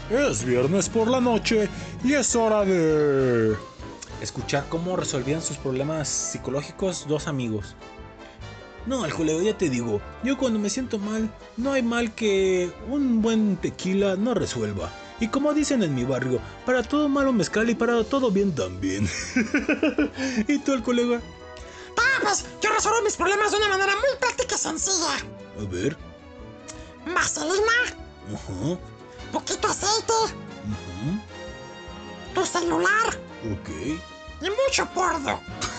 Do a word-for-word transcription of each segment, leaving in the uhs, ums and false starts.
Es viernes por la noche y es hora de escuchar cómo resolvían sus problemas psicológicos dos amigos. No, Alcoleo, ya te digo, yo cuando me siento mal, no hay mal que un buen tequila no resuelva. Y como dicen en mi barrio, para todo malo mezcal y para todo bien también. ¿Y tú, Alcoleo? Ah, pues yo resuelvo mis problemas de una manera muy práctica y sencilla. A ver. Vaselina. Ajá. Poquito aceite. Uh-huh. Tu celular. Ok. Y mucho porno.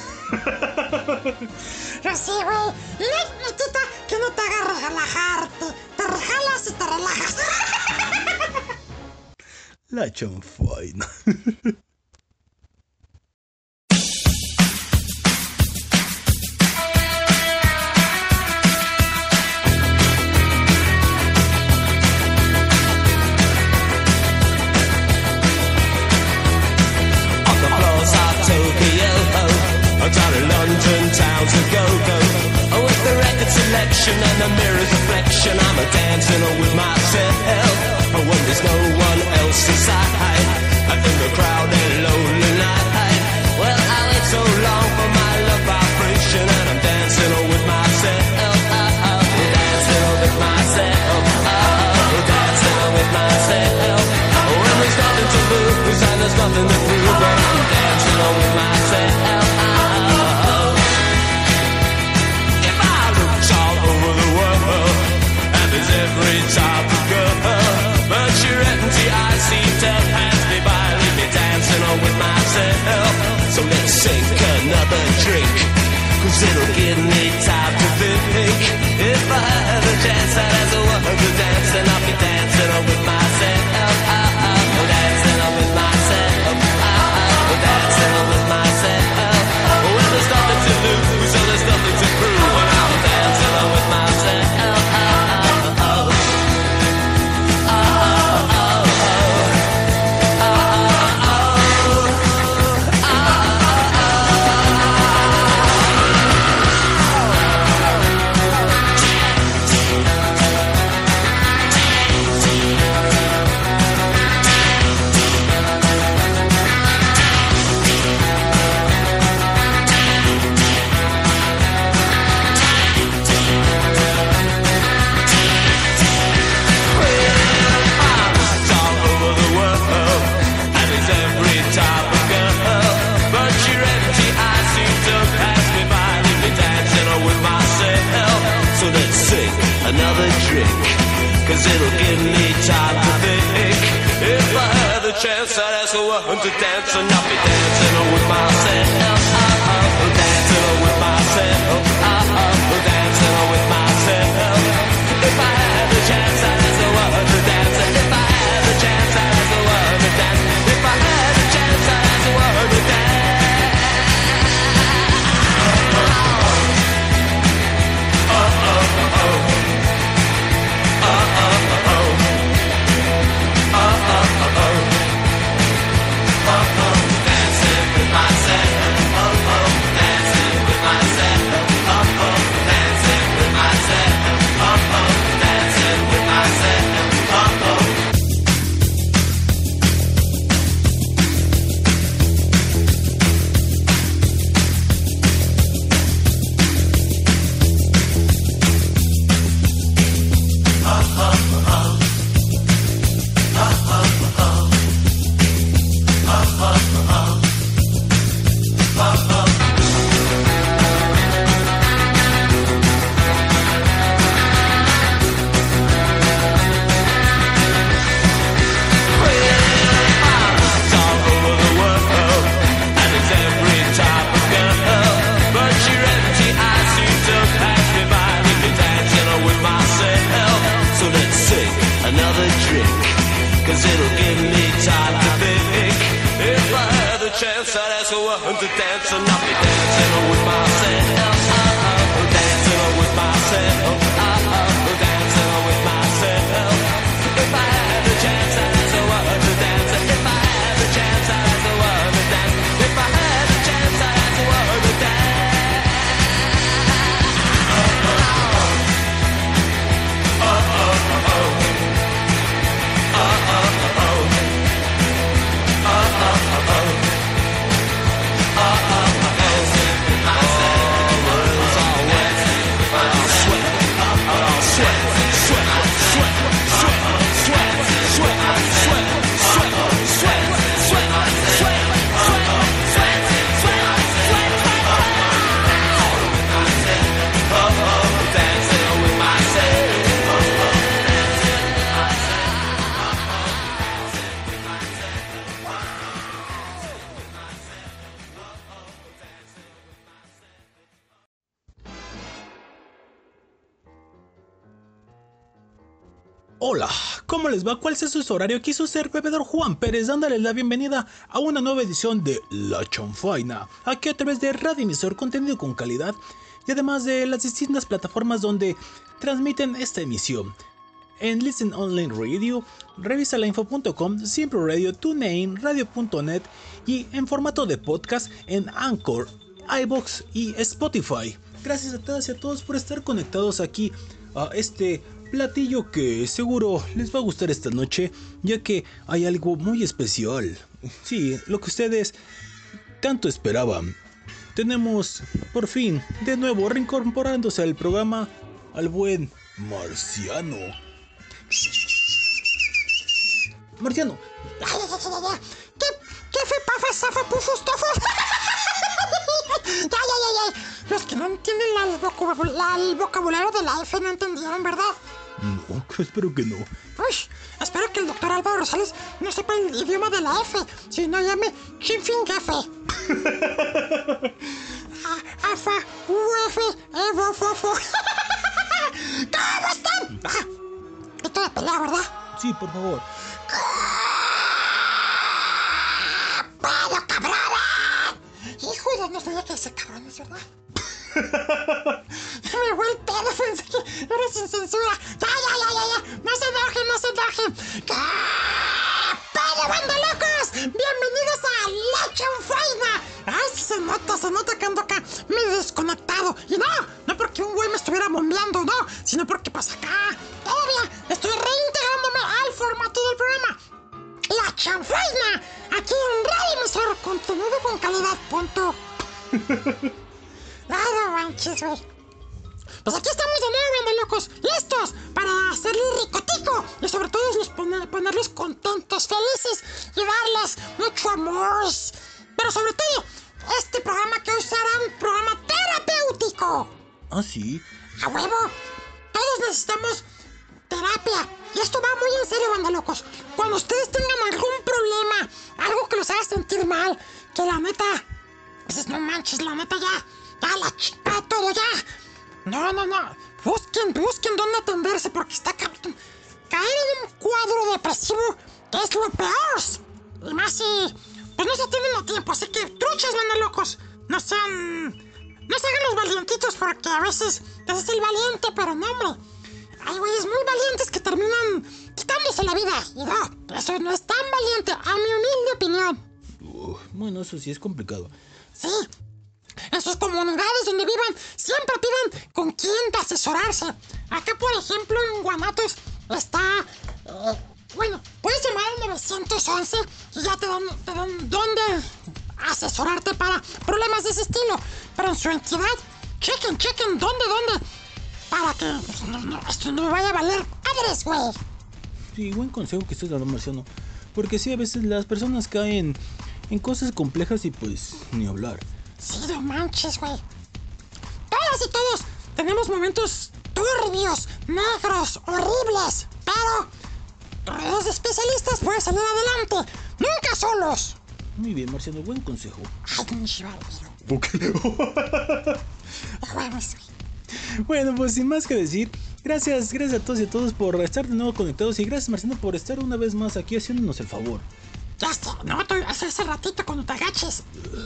Así, güey. Y no hay notita que no te haga relajarte. Te rejalas y te relajas. La chanfaina. Down in London town's a go-go. Oh, with the record selection and the mirror's reflection, I'm a dancing with myself. Oh, when there's no one else inside, in the crowded lonely night. Well, I wait so long for my love vibration, and I'm dancing with myself. Oh, oh, dancing with myself. Oh, dancing with myself. Oh, when there's nothing to lose and there's nothing to prove, but I'm dancing with myself. Every type of girl, but your empty eyes seem to pass me by, leave me dancing on with myself. So let's sink another drink, cause it'll give me time to think. If I had a chance, I'd ask a woman to dance, and I'll be dancing on with myself. Oh, oh, dancing on with myself. Oh, oh, dancing on with myself. Well, there's nothing to lose, so there's nothing to prove, and I'm dancing on with myself. Another drink, cause it'll give me time to think. If I had the chance, I'd ask a woman to dance, and I'll be dancing with myself. Oh, oh, dancing with myself. Oh, oh, dancing with myself. If I had the chance, I'd ask a woman to dance, and if I had the chance, I'd ask a woman to dance. If I had the chance, I'd ask a woman to dance. Chance I'd ask a woman to dance, and I'll be dancing with myself. Oh, oh, dancing with myself. Oh, oh, dancing with myself. If I had the chance, I'd ask a woman to dance. If I had the chance, I'd ask a woman to dance. If I had the chance, I'd ask a woman to dance. Oh, oh, oh. Oh, oh, oh. Oh, oh, oh. Hola, ¿cómo les va? ¿Cuál es su horario? Aquí su ser bebedor Juan Pérez, dándoles la bienvenida a una nueva edición de La Chanfaina, aquí a través de Radio Emisor, contenido con calidad y además de las distintas plataformas donde transmiten esta emisión. En Listen Online Radio, revisalainfo punto com, Siempre Radio, TuneIn, Radio punto net y en formato de podcast en Anchor, iVoox y Spotify. Gracias a todas y a todos por estar conectados aquí a este platillo que seguro les va a gustar esta noche, ya que hay algo muy especial. Sí, lo que ustedes tanto esperaban. Tenemos por fin de nuevo reincorporándose al programa al buen Marciano. Marciano. ¿Qué, qué fue pafas, zafa, pufos, tofos? Ya, ya, ya, ya. Los que no entienden la, el, vocabul la, el vocabulario de la F no entendieron, ¿verdad? No, espero que no. Uy, espero que el doctor Álvaro Rosales no sepa el idioma de la F, si no llame Chinfingafe. Afa, U F, Evo, Fofo. ¿Cómo están? Ah, esto de pelea, ¿verdad? Sí, por favor. ¡Pero, cabrón! Hijo, ya no sabía que ese cabrón es verdad. Me fue el pedo, pensé que era sin censura. Ya, ya, ya, ya, ya. No se enojen, no se enojen. ¿Qué pedo, banda locos? Bienvenidos a La Chanfaina. Ay, sí se nota, se nota que ando acá medio desconectado. Y no, no porque un güey me estuviera bombeando, no, sino porque pues acá todavía estoy reintegrándome al formato del programa La Chanfaina, aquí en Radio Emisor, contenido con calidad, punto. Ay, no manches, güey. Pues aquí estamos de nuevo, banda locos, listos para hacerle ricotico y sobre todo los poner, ponerlos contentos, felices y darles mucho amor. Pero sobre todo, este programa que hoy será un programa terapéutico. ¿Ah, sí? A huevo, todos necesitamos terapia. Y esto va muy en serio, banda locos. Cuando ustedes tengan algún problema, algo que los haga sentir mal, que la neta, dices, no manches, la neta ya, ya la chica, todo ya. No, no, no. Busquen, busquen dónde atenderse porque está cabrón. Caer en un cuadro depresivo es lo peor. Y más si, pues no se tienen a tiempo, así que truchas, banda locos. No sean, no se hagan los valientitos porque a veces es el valiente, pero no, hombre. Hay güeyes muy valientes que terminan quitándose la vida. Y no, eso no es tan valiente, a mi humilde opinión. Uh, bueno, eso sí es complicado. Sí, en sus comunidades donde vivan, siempre pidan con quién asesorarse. Acá, por ejemplo, en Guanatos está... Eh, bueno, puedes llamar al nueve once y ya te dan, te dan dónde asesorarte para problemas de ese estilo. Pero en su entidad, chequen, chequen, dónde, dónde... Para que no, no, esto no vaya a valer madres, güey. Sí, buen consejo que estás dando, Marciano. Porque sí, a veces las personas caen en cosas complejas y pues ni hablar. Sí, no manches, güey. Todas y todos tenemos momentos turbios, negros, horribles. Pero los especialistas pueden salir adelante. Nunca solos. Muy bien, Marciano, buen consejo. Ay, un chival, bueno, sí. Bueno, pues sin más que decir, gracias, gracias a todos y a todos por estar de nuevo conectados y gracias, Marciano, por estar una vez más aquí haciéndonos el favor. Ya está, no, hace ese ratito cuando te agaches.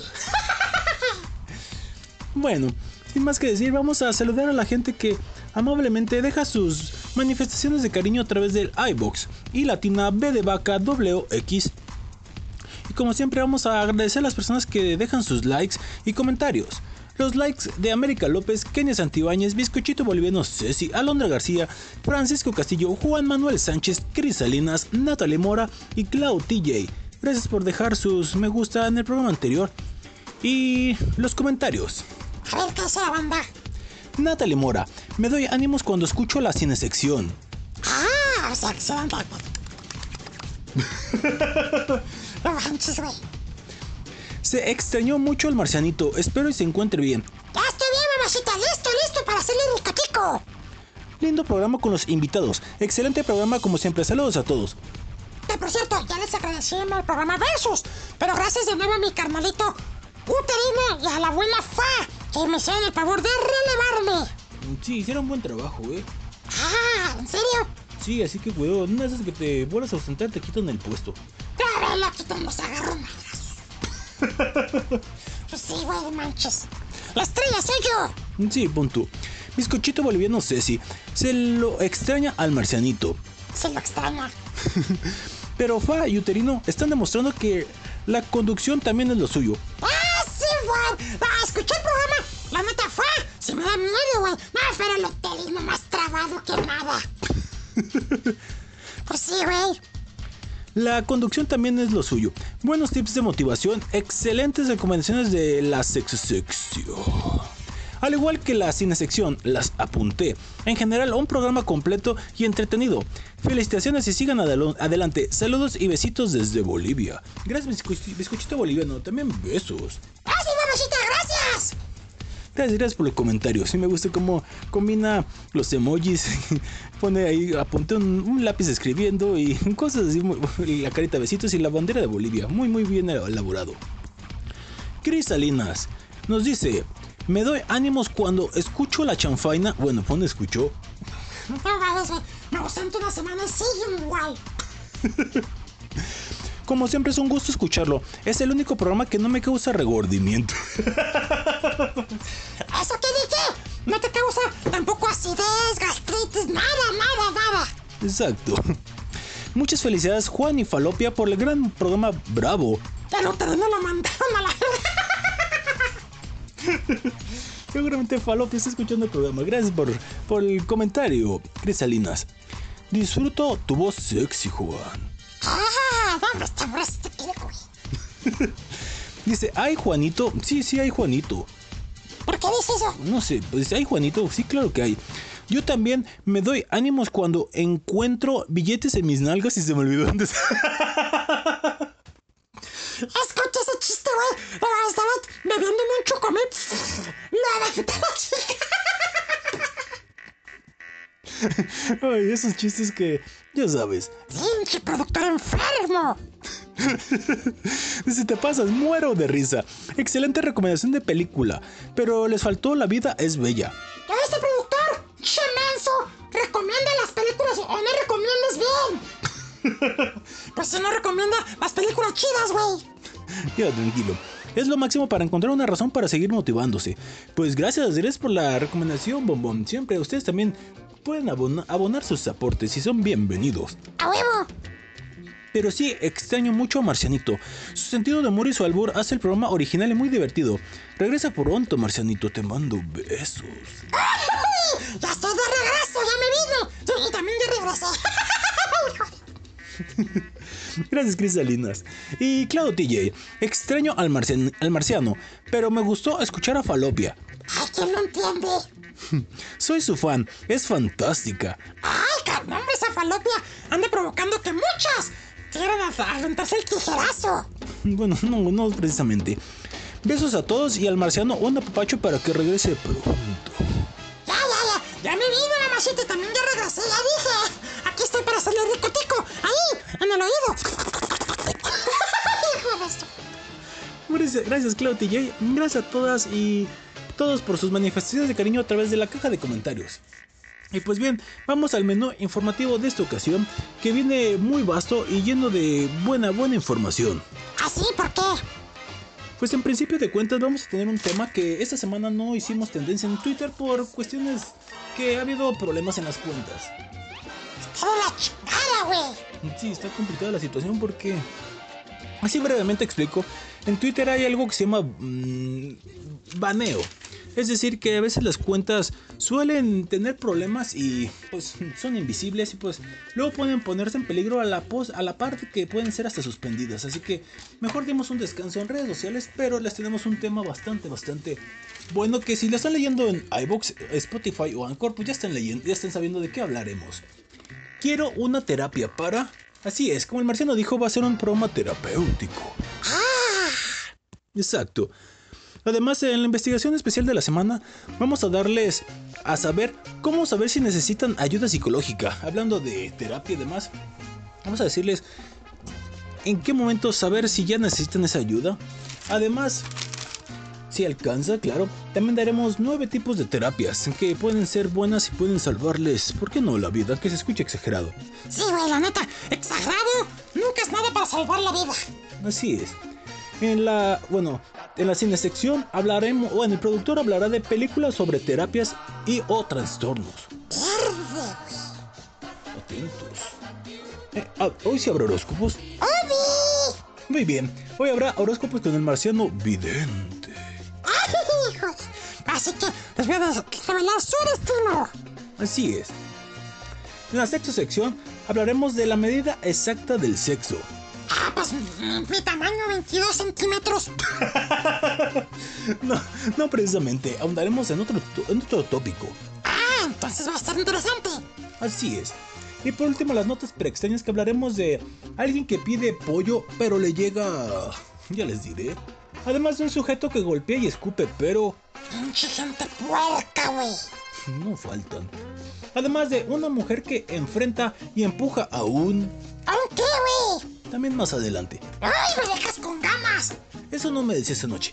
Bueno, sin más que decir, vamos a saludar a la gente que amablemente deja sus manifestaciones de cariño a través del iVoox y Latina B de Vaca W X. Y como siempre vamos a agradecer a las personas que dejan sus likes y comentarios. Los likes de América López, Kenia Santibáñez, Bizcochito Boliviano Ceci, Alondra García, Francisco Castillo, Juan Manuel Sánchez, Cris Salinas, Natalie Mora y Clau T J. Gracias por dejar sus me gusta en el programa anterior. Y los comentarios. A ver qué hace la banda. Natalie Mora, me doy ánimos cuando escucho la cinesección. Ah, o sea, excelente. No manches, güey. Se extrañó mucho el marcianito, espero y se encuentre bien. Ya estoy bien, mamacita, listo, listo para hacerle el ricotico. Lindo programa con los invitados, excelente programa como siempre, saludos a todos. Que por cierto, ya les agradecí en el programa Versus, pero gracias de nuevo a mi carnalito Uterino y a la buena Fa, que me hicieron el favor de relevarme. Sí, hicieron buen trabajo, eh. Ah, ¿en serio? Sí, así que cuidado, no es que te vuelvas a ausentar, te quitan el puesto. Claro, la quitan, los agarro madrazos. Pues sí, güey, manches. La estrella soy yo. Sí, pon tú. Bizcochito boliviano Ceci se lo extraña al marcianito. Se lo extraña. Pero Fa y Uterino están demostrando que la conducción también es lo suyo. ¡Ah, sí, güey! Ah, escuché el programa. La neta fue. Se me da miedo, güey. No, pero el Uterino más trabado que nada. Pues sí, güey. La conducción también es lo suyo. Buenos tips de motivación, excelentes recomendaciones de la sexo-sección. Al igual que la cinesección, las apunté. En general, un programa completo y entretenido. Felicitaciones y sigan adel- adelante. Saludos y besitos desde Bolivia. Gracias, bizco- bizcochito boliviano. También besos. ¡Ah, sí, mamacita, gracias! Gracias, gracias por el comentario. Sí me gusta cómo combina los emojis. Pone ahí, apunté un, un lápiz escribiendo y cosas así. Muy, la carita besitos y la bandera de Bolivia. Muy, muy bien elaborado. Cris Salinas nos dice: me doy ánimos cuando escucho la chanfaina. Bueno, pone escuchó. No vayas, güey. Me ausento una semana y siguen igual. Como siempre es un gusto escucharlo. Es el único programa que no me causa regordimiento. ¿Eso qué dije? No te causa tampoco acidez, gastritis, nada, nada, nada. Exacto. Muchas felicidades Juan y Falopia por el gran programa. Bravo. El Uterino lo mandaron a la... Seguramente Falopia está escuchando el programa. Gracias por, por el comentario, Cris Salinas. Disfruto tu voz sexy, Juan. Ah, ¿dónde está este güey? Dice, ay Juanito. Sí, sí hay Juanito. ¿Por qué dices eso? No sé, pues hay Juanito. Sí, claro que hay. Yo también me doy ánimos cuando encuentro billetes en mis nalgas y se me olvidó dónde está. Escucha ese chiste, güey. Estaba bebiendo un chocomil. Lo dejé Ay, esos chistes que, ya sabes. ¡Pinche productor enfermo! Si te pasas, muero de risa. Excelente recomendación de película, pero les faltó La vida es bella. ¿Qué este productor? ¡Che menso! Recomienda las películas o no recomiendas bien. Pues si no recomienda las películas chidas, güey. Ya, tranquilo. Es lo máximo para encontrar una razón para seguir motivándose. Pues gracias, Andrés, por la recomendación, bombón. Siempre ustedes también pueden abona- abonar sus aportes y son bienvenidos. ¡A huevo! Pero sí, extraño mucho a Marcianito. Su sentido de humor y su albur hace el programa original y muy divertido. Regresa pronto, Marcianito, te mando besos. ¡Ya estoy de regreso! ¡Ya me vino! Sí, y también ya regresé. Gracias, Cris Salinas. Y claro, T J, extraño al, marcian- al marciano, pero me gustó escuchar a Falopia. ¡Ay, quién no entiende! Soy su fan, es fantástica. ¡Ay, carnal, esa falopia anda provocando que muchos quieran a- aventarse el tijerazo! Bueno, no, no precisamente. Besos a todos y al marciano un apapacho para que regrese pronto. ¡Ya, ya, ya! ¡Ya me vino, mamacita! También ya regresé, ya dije. Aquí estoy para hacerle ricotico. Ahí, en el oído. Gracias, gracias Clau T J. Gracias a todas y todos por sus manifestaciones de cariño a través de la caja de comentarios. Y pues bien, vamos al menú informativo de esta ocasión, que viene muy vasto y lleno de buena, buena información. ¿Ah, sí? ¿Por qué? Pues en principio de cuentas vamos a tener un tema que esta semana no hicimos tendencia en Twitter por cuestiones que ha habido problemas en las cuentas. ¡Está de la chingada, güey! Sí, está complicada la situación porque, así brevemente explico, en Twitter hay algo que se llama mmm, baneo. Es decir, que a veces las cuentas suelen tener problemas y pues son invisibles y pues luego pueden ponerse en peligro a la, pos a la parte que pueden ser hasta suspendidas. Así que mejor demos un descanso en redes sociales, pero les tenemos un tema bastante, bastante bueno que si lo están leyendo en iVoox, Spotify o Anchor, pues ya están leyendo, ya están sabiendo de qué hablaremos. Quiero una terapia para... Así es, como el marciano dijo, va a ser un programa terapéutico. ¡Ah! Exacto. Además, en la investigación especial de la semana, vamos a darles a saber cómo saber si necesitan ayuda psicológica. Hablando de terapia y demás, vamos a decirles en qué momento saber si ya necesitan esa ayuda. Además, Si alcanza, claro. También daremos nueve tipos de terapias que pueden ser buenas y pueden salvarles, ¿por qué no la vida? Que se escuche exagerado. Sí, güey, la neta, exagerado nunca es nada para salvar la vida. Así es. En la, bueno, en la cinesección hablaremos, bueno, el productor hablará de películas sobre terapias y o trastornos. Verde, Atentos. Eh, ah, hoy sí habrá horóscopos. ¡Obi! Muy bien, hoy habrá horóscopos con el marciano vidente. ¡Ay, hijos! Así que les voy a revelar su destino. Así es. En la sexta sección hablaremos de la medida exacta del sexo. Ah, pues mi, mi tamaño veintidós centímetros. no, no precisamente, ahondaremos en otro, en otro tópico. Ah, entonces va a estar interesante. Así es. Y por último, las notas preextrañas, que hablaremos de alguien que pide pollo, pero le llega... ya les diré. Además de un sujeto que golpea y escupe, pero... pinche gente puerca, güey. no faltan. Además de una mujer que enfrenta y empuja a un... ¿A un qué, güey? También más adelante. ¡Ay, me dejas con ganas! Eso no me decías anoche.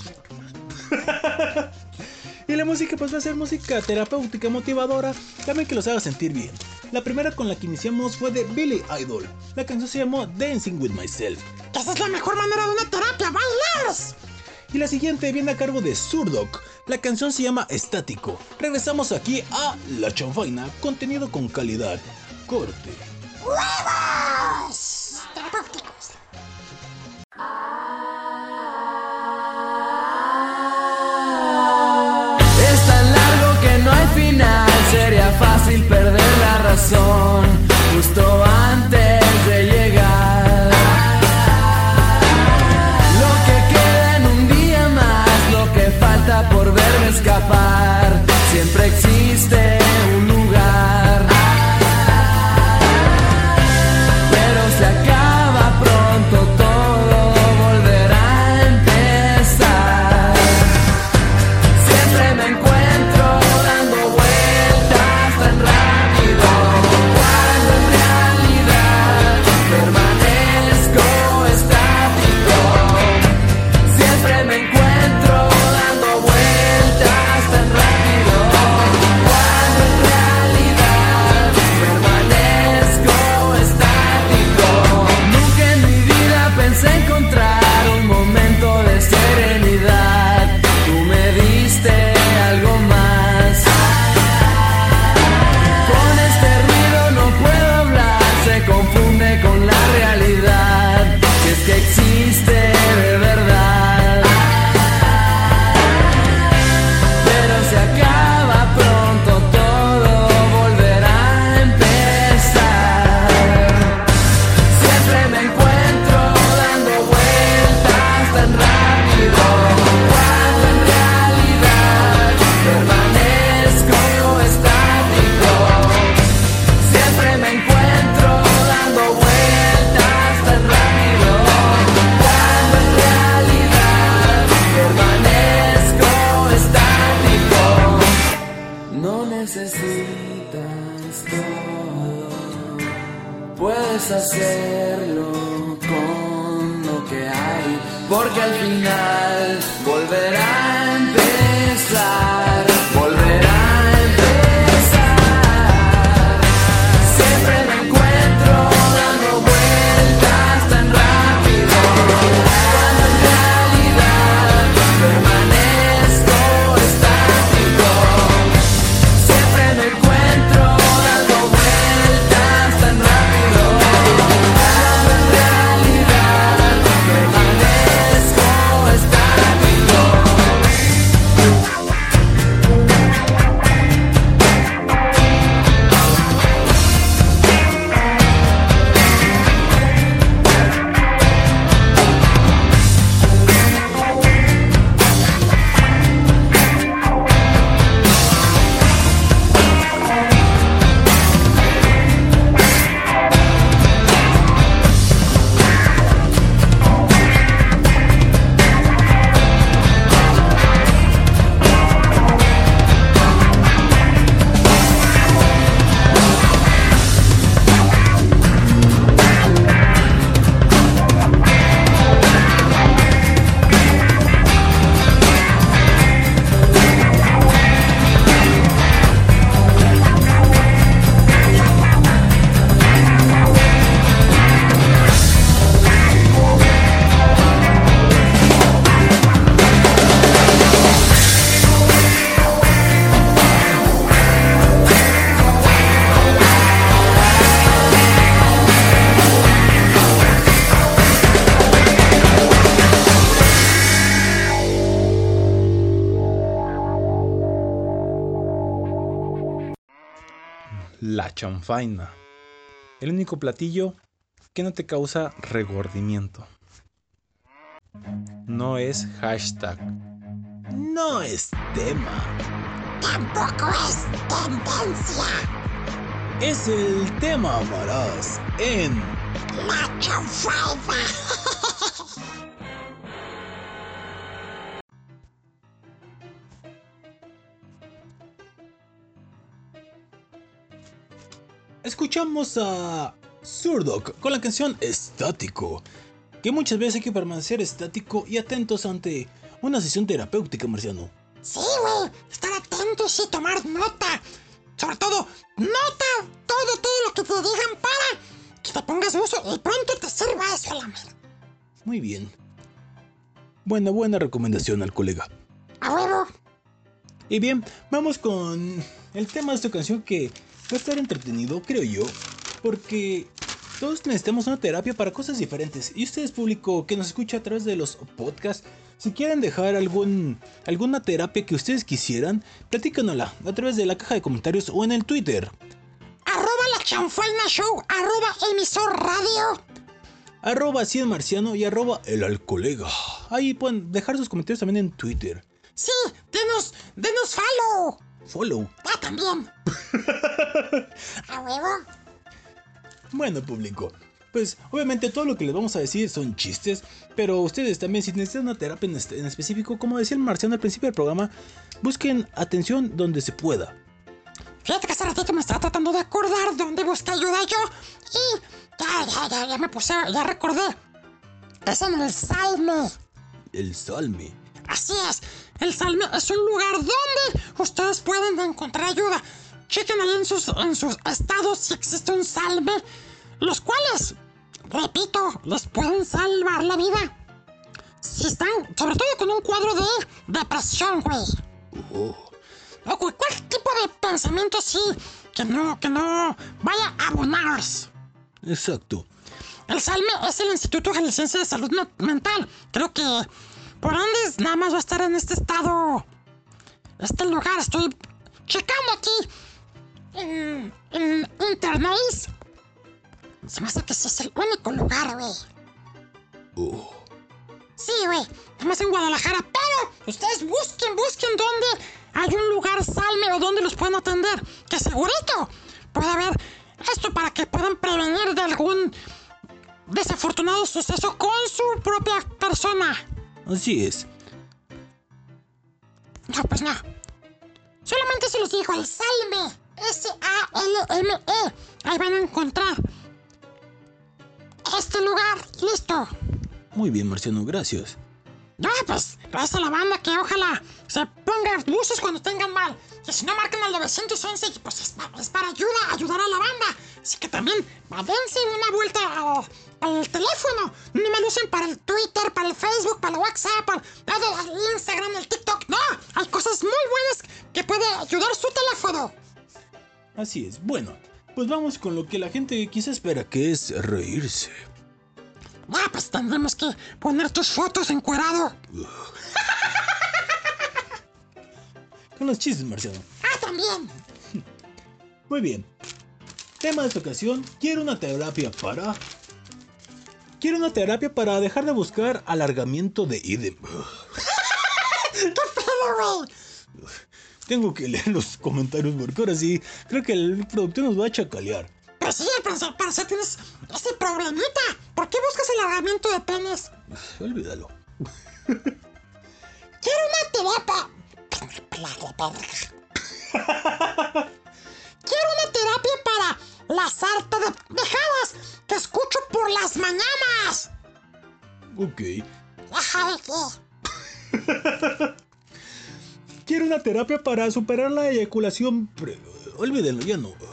Y la música pues va a ser música terapéutica motivadora, también que los haga sentir bien. La primera con la que iniciamos fue de Billy Idol. La canción se llamó Dancing With Myself. Esa es la mejor manera de una terapia, bailar. Y la siguiente viene a cargo de Zurdok. La canción se llama Estático. Regresamos aquí a La Chanfaina, contenido con calidad. Corte. ¡Huevos! Terapéuticos. Es tan largo que no hay final, sería fácil perder la razón justo antes de llegar. Lo que queda en un día más, lo que falta por verme escapar, siempre existe un lugar. Pero se acaba pronto, todo volverá a empezar. Siempre me encuentro dando vueltas tan rápido, cuando en realidad permanezco estático. Siempre me encuentro dando vueltas tan rápido, cuando en realidad permanezco estático. Nunca en mi vida pensé encontrar un momento de serenidad. Tú me diste algo más. Con este ruido no puedo hablar, se confunde con la realidad, si es que existe de verdad. Pero se acaba pronto, todo volverá a empezar. Siempre me encuentro dando vueltas tan rápido, cuando en realidad permanezco estático. Siempre me encuentro dando vueltas tan rápido, cuando en realidad permanezco estático. No necesitas todo, puedes hacerlo con lo que hay, porque al final volverá a empezar, volverá a empezar. Siempre me encuentro dando vueltas tan rápido, cuando en realidad permanezco estático. Siempre me encuentro dando vueltas tan rápido, cuando en realidad permanezco estático. la chanfaina. El único platillo que no te causa regordimiento. No es hashtag. No es tema. Tampoco es tendencia. Es el tema, amarás, en La chanfaina. Escuchamos a Zurdok con la canción Estático, que muchas veces hay que permanecer estático y atentos ante una sesión terapéutica, Marciano. Sí, güey, estar atentos y tomar nota. Sobre todo, nota todo, todo lo que te digan para que te pongas uso y pronto te sirva eso a la mierda. Muy bien. Buena, buena recomendación al colega. A huevo. Y bien, vamos con el tema de esta canción que va a estar entretenido, creo yo, porque todos necesitamos una terapia para cosas diferentes. Y ustedes, público que nos escucha a través de los podcasts, si quieren dejar algún, alguna terapia que ustedes quisieran, platícanosla a través de la caja de comentarios o en el Twitter. Arroba la chanfaina show, arroba emisor radio. Arroba cien marciano y arroba el alcolega. Ahí pueden dejar sus comentarios también en Twitter. Sí, denos, denos follow. Follow. Ah, también. A huevo. Bueno, público, pues obviamente todo lo que les vamos a decir son chistes, pero ustedes también, si necesitan una terapia en, este, en específico, como decía el Marciano al principio del programa, busquen atención donde se pueda. Fíjate que hace ratito me estaba tratando de acordar dónde busqué ayuda yo y ya, ya, ya, ya me puse, ya recordé. Es en el Salme. El Salme. Así es, el Salme es un lugar donde ustedes pueden encontrar ayuda. Chequen ahí en sus, en sus estados si existe un Salme, los cuales, repito, les pueden salvar la vida. Si están, sobre todo con un cuadro de depresión, güey. Oh. O cualquier tipo de pensamiento así, que no, que no vaya a abonarse. Exacto. El Salme es el Instituto Jalisciense de Salud Mental. Creo que por Andes nada más va a estar en este estado, este lugar. Estoy checando aquí en, en Internet. Se me hace que ese es el único lugar, güey. Oh. Sí, güey, nada más en Guadalajara. Pero ustedes busquen, busquen dónde hay un lugar Salme o dónde los pueden atender. Que segurito puede haber esto para que puedan prevenir de algún desafortunado suceso con su propia persona. Así es. No, pues no. Solamente se los digo, el Salme. S A L M E. Ahí van a encontrar este lugar. Listo. Muy bien, Marciano, gracias. No, pues, gracias a la banda que ojalá se pongan buses cuando tengan mal. Y si no, marquen al nueve once y pues es para, es para ayuda, ayudar a la banda. Así que también, dense una vuelta al, al teléfono. No me lo usen para el Twitter, para el Facebook, para el WhatsApp, para el, el Instagram, el TikTok. No, hay cosas muy buenas que puede ayudar su teléfono. Así es. Bueno, pues vamos con lo que la gente quizá espera, que es reírse. Ah, pues tendremos que poner tus fotos encuerado. Con los chistes, Marciano. Ah, también. Muy bien. Tema de esta ocasión, quiero una terapia para... Quiero una terapia para dejar de buscar alargamiento de idem. ¿Qué pedo, güey? Tengo que leer los comentarios porque ahora sí, creo que el productor nos va a chacalear. Pues sí, pero si tienes ese problemita. ¿Por qué buscas el alargamiento de penes? Olvídalo. Quiero una terapia. Quiero una terapia para la sarta de dejadas que escucho por las mañanas. Ok. Ajá, ¿qué? Quiero una terapia para superar la eyaculación. Pre... Olvídenlo, ya no.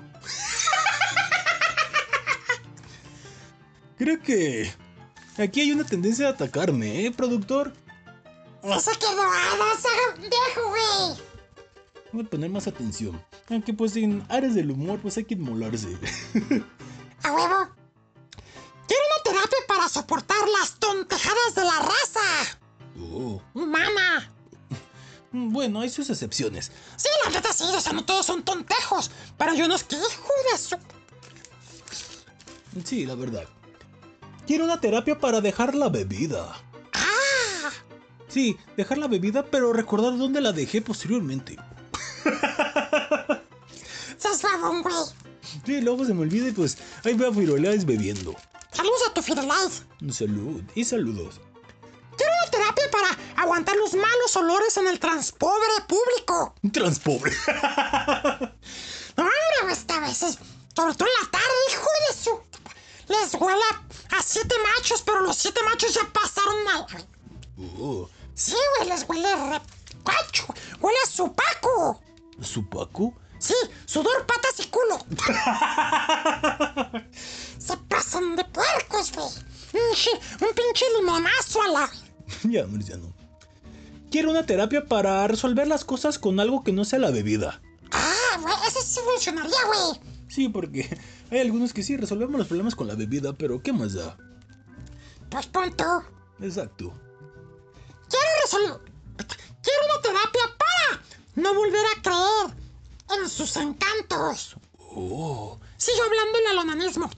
Creo que aquí hay una tendencia a atacarme, ¿eh, productor? Eso que no hagas, viejo, güey. Voy a poner más atención. Aunque pues en áreas del humor pues hay que inmolarse. A huevo. Quiero una terapia para soportar las tontejadas de la raza Oh. humana. Bueno, hay sus excepciones. Sí, la neta sí, o sea, no todos son tontejos, pero hay unos que hijo de su... Sí, la verdad. Quiero una terapia para dejar la bebida. ¡Ah! Sí, dejar la bebida, pero recordar dónde la dejé posteriormente. ¡Sos babón, güey! Sí, luego se me olvida y pues ahí veo a Firulais bebiendo. ¡Saludos a tu Firulais! Salud y saludos. Quiero una terapia para aguantar los malos olores en el transpobre público. Transpobre. No, hombre, esta vez, sobre todo en la tarde, hijo de su... Les huele a siete machos, pero los siete machos ya pasaron mal. Oh. Sí, güey, les huele re... ¡Cacho! ¡Huele a supaco! ¿Supaco? Sí, sudor, patas y culo. Se pasan de puercos, güey. Un pinche limonazo a la... Ya, Marciano. Quiero una terapia para resolver las cosas con algo que no sea la bebida. Ah, güey, eso sí funcionaría, güey. Sí, porque hay algunos que sí resolvemos los problemas con la bebida, pero ¿qué más da? Pues punto. Exacto. Quiero resolver... Quiero una terapia para no volver a creer en sus encantos. Oh. Sigo hablando del onanismo.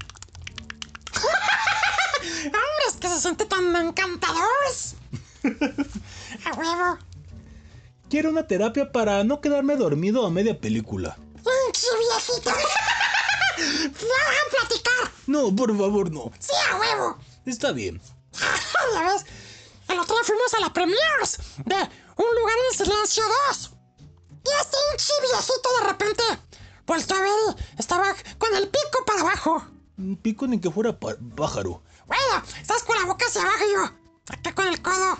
Hombre, es que se siente tan encantador. A huevo. Quiero una terapia para no quedarme dormido a media película. ¡Pinche viejito! ¡Dejan platicar! No, por favor, no. ¡Sí, a huevo! Está bien. ¿Ya ves? El otro día fuimos a la premiere de Un Lugar en Silencio dos. Y este pinche viejito de repente volteó a ver y estaba con el pico para abajo. Un pico ni que fuera pájaro. Bueno, estás con la boca hacia abajo y yo acá con el codo.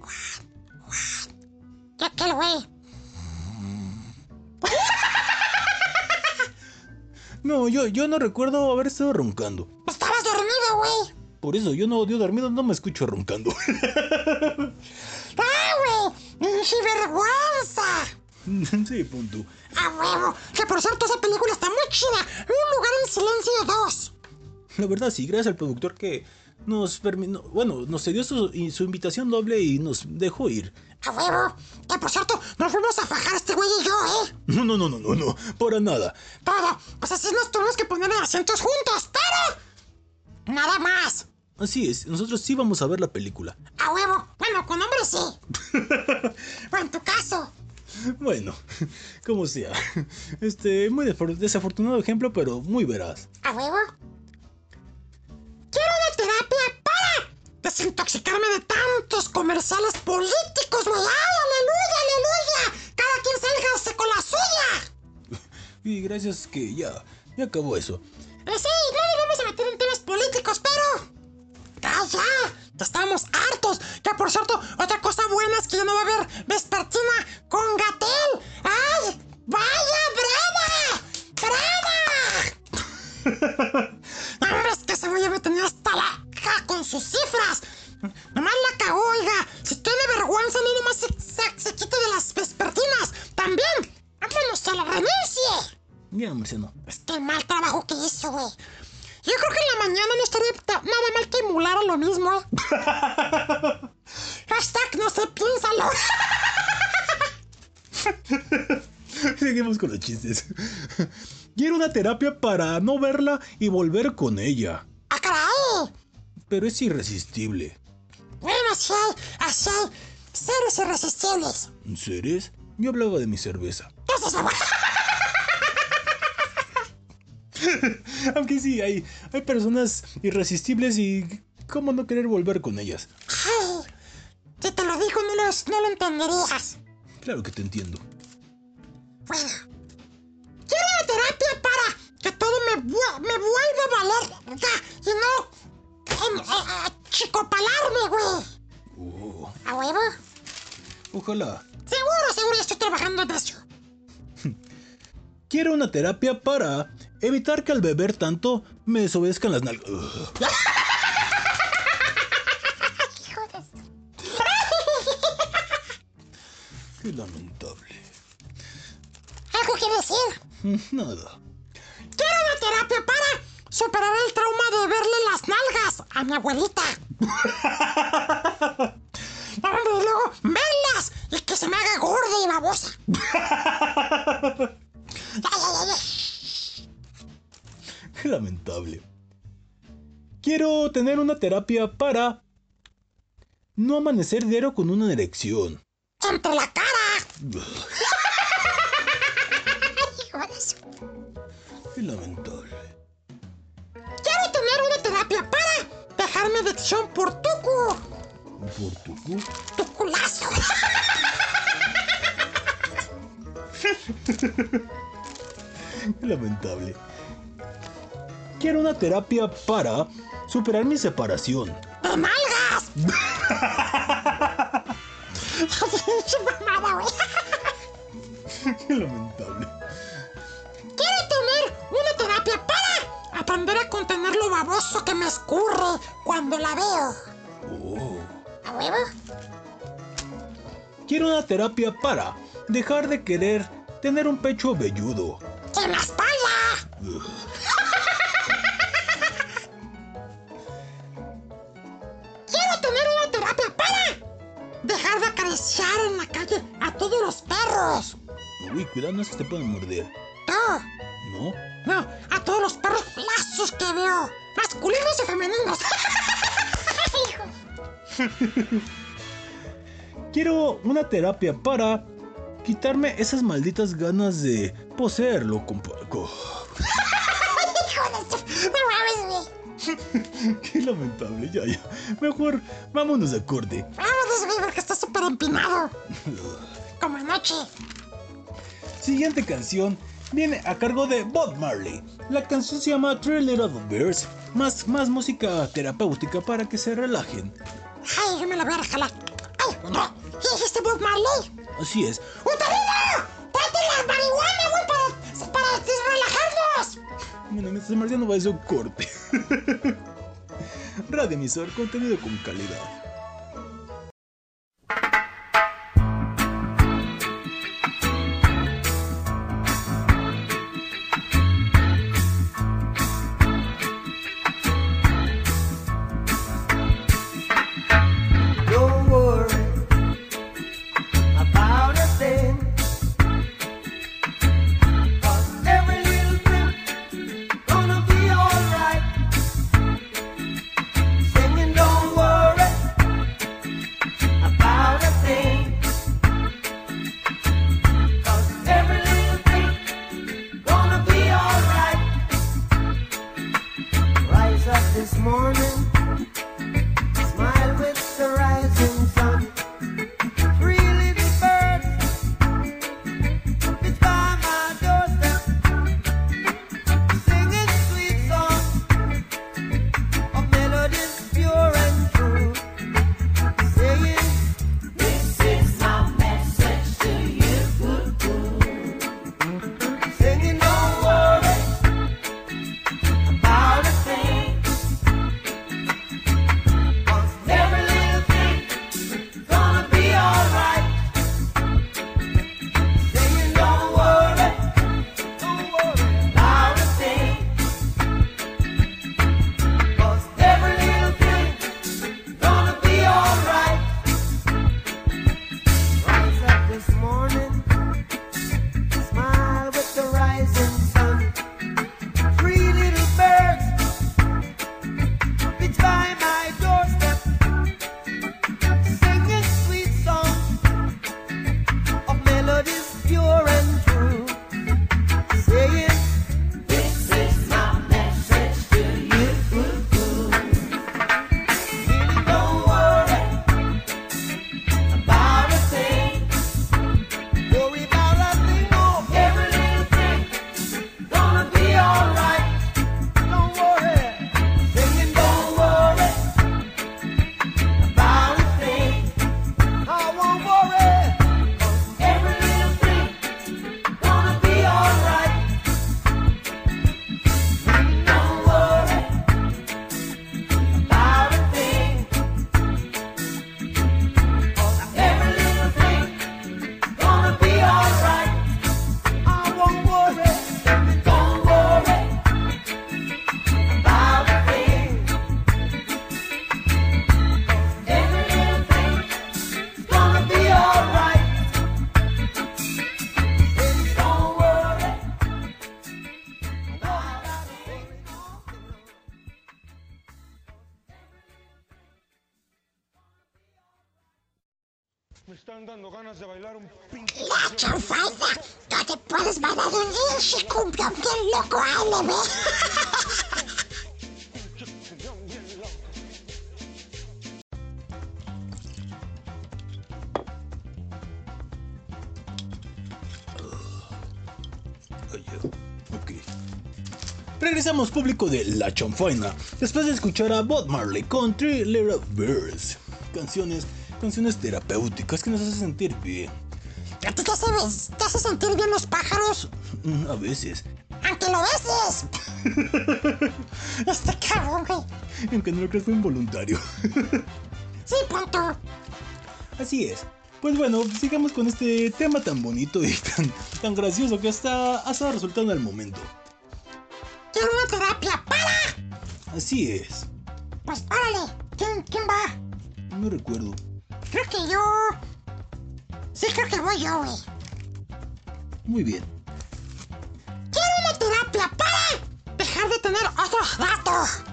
Y aquel güey. No, yo, yo no recuerdo haber estado roncando. Estabas dormido, güey. Por eso, yo no, yo dormido no me escucho roncando. ¡Ah, güey! ¡Pinche vergüenza! Sí, punto. ¡A huevo! Que por cierto, esa película está muy chida. Un Lugar en Silencio dos. La verdad, sí, gracias al productor que nos permitió, bueno, nos cedió su, su invitación doble y nos dejó ir. ¡A huevo! Que por cierto, nos fuimos a fajar este güey y yo, ¿eh? No, no, no, no, no, no, para nada. Todo. Pues así nos tuvimos que poner en asientos juntos, pero... nada más. Así es, nosotros sí vamos a ver la película. ¡A huevo! Bueno, con hombres sí. O en tu caso. Bueno, como sea. Este, muy desafortunado ejemplo, pero muy veraz. ¿A huevo? Quiero una terapia para desintoxicarme de tantos comerciales políticos, güey. ¡Ay, aleluya, aleluya! Cada quien sálgase con la suya. Y gracias que ya, ya acabó eso. Eh, sí, no le vamos a meter en temas políticos, pero... ¡Ah, ya! Ya estamos hartos. Que por cierto, otra cosa buena es que ya no va a haber vespertina con Gatell. ¡Ay! ¡Vaya, brava! ¡Brava! Hombre, es que ese güey me tenía hasta la ja con sus cifras. Nomás la cagó, oiga. Si tiene vergüenza, no nomás se, se, se quite de las vespertinas. También, vámonos, se la renuncie. Ya, Marciano. Este mal trabajo que hizo, güey. Yo creo que en la mañana no estaría nada mal que emulara lo mismo, ¿eh? Hashtag no sé, piénsalo. Seguimos con los chistes. Quiero una terapia para no verla y volver con ella. ¡Ah, caray! Pero es irresistible. Bueno, así hay, así hay seres irresistibles. ¿Seres? Yo hablaba de mi cerveza. Entonces, Aunque sí, hay, hay personas irresistibles y ¿cómo no querer volver con ellas? ay, si te lo digo no lo, no lo entenderías. Claro que te entiendo. Bueno, quiero una terapia para que todo me, vu- me vuelva a valer ya, y no en, eh, eh, chicopalarme, güey. Oh, ¿A huevo? ojalá. Seguro, seguro, estoy trabajando en eso. Quiero una terapia para evitar que al beber tanto me desobedezcan las nalgas. Ugh. Hijo de su- Qué lamentable. ¿Algo quiere decir? Nada. Quiero una terapia para superar el trauma de verle las nalgas a mi abuelita. Hombre, y luego verlas y que que se me haga gorda y babosa. Ay, ay, ay, ay. Qué lamentable. Quiero tener una terapia para no amanecer diario con una erección. ¡Entre la cara! Qué lamentable. Quiero tener una terapia para dejarme adicción por tucu. ¿Por tu cu? Tu culazo. Qué lamentable. Quiero una terapia para superar mi separación. ¡De nalgas! Qué lamentable. Quiero tener una terapia para aprender a contener lo baboso que me escurre cuando la veo. Oh. ¿A huevo? Quiero una terapia para dejar de querer tener un pecho velludo. ¡En la espalda! Ugh. Quiero tener una terapia para dejar de acariciar en la calle a todos los perros. Uy, cuidado, no se te pueden morder. No, ¿No? no, a todos los perros lazos que veo, masculinos y femeninos. Quiero una terapia para quitarme esas malditas ganas de poseerlo con Paco. No mames, güey. Qué lamentable, ya, ya. Mejor vámonos de corte. Vámonos, güey, porque está súper empinado. Como anoche. Siguiente canción viene a cargo de Bob Marley. La canción se llama Three Little Bears. Más, más música terapéutica para que se relajen. Ay, yo me la voy a regalar. Ay, no. ¿Dijiste Bob Marley? Así es. ¡Utarina! ¡Ponte la marihuana, güey, para, para relajarnos! Bueno, mientras Marciano va a su corte. Radio Emisor, contenido con calidad. Singing, don't worry. Me están dando ganas de bailar un pinche. La chanfaina, no te puedes bailar un pinche cumbión bien loco, A L B. Ok. Regresamos, público de La Chanfaina, después de escuchar a Bob Marley con Three Little Birds. Canciones, canciones terapéuticas que nos hacen sentir bien. ¿A ti te hace, te hace sentir bien los pájaros? A veces. ¡Aunque lo beses! Este cabrón, güey. Aunque no lo creas, fue involuntario. Sí, punto. Así es. Pues bueno, sigamos con este tema tan bonito y tan, tan gracioso que hasta ha estado resultando al momento. Quiero una terapia, para. Así es. Pues órale, ¿quién, quién va? No recuerdo. Creo que yo... Sí, creo que voy yo, güey. Muy bien. Quiero una terapia para dejar de tener otros gatos.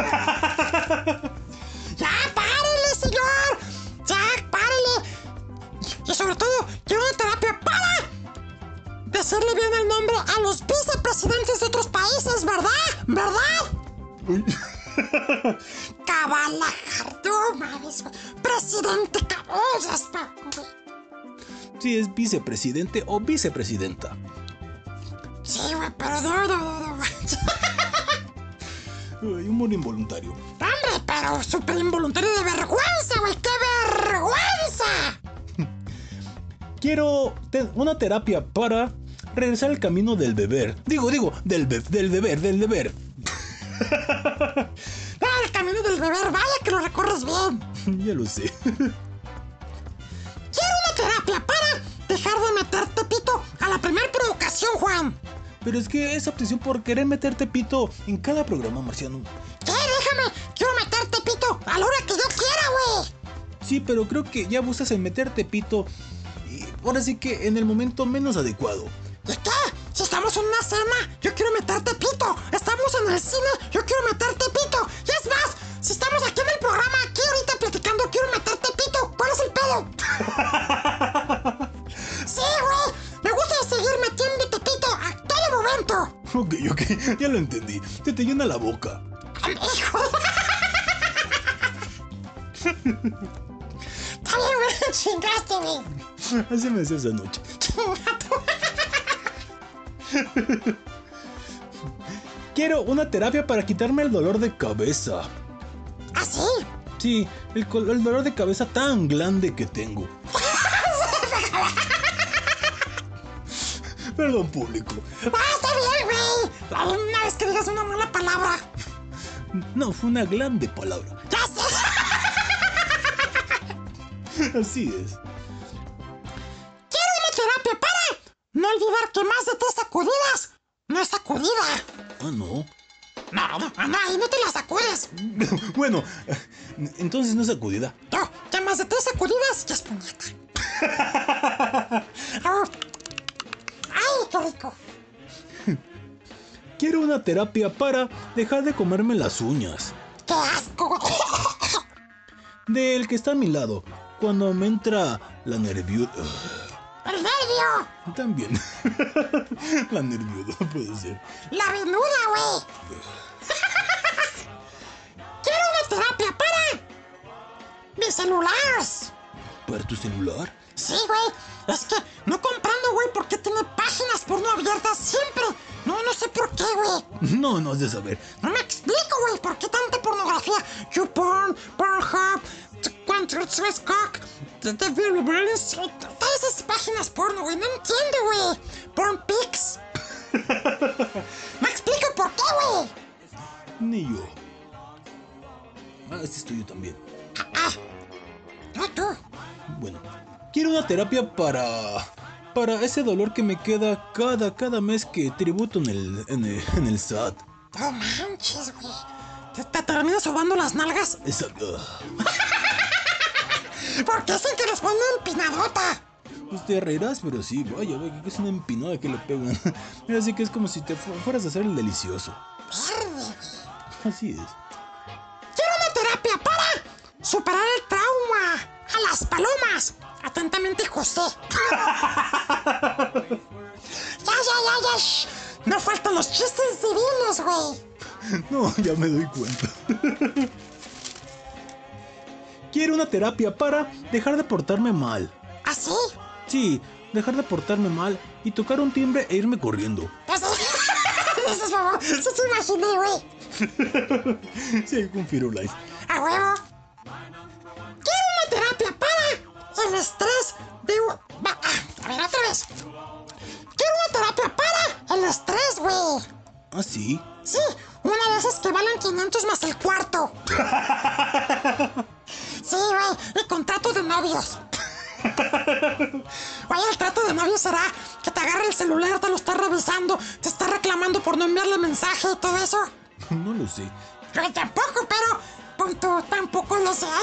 ¡Ya, párele, señor! ¡Ya, párele! Y sobre todo, quiero una terapia para decirle bien el nombre a los vicepresidentes de otros países, ¿verdad? ¿Verdad? Cabalajar, no mames, presidente, cabrón, ya está. Si es vicepresidente o vicepresidenta. Sí, güey, pero no, no, no, no. Ay, humor involuntario. Hombre, pero súper involuntario de vergüenza, güey, qué vergüenza. Quiero te- una terapia para regresar al camino del beber. Digo, digo, del, be- del beber, del deber. Ah, el camino del beber, vaya que lo recorres bien. Ya lo sé. Quiero una terapia para dejar de meterte pito a la primera provocación, Juan. Pero es que esa obsesión por querer meterte pito en cada programa, Marciano. ¿Qué? Déjame, quiero meterte pito a la hora que yo quiera, güey. Sí, pero creo que ya abusas en meterte pito. Y ahora sí que en el momento menos adecuado. ¿Y qué? Si estamos en una cena, yo quiero meterte pito. Estamos en el cine, yo quiero meterte pito. Y es más, si estamos aquí en el programa, aquí ahorita platicando, quiero meterte pito. ¿Cuál es el pedo? Sí, güey. Me gusta seguir metiéndote pito a todo momento. Ok, ok, ya lo entendí. Te te llena la boca. Hijo. Está bien, güey. Chingaste, güey. Así me decía esa noche. Quiero una terapia para quitarme el dolor de cabeza. ¿Ah, sí? Sí, el, col- el dolor de cabeza tan grande que tengo. Perdón, público. Ah, está bien, güey. Una vez que digas una mala palabra. No, fue una grande palabra. Ya sé. Así es. Quiero una terapia para no olvidar que más de tres sacudidas no es sacudida. Ah, no. No, no, no, ahí no te la sacudes. Bueno, entonces no es sacudida. No, ya más de tres sacudidas ya es puñeta. Oh. Ay, qué rico. Quiero una terapia para dejar de comerme las uñas. Qué asco. Del que está a mi lado. Cuando me entra la nerviuda. El nervio. También. La nerviuda puede ser. La venuda, güey. Quiero una terapia para mis celulares. ¿Para tu celular? Sí, güey. Es que no comprendo, güey, por qué tiene páginas porno abiertas siempre. No, no sé por qué, güey. No, no has de saber. No me explico, güey, por qué tanta pornografía. YouPorn, Pornhub, Cock, todas esas páginas porno, güey. No entiendo, güey. Pornpics. Me explico por qué, güey. Ni yo. Ah, este es tuyo también. Ah, no tú. Bueno, quiero una terapia para... Para ese dolor que me queda cada, cada mes que tributo en el, en el, en el S A T. No manches, güey. ¿Te, te terminas sobando las nalgas? Esa... Uh, Porque dicen que les ponen empinadota. pues te reirás, pero sí, vaya, vaya, que es una empinada que le pegan. Así que es como si te fu- fueras a hacer el delicioso. Verde, güey. Así es. Quiero una terapia para superar el trauma a las palomas. Atentamente, José. Ya, ya, ya, ya. Shh. No faltan los chistes divinos, güey. No, ya me doy cuenta. Quiero una terapia para dejar de portarme mal. ¿Ah, sí? Sí, dejar de portarme mal y tocar un timbre e irme corriendo. Eso es favor. Sí, se imaginé, güey. Sí, con Firulais. A huevo. Quiero una terapia para el estrés de... Va, ah, a ver, otra vez. Quiero una terapia para el estrés, güey. ¿Ah, sí? Sí, una de esas que valen quinientos más el cuarto. Sí, güey, el contrato de novios. Oye, el trato de novios será que te agarre el celular, te lo está revisando, te está reclamando por no enviarle mensaje y todo eso. No lo sé. Yo tampoco, pero punto, tampoco lo sé.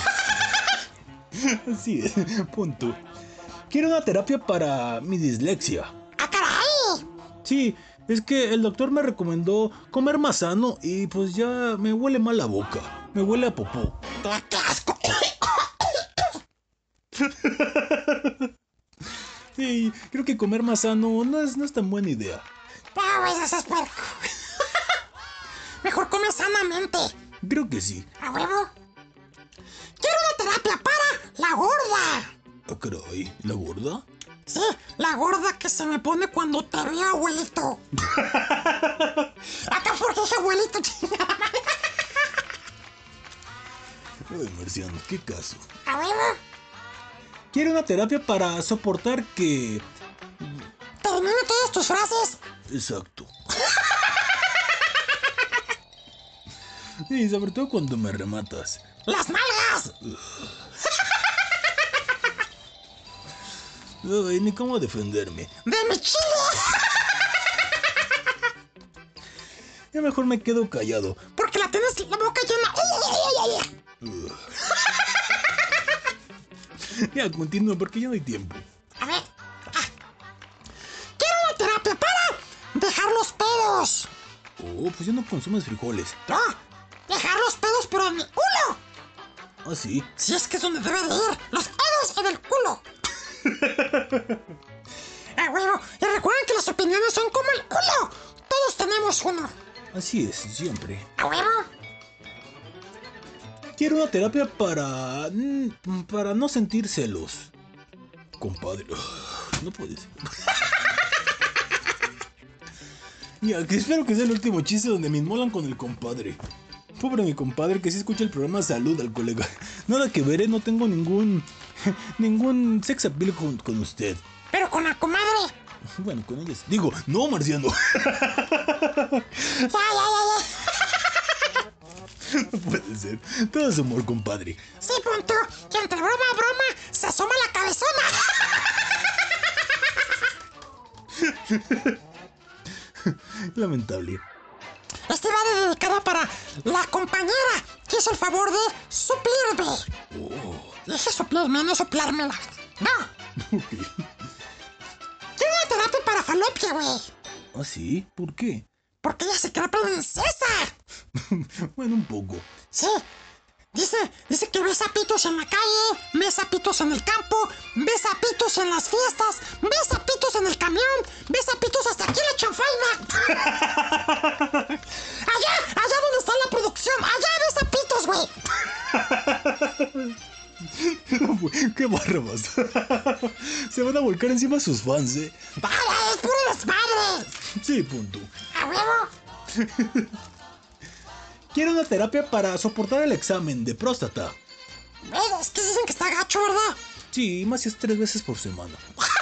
Así es, punto. Quiero una terapia para mi dislexia. ¡Ah, caray! Sí, es que el doctor me recomendó comer más sano y pues ya me huele mal la boca. Me huele a popó. ¡Qué asco! Sí, creo que comer más sano no es, no es tan buena idea. No, güey, eso es puerco. Mejor come sanamente. Creo que sí. ¿A huevo? Quiero una terapia para la gorda. Ah, caray, ¿la gorda? Sí, la gorda que se me pone cuando te veo, abuelito. Acá porque es abuelito. Ay, Marciano, qué caso. ¿A huevo? Quiero una terapia para soportar que... Termino todas tus frases. Exacto. Sí, sobre todo cuando me rematas. ¡Las nalgas! Ay, ni cómo defenderme. ¡De mi chile! Ya mejor me quedo callado. Porque la tienes la boca llena. Ugh. Ya, continúa porque ya no hay tiempo. A ver. Ah. Quiero una terapia para dejar los pedos. Oh, pues ya no consumes frijoles. No, dejar los pedos pero en mi culo. ¿Ah, sí? Si es que es donde debe de ir. Los pedos en el culo. Ah, huevo. Y recuerden que las opiniones son como el culo. Todos tenemos uno. Así es, siempre. A huevo. Quiero una terapia para... mm, para no sentir celos. Compadre. No puede ser. Ya, que espero que sea el último chiste donde me inmolan con el compadre. Pobre mi compadre que sí escucha el programa. Salud al colega. Nada que ver, ¿eh? No tengo ningún... ningún sex appeal con, con usted. Pero con la comadre. Bueno, con ellos. Digo, no, Marciano. Ya, ya, ya, ya. No puede ser. Todo es humor, compadre. Sí, punto. Que entre broma a broma se asoma la cabezona. Lamentable. Este va dedicado para la compañera que hizo el favor de suplirme. Oh. Dije suplirme, no soplármela. No. Ok. Quiero una terapia para falopia, güey. ¿Ah, sí? ¿Por qué? Porque ella se cree princesa. Bueno, un poco. Sí. Dice, dice que ve sapitos en la calle, ve sapitos en el campo, ve sapitos en las fiestas, ve sapitos en el camión, ve sapitos hasta aquí en la chanfaina. Allá, allá donde está la producción, allá ve sapitos, güey. ¡Qué bárbaros! Se van a volcar encima sus fans, ¿eh? ¡Vaya, es puro desmadre! Sí, punto. ¡A huevo! Quiero una terapia para soportar el examen de próstata. Es que dicen que está gacho, ¿verdad? Sí, más si es tres veces por semana.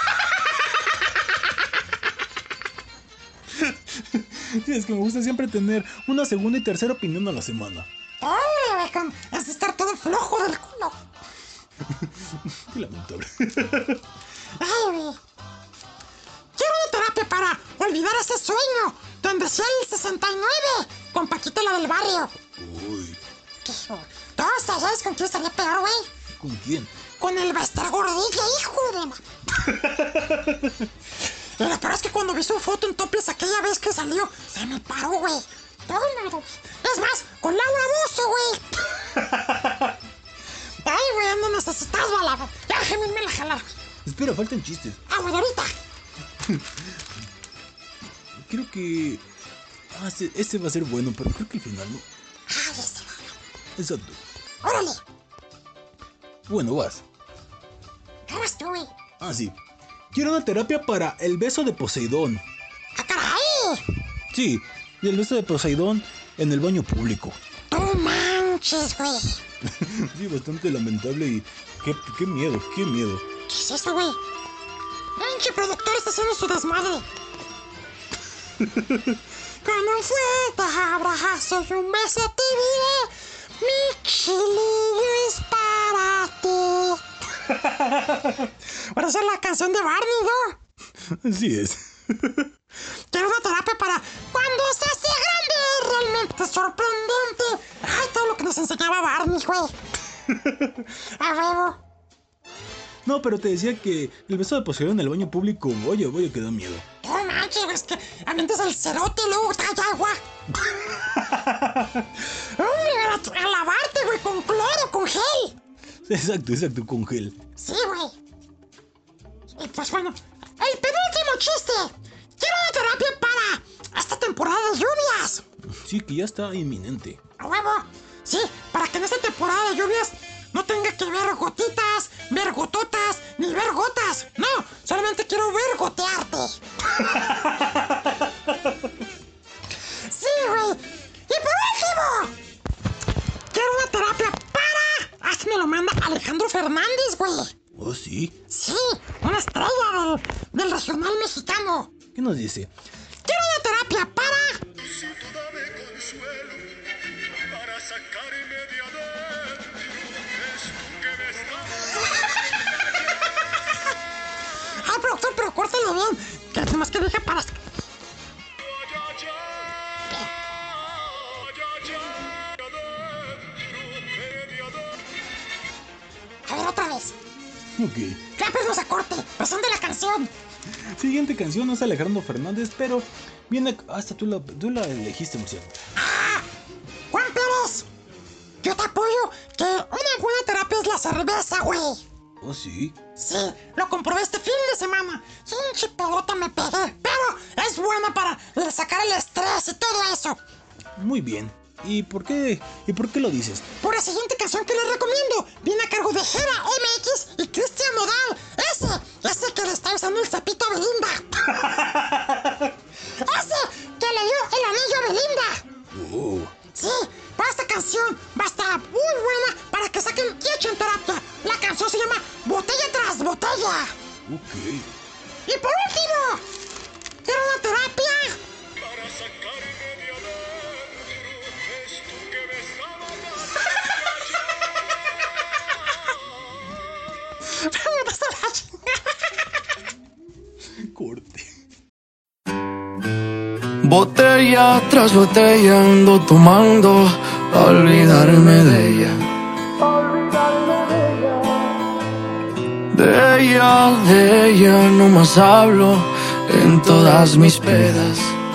Sí, es que me gusta siempre tener una segunda y tercera opinión a la semana. ¡Ay, güey! Es de estar todo flojo del culo. Qué lamentable. ¡Ay, güey! Quiero una terapia para olvidar ese sueño donde decía el sesenta y nueve con Paquita la del barrio. Uy. ¿Qué hijo? No, ¿sabes con quién estaría peor, güey? ¿Con quién? Con el Bester Gordilla, hijo de ma... Y lo peor es que cuando vi su foto en Toples aquella vez que salió, se me paró, güey. No, no, no. Es más, con Laura Bozo, güey. Ay, güey, andan necesitas, bala. Déjame irme la jalar. Espera, faltan chistes. Ah, bueno, ahorita. Creo que... Ah, este, este va a ser bueno, pero creo que el final no. Ah, este. Exacto. Órale. Bueno, vas. ¿Cómo estuve? Ah, sí. Quiero una terapia para el beso de Poseidón. ¡Ah, caray! Sí, y el beso de Poseidón en el baño público. ¡No manches, güey! Sí, bastante lamentable y... Qué, qué miedo, qué miedo. ¿Qué es eso, güey? ¡Pinche productor está haciendo su desmadre! Con un fuerte abrazo y un beso te diré, mi chilillo es para ti. Parece la canción de Barney, ¿no? Así es. Quiero una terapia para cuando se hace grande, realmente sorprendente. Ay, todo lo que nos enseñaba Barney, güey. A huevo. No, pero te decía que el beso de Poseidón en el baño público, oye, oye, que da miedo. No manches, güey, es que avientas el cerote y luego trae agua. Uy, a, a lavarte, güey, con cloro, con gel. Exacto, exacto, con gel. Sí, güey. Y pues bueno, el penúltimo chiste. Quiero una terapia para esta temporada de lluvias. Sí, que ya está inminente. A huevo. Sí, para que en esta temporada de lluvias no tenga que ver gotitas, ver gototas, ni ver gotas. No, solamente quiero ver gotearte. Sí, güey. Y por último, quiero una terapia para... Así me lo manda Alejandro Fernández, güey. ¿Oh, sí? Sí, una estrella del, del regional mexicano. ¿Qué nos dice? Quiero una terapia para... Ay, productor, pero córtale bien. Que nomás que dije para... A ver, otra vez. Ok. Ya, pues no se corte. Pasando la canción. Siguiente canción no es Alejandro Fernández, pero viene... Hasta tú la, tú la elegiste, Murciano. ¡Ah! ¡Juan Pérez! Yo te apoyo que una buena terapia es la cerveza, güey. ¿Oh, sí? Sí, lo comprobé este fin de semana. Pinche pelota me pegué, pero es buena para sacar el estrés y todo eso. Muy bien. ¿Y por qué? ¿Y por qué lo dices? Por la siguiente canción que les recomiendo. Viene a cargo de Jera M X y Cristian Nodal. Ese, ese que le está usando el sapito a Belinda. Ese que le dio el anillo a Belinda. Oh. Sí, para esta canción va a estar muy buena para que saquen y echen terapia. La canción se llama Botella tras Botella. Ok. Y por último, quiero una terapia Para sacarme de adentro esto que me está matando. Corte. Botella tras botella ando tomando a olvidarme de ella. De ella, de ella no más hablo en todas mis pedas.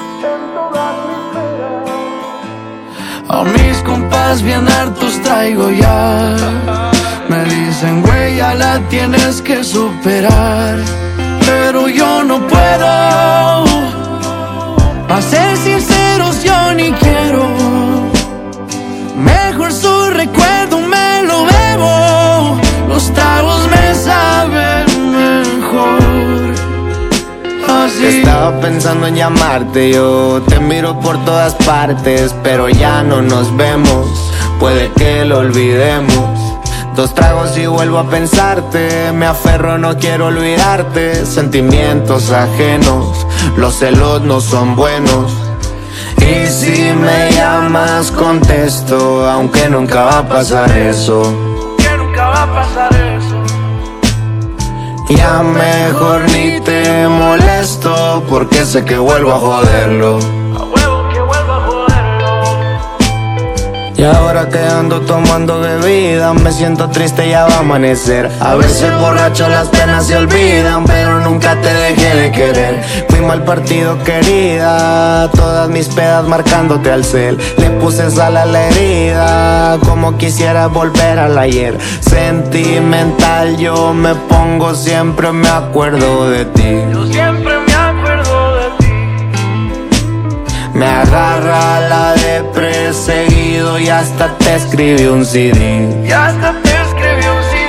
A mis compas bien hartos traigo ya. Me dicen, güey, ya la tienes que superar. Pero yo no puedo. A ser sinceros yo ni quiero. Mejor su recuerdo me lo bebo. Los tragos me saben mejor. Así. Estaba pensando en llamarte, yo te miro por todas partes, pero ya no nos vemos, puede que lo olvidemos. Dos tragos y vuelvo a pensarte, me aferro, no quiero olvidarte. Sentimientos ajenos, los celos no son buenos. Y si me llamas contesto, aunque nunca va a pasar eso. Que nunca va a pasar eso. Ya mejor ni te molesto, porque sé que vuelvo a joderlo. A huevo que vuelva a joderlo. Y ahora que ando tomando bebida me siento triste, ya va a amanecer. A veces borracho las penas se olvidan, pero nunca te dejé de querer. Fui mal partido, querida, todas mis pedas marcándote al cel. Le puse sal a la herida, como quisiera volver al ayer. Sentimental yo me pongo, siempre me acuerdo de ti. Yo siempre me acuerdo de ti. Me agarra la depre seguido y hasta te escribí un C D. Y hasta te escribí un C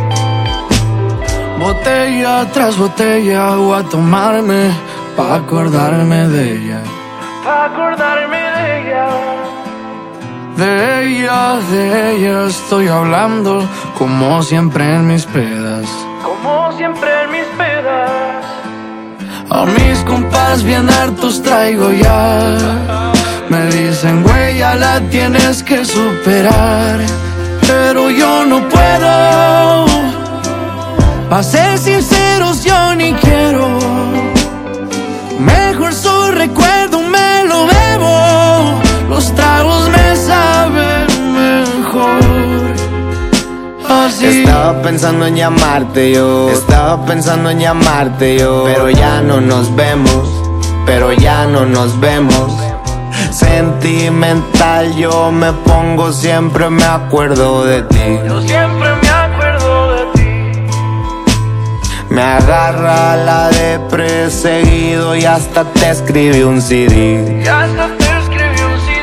D. Botella tras botella voy a tomarme pa' acordarme de ella. Pa' acordarme de ella. De ella, de ella estoy hablando, como siempre en mis pedas. Como siempre en mis pedas. A mis compas bien hartos traigo ya. Me dicen, güey, ya la tienes que superar. Pero yo no puedo. Pa' ser sinceros yo ni quiero. Mejor su recuerdo me lo bebo. Los tragos me saben mejor. Así. Estaba pensando en llamarte yo, estaba pensando en llamarte yo, pero ya no nos vemos, pero ya no nos vemos. Sentimental yo me pongo, siempre me acuerdo de ti. Yo siempre me acuerdo de ti. Me agarra la depre seguido y hasta te escribí un C D. Y hasta te escribí un C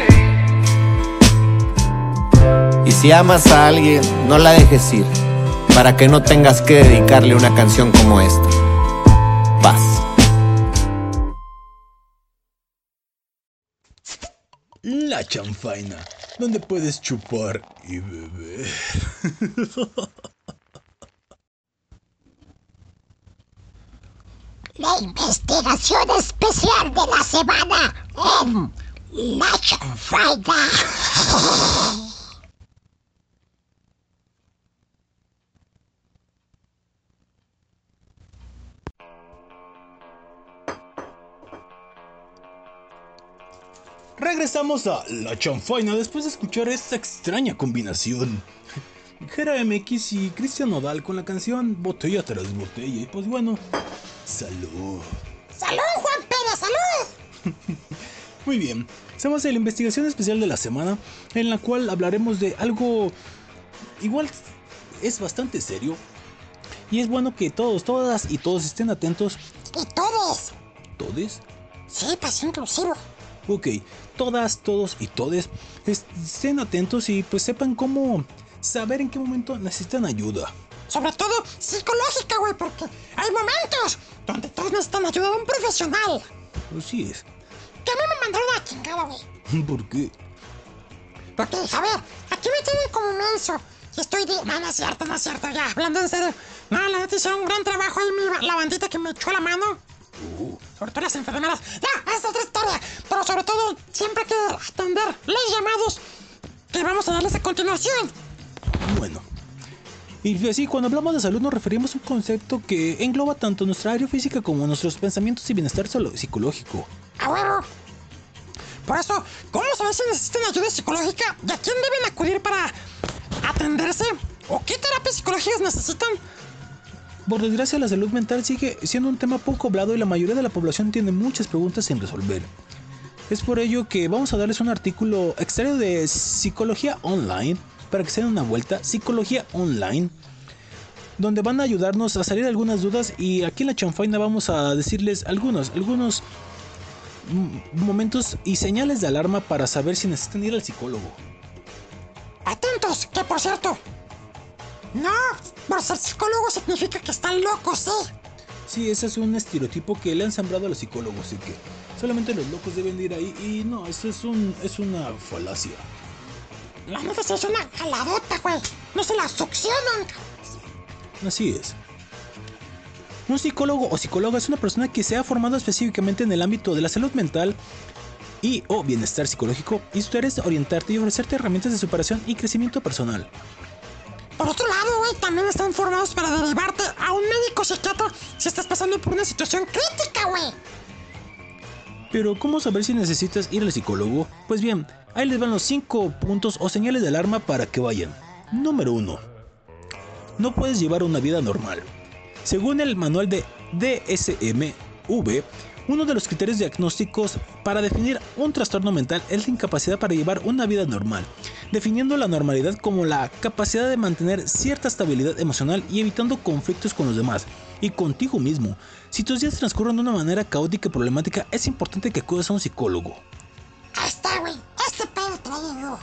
D. Y si amas a alguien, no la dejes ir, para que no tengas que dedicarle una canción como esta. Paz. La chanfaina, donde puedes chupar y beber. La investigación especial de la semana en La Chanfaina. Regresamos a La Chanfaina después de escuchar esta extraña combinación. Jera M X y Cristian Nodal con la canción Botella tras Botella. Y pues bueno, salud. ¡Salud, Juan Pérez! ¡Salud! Muy bien, estamos en la investigación especial de la semana, en la cual hablaremos de algo igual es bastante serio. Y es bueno que todos, todas y todos estén atentos. ¿Y todes? ¿Todes? Sí, pues inclusivo. Ok, todas, todos y todes estén atentos y pues sepan cómo saber en qué momento necesitan ayuda. Sobre todo psicológica, güey, porque hay momentos donde todos necesitan ayuda de un profesional. Así es. Que a mí me mandaron a la chingada, güey. ¿Por qué? Porque, a ver, aquí me tienen como menso. Y estoy de... No, no es cierto, no es cierto, ya, hablando en serio. No, la neta hicieron un gran trabajo ahí, mi, la bandita que me echó la mano. Uh. Sobre todo las enfermeras. Ya, esa es otra historia. Pero sobre todo, siempre hay que atender los llamados que vamos a darles a continuación. Bueno. Y así, cuando hablamos de salud nos referimos a un concepto que engloba tanto nuestra área física como nuestros pensamientos y bienestar psicológico. ¡A huevo! Por eso, ¿cómo saber si necesitan ayuda psicológica? ¿Y a quién deben acudir para atenderse? ¿O qué terapias psicológicas necesitan? Por desgracia, la salud mental sigue siendo un tema poco hablado y la mayoría de la población tiene muchas preguntas sin resolver. Es por ello que vamos a darles un artículo extraído de Psicología Online, para que se den una vuelta, Psicología Online, donde van a ayudarnos a salir de algunas dudas, y aquí en La Chanfaina vamos a decirles algunos, algunos momentos y señales de alarma para saber si necesitan ir al psicólogo. Atentos, que por cierto, no, por ser psicólogo significa que están locos, ¿eh? Sí, ese es un estereotipo que le han sembrado a los psicólogos, y que solamente los locos deben ir ahí, y no, eso es un es una falacia. La neta sí es una jaladota, güey. No se la succionan. Así es. Un psicólogo o psicóloga es una persona que se ha formado específicamente en el ámbito de la salud mental y o bienestar psicológico, y su tarea es orientarte y ofrecerte herramientas de superación y crecimiento personal. Por otro lado, güey, también están formados para derivarte a un médico psiquiatra si estás pasando por una situación crítica, güey. Pero ¿cómo saber si necesitas ir al psicólogo? Pues bien, ahí les van los cinco puntos o señales de alarma para que vayan. Número uno. No puedes llevar una vida normal. Según el manual de D S M V, uno de los criterios diagnósticos para definir un trastorno mental es la incapacidad para llevar una vida normal, definiendo la normalidad como la capacidad de mantener cierta estabilidad emocional y evitando conflictos con los demás y contigo mismo. Si tus días transcurren de una manera caótica y problemática, es importante que acudas a un psicólogo. Ahí está, güey. Este pedo traigo.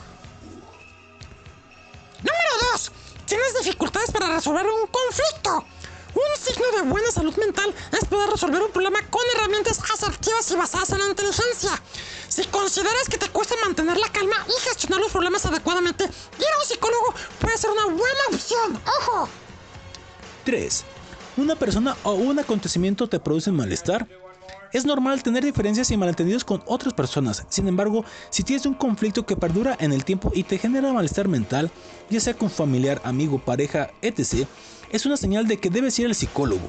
Número dos. Tienes dificultades para resolver un conflicto. Un signo de buena salud mental es poder resolver un problema con herramientas asertivas y basadas en la inteligencia. Si consideras que te cuesta mantener la calma y gestionar los problemas adecuadamente, ir a un psicólogo puede ser una buena opción. ¡Ojo! tres. ¿Una persona o un acontecimiento te produce malestar? Es normal tener diferencias y malentendidos con otras personas. Sin embargo, si tienes un conflicto que perdura en el tiempo y te genera malestar mental, ya sea con familiar, amigo, pareja, etcétera, es una señal de que debes ir al psicólogo.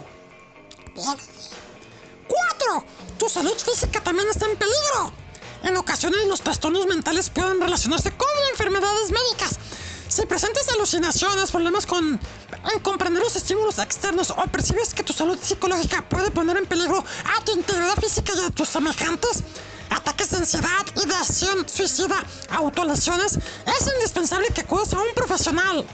cuatro. Tu salud física también está en peligro. En ocasiones los trastornos mentales pueden relacionarse con enfermedades médicas. Si presentas alucinaciones, problemas con en comprender los estímulos externos o percibes que tu salud psicológica puede poner en peligro a tu integridad física y a tus semejantes, ataques de ansiedad, ideación suicida, autolesiones, es indispensable que acudas a un profesional.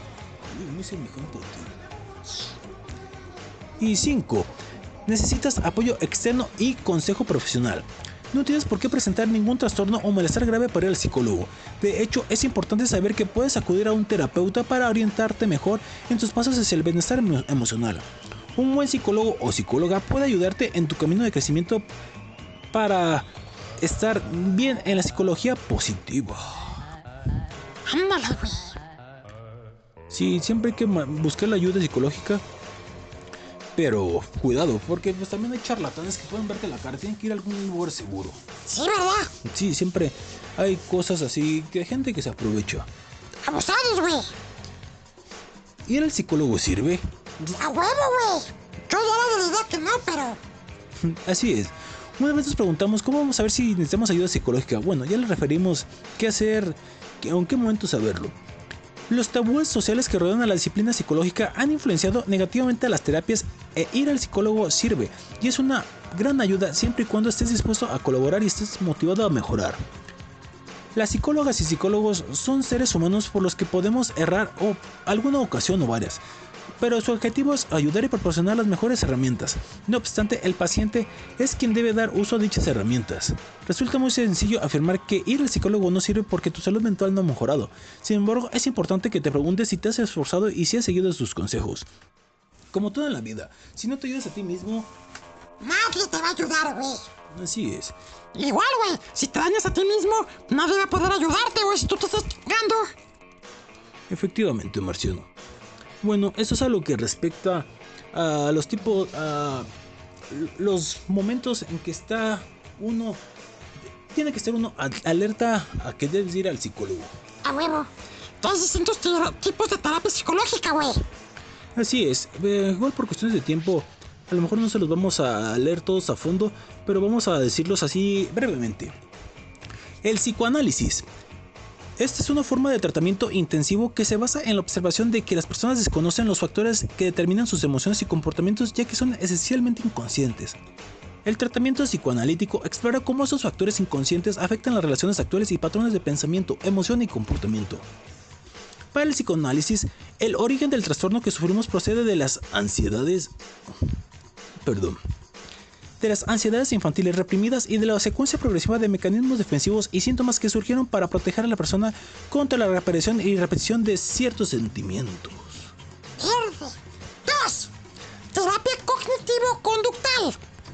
Y cinco. Necesitas apoyo externo y consejo profesional. No tienes por qué presentar ningún trastorno o malestar grave para ir al psicólogo. De hecho, es importante saber que puedes acudir a un terapeuta para orientarte mejor en tus pasos hacia el bienestar emo- emocional. Un buen psicólogo o psicóloga puede ayudarte en tu camino de crecimiento para estar bien en la psicología positiva. Ándale, güey. Sí, siempre hay que ma- buscar la ayuda psicológica. Pero cuidado, porque pues también hay charlatanes que pueden verte la cara. Tienen que ir a algún lugar seguro. Sí, ¿verdad? Sí, siempre hay cosas así, que hay gente que se aprovecha. Abusados, güey. ¿Ir al psicólogo sirve? A huevo, güey. Yo ya era de la idea que no, pero... Así es. Una vez nos preguntamos cómo vamos a ver si necesitamos ayuda psicológica. Bueno, ya le referimos qué hacer, qué- en qué momento saberlo. Los tabúes sociales que rodean a la disciplina psicológica han influenciado negativamente a las terapias e ir al psicólogo sirve y es una gran ayuda siempre y cuando estés dispuesto a colaborar y estés motivado a mejorar. Las psicólogas y psicólogos son seres humanos por los que podemos errar o alguna ocasión o varias, pero su objetivo es ayudar y proporcionar las mejores herramientas. No obstante, el paciente es quien debe dar uso a dichas herramientas. Resulta muy sencillo afirmar que ir al psicólogo no sirve porque tu salud mental no ha mejorado. Sin embargo, es importante que te preguntes si te has esforzado y si has seguido sus consejos. Como todo en la vida, si no te ayudas a ti mismo, Nadie te va a ayudar, güey. así es. Igual, güey. Si te dañas a ti mismo, nadie va a poder ayudarte, güey, si tú te estás chingando. Efectivamente, Marciano. Bueno, eso es a lo que respecta a los tipos, a los momentos en que está uno, tiene que estar uno a- alerta a que debes ir al psicólogo. A huevo. Hay distintos ti- tipos de terapia psicológica, güey. Así es, eh, igual por cuestiones de tiempo, a lo mejor no se los vamos a leer todos a fondo, pero vamos a decirlos así brevemente. El psicoanálisis. Esta es una forma de tratamiento intensivo que se basa en la observación de que las personas desconocen los factores que determinan sus emociones y comportamientos, ya que son esencialmente inconscientes. El tratamiento psicoanalítico explora cómo esos factores inconscientes afectan las relaciones actuales y patrones de pensamiento, emoción y comportamiento. Para el psicoanálisis, el origen del trastorno que sufrimos procede de las ansiedades... Perdón. de las ansiedades infantiles reprimidas y de la secuencia progresiva de mecanismos defensivos y síntomas que surgieron para proteger a la persona contra la reaparición y repetición de ciertos sentimientos. Verde. Dos. Terapia cognitivo-conductal.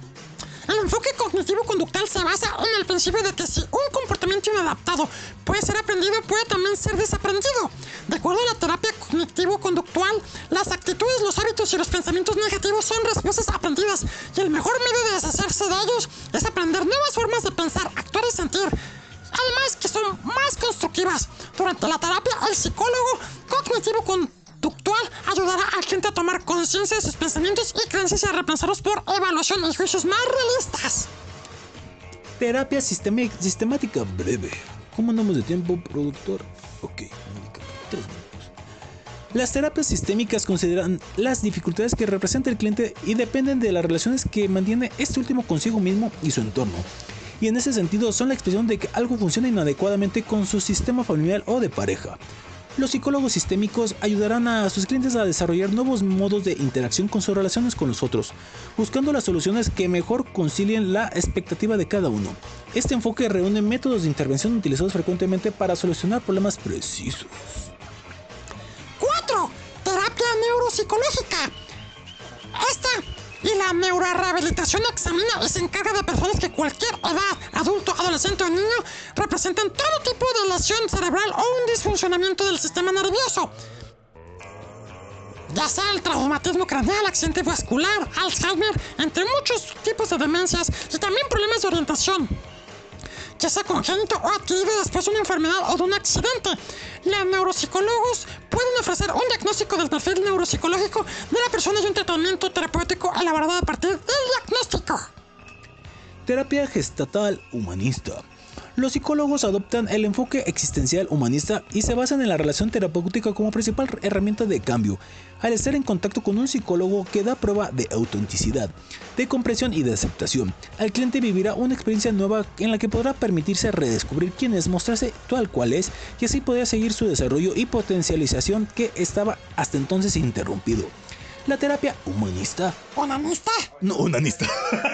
El enfoque cognitivo-conductal se basa en el principio de que si un comportamiento inadaptado puede ser aprendido, puede también ser desaprendido. De acuerdo a la terapia cognitivo-conductual, las actitudes, los hábitos y los pensamientos negativos son respuestas aprendidas y el mejor medio de deshacerse de ellos es aprender nuevas formas de pensar, actuar y sentir. Además que son más constructivas. Durante la terapia, el psicólogo cognitivo-conductual ayudará al cliente a tomar conciencia de sus pensamientos y creencias y a repensarlos por evaluación y juicios más realistas. Terapia sistemi- sistemática breve. ¿Cómo andamos de tiempo, productor? Ok, tres minutos. Las terapias sistémicas consideran las dificultades que representa el cliente y dependen de las relaciones que mantiene este último consigo mismo y su entorno. Y en ese sentido son la expresión de que algo funciona inadecuadamente con su sistema familiar o de pareja. Los psicólogos sistémicos ayudarán a sus clientes a desarrollar nuevos modos de interacción con sus relaciones con los otros, buscando las soluciones que mejor concilien la expectativa de cada uno. Este enfoque reúne métodos de intervención utilizados frecuentemente para solucionar problemas precisos. cuatro. Terapia neuropsicológica. Esta y la neurorehabilitación examina y se encarga de personas que cualquier edad, adulto, adolescente o niño, representan todo tipo de lesión cerebral o un disfuncionamiento del sistema nervioso. Ya sea el traumatismo craneal, accidente vascular, Alzheimer, entre muchos tipos de demencias y también problemas de orientación, ya sea congénito o adquirido después de una enfermedad o de un accidente. Los neuropsicólogos pueden ofrecer un diagnóstico del perfil neuropsicológico de la persona y un tratamiento terapéutico elaborado a partir del diagnóstico. Terapia gestatal humanista. Los psicólogos adoptan el enfoque existencial humanista y se basan en la relación terapéutica como principal herramienta de cambio, al estar en contacto con un psicólogo que da prueba de autenticidad, de comprensión y de aceptación. El cliente vivirá una experiencia nueva en la que podrá permitirse redescubrir quién es, mostrarse tal cual es y así podrá seguir su desarrollo y potencialización que estaba hasta entonces interrumpido. La terapia humanista. ¿Onanista? No, onanista.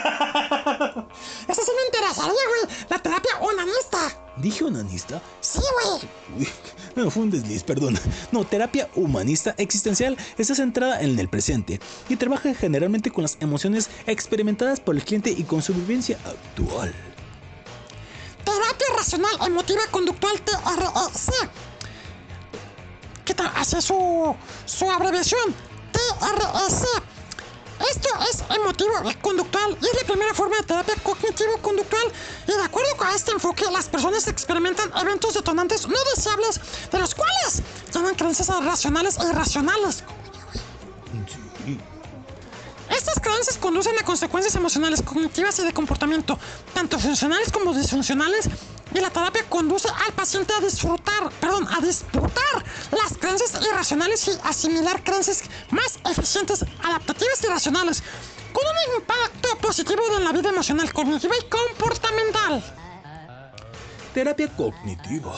Eso sí me interesaría, güey. La terapia onanista. ¿Dije onanista? Sí, güey. Uy, no, fue un desliz, perdón. No, terapia humanista existencial está centrada en el presente y trabaja generalmente con las emociones experimentadas por el cliente y con su vivencia actual. Terapia racional emotiva conductual T R E C. ¿Qué tal? Hace su, su abreviación. T R E C. Esto es emotivo y conductual y es la primera forma de terapia cognitivo-conductual, y de acuerdo con este enfoque las personas experimentan eventos detonantes no deseables de los cuales tienen creencias racionales e irracionales. Sí. Estas creencias conducen a consecuencias emocionales, cognitivas y de comportamiento, tanto funcionales como disfuncionales, y la terapia conduce al paciente a disfrutar, perdón, a disputar las creencias irracionales y asimilar creencias más eficientes, adaptativas y racionales, con un impacto positivo en la vida emocional, cognitiva y comportamental. Terapia cognitiva.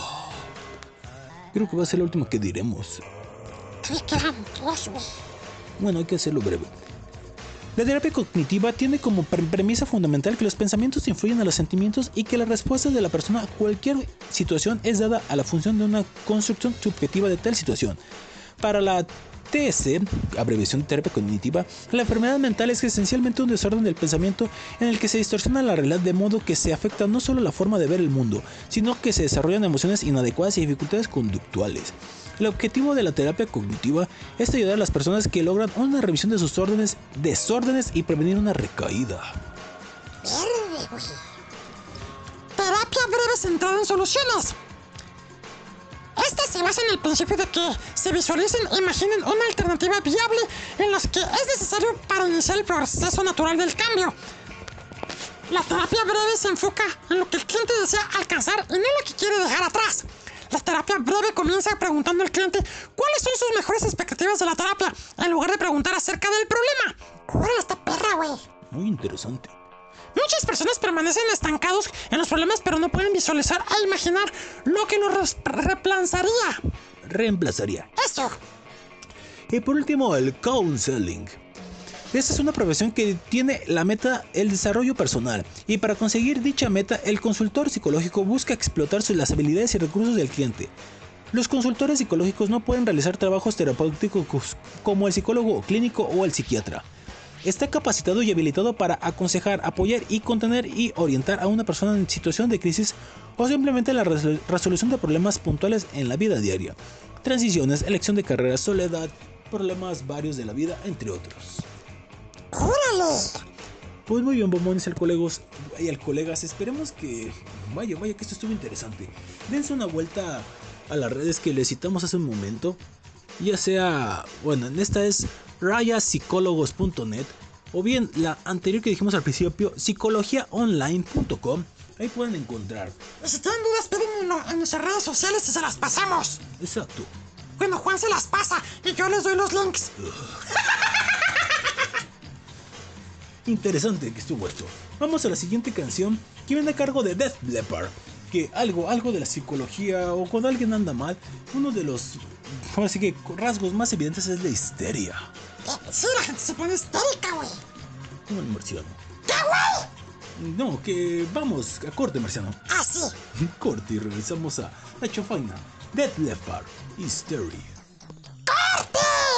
Creo que va a ser la última que diremos. Sí, quedan dos, güey. Bueno, hay que hacerlo breve. La terapia cognitiva tiene como pre- premisa fundamental que los pensamientos influyen a los sentimientos y que la respuesta de la persona a cualquier situación es dada a la función de una construcción subjetiva de tal situación. Para la T S, abreviación de terapia cognitiva, la enfermedad mental es esencialmente un desorden del pensamiento en el que se distorsiona la realidad de modo que se afecta no solo la forma de ver el mundo, sino que se desarrollan emociones inadecuadas y dificultades conductuales. El objetivo de la terapia cognitiva es ayudar a las personas que logran una revisión de sus órdenes, desórdenes y prevenir una recaída. Verde, güey. Terapia breve centrada en soluciones. Esta se basa en el principio de que se visualicen e imaginen una alternativa viable en la que es necesario para iniciar el proceso natural del cambio. La terapia breve se enfoca en lo que el cliente desea alcanzar y no lo que quiere dejar atrás. La terapia breve comienza preguntando al cliente cuáles son sus mejores expectativas de la terapia, en lugar de preguntar acerca del problema. ¡Órale, esta perra, güey! Muy interesante. Muchas personas permanecen estancados en los problemas, pero no pueden visualizar e imaginar lo que los reemplazaría. Reemplazaría. Eso. Y por último, el counseling. Esta es una profesión que tiene la meta el desarrollo personal, y para conseguir dicha meta, el consultor psicológico busca explotar las habilidades y recursos del cliente. Los consultores psicológicos no pueden realizar trabajos terapéuticos como el psicólogo clínico o el psiquiatra. Está capacitado y habilitado para aconsejar, apoyar y contener y orientar a una persona en situación de crisis o simplemente la resol- resolución de problemas puntuales en la vida diaria, transiciones, elección de carrera, soledad, problemas varios de la vida, entre otros. ¡Órale! Pues muy bien, bombones, al colegos y al colegas, esperemos que vaya, vaya que esto estuvo interesante. Dense una vuelta a las redes que les citamos hace un momento, ya sea, bueno, en esta es raya psicólogos punto net o bien la anterior que dijimos al principio, psicologia online punto com. Ahí pueden encontrar. Y si tienen dudas, pídenlo en nuestras redes sociales y se las pasamos. Exacto. Bueno, Juan se las pasa y yo les doy los links. Interesante que estuvo esto. Vamos a la siguiente canción, que viene a cargo de Def Leppard. Que algo, algo de la psicología o cuando alguien anda mal, uno de los así que rasgos más evidentes es la histeria. Sí, la gente se pone histérica, güey. Como el marciano. ¿Qué, güey? No, que vamos a corte, marciano. Ah, sí. Corte y regresamos a La Chanfaina, Def Leppard, Hysteria. ¡Corte!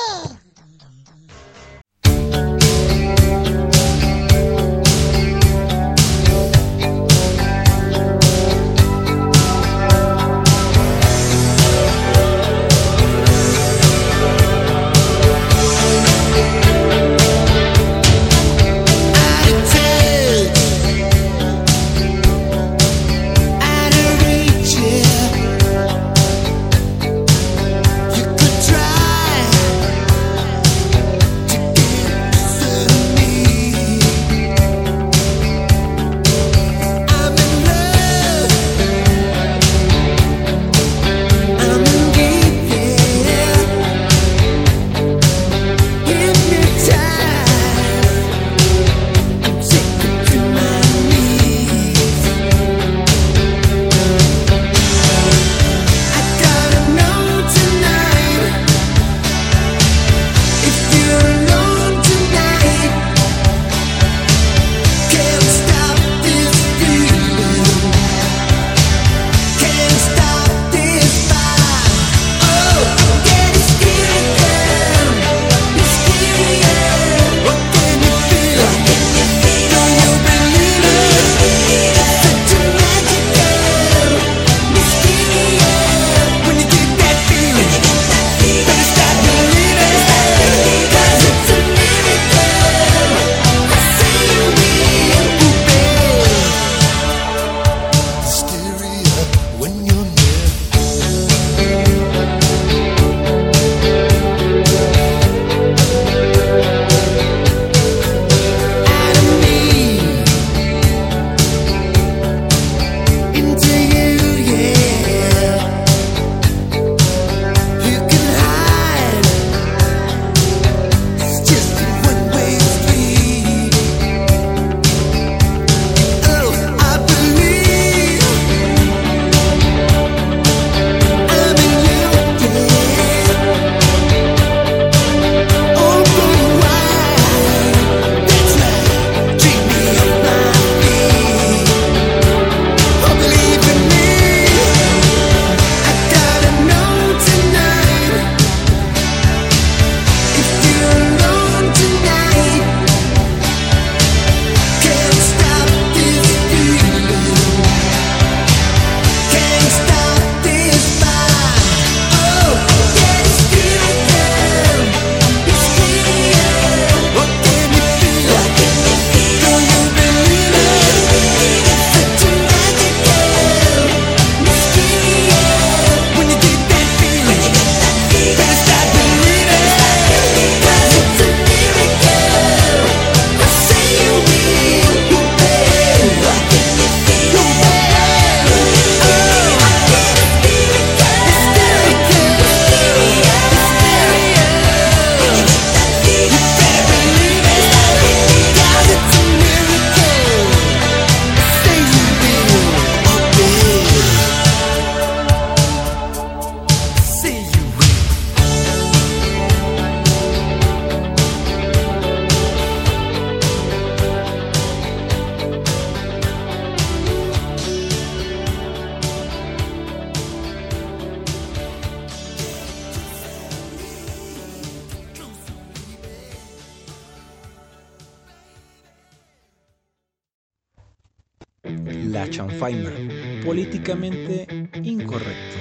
La Chanfaina, políticamente incorrecto.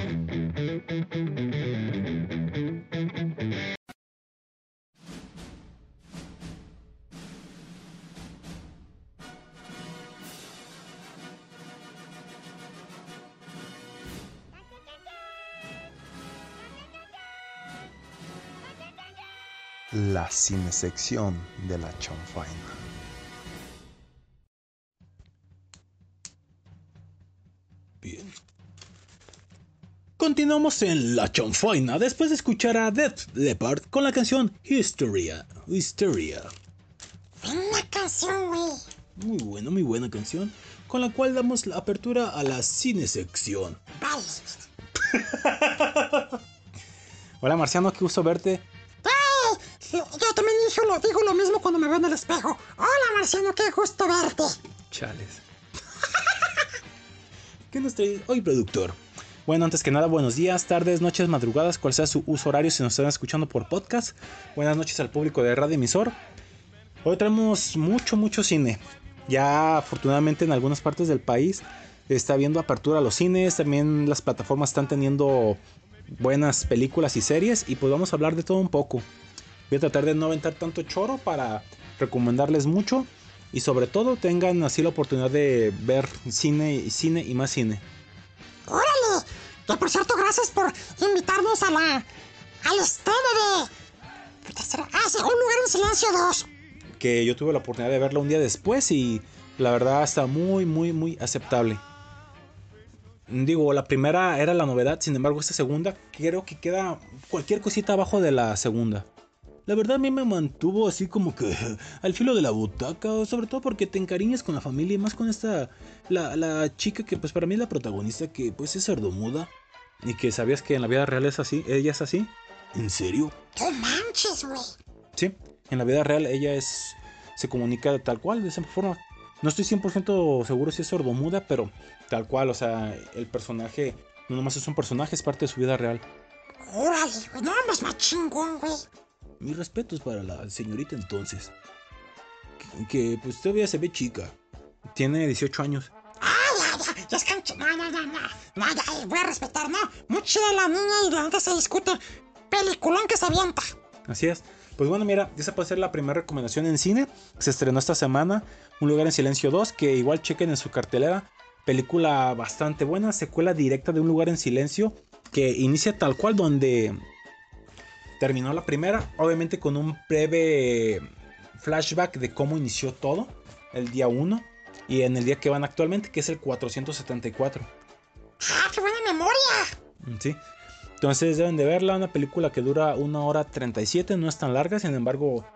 La cinesección de La Chanfaina. continuamos en La Chonfaina después de escuchar a Def Leppard con la canción Hysteria. Hysteria. Buena canción, güey. Muy buena, muy buena canción, con la cual damos la apertura a la cinesección. Vale. Hola Marciano, qué gusto verte. ¡Ay! Yo también digo lo, digo lo mismo cuando me veo en el espejo. Hola Marciano, qué gusto verte. Chales. ¿Qué nos trae hoy, productor? Bueno, antes que nada, buenos días, tardes, noches, madrugadas, cual sea su uso horario si nos están escuchando por podcast. Buenas noches al público de Radio Emisor. Hoy traemos mucho, mucho cine. Ya afortunadamente en algunas partes del país está habiendo apertura a los cines. También las plataformas están teniendo buenas películas y series. Y pues vamos a hablar de todo un poco. Voy a tratar de no aventar tanto choro para recomendarles mucho. Y sobre todo tengan así la oportunidad de ver cine y cine y más cine. ¡Órale! Que por cierto, gracias por invitarnos a la... al estreno de... Ah, sí, Un Lugar en Silencio dos. Que yo tuve la oportunidad de verla un día después y la verdad está muy, muy, muy aceptable. Digo, la primera era la novedad, sin embargo esta segunda creo que queda cualquier cosita abajo de la segunda. La verdad a mí me mantuvo así como que al filo de la butaca, sobre todo porque te encariñas con la familia y más con esta, la, la chica que pues para mí es la protagonista, que pues es sordomuda y que sabías que en la vida real es así, ella es así. ¿En serio? ¡No manches, güey! Sí, en la vida real ella es, se comunica tal cual, de esa forma. No estoy cien por ciento seguro si es sordomuda, pero tal cual, o sea, el personaje no nomás es un personaje, es parte de su vida real. ¡Órale, güey! No, más más chingón, güey. Mis respetos para la señorita entonces. Que, que pues todavía se ve chica. Tiene dieciocho años. ¡Ah, ya, ya! ¡Ya es cancha! No, no, no, no. No, ya, voy a respetar, ¿no? Muy chida la niña y de antes se discute. Peliculón que se avienta. Así es. Pues bueno, mira, esa puede ser la primera recomendación en cine. Se estrenó esta semana Un Lugar en Silencio dos, que igual chequen en su cartelera. Película bastante buena, secuela directa de Un Lugar en Silencio, que inicia tal cual donde terminó la primera, obviamente con un breve flashback de cómo inició todo, el día uno, y en el día que van actualmente, que es el cuatrocientos setenta y cuatro. ¡Ah, qué buena memoria! Sí. Entonces deben de verla, una película que dura una hora treinta y siete, no es tan larga, sin embargo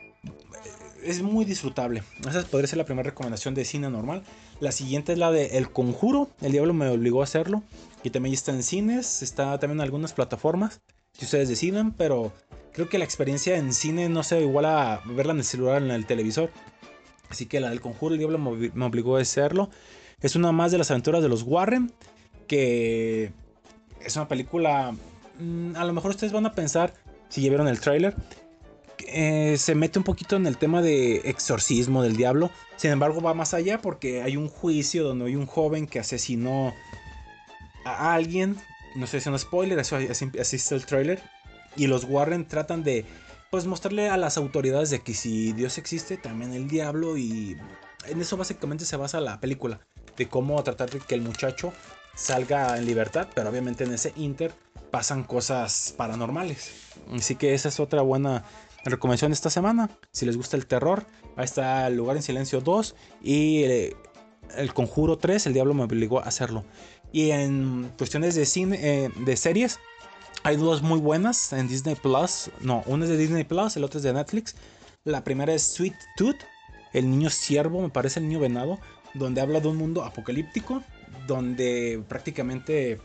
es muy disfrutable. Esa podría ser la primera recomendación de cine normal. La siguiente es la de El Conjuro, El Diablo me obligó a hacerlo, y también está en cines, está también en algunas plataformas, si ustedes deciden, pero creo que la experiencia en cine no se igual a verla en el celular o en el televisor. Así que la del Conjuro, El Diablo me obligó a hacerlo. Es una más de las aventuras de los Warren, que es una película, a lo mejor ustedes van a pensar, si ya vieron el tráiler, eh, se mete un poquito en el tema de exorcismo del diablo. Sin embargo va más allá porque hay un juicio donde hay un joven que asesinó a alguien. No sé si es un spoiler, eso, así, así está el tráiler. Y los Warren tratan de pues mostrarle a las autoridades de que si Dios existe, también el diablo. Y en eso básicamente se basa la película, de cómo tratar de que el muchacho salga en libertad, pero obviamente en ese inter pasan cosas paranormales. Así que esa es otra buena recomendación de esta semana. Si les gusta el terror, ahí está El Lugar en Silencio dos y el, el Conjuro tres, El Diablo me obligó a hacerlo. Y en cuestiones de cine, eh, de series, hay dos muy buenas en Disney Plus. No, una es de Disney Plus, el otro es de Netflix. La primera es Sweet Tooth, el niño ciervo, me parece el niño venado, donde habla de un mundo apocalíptico, donde prácticamente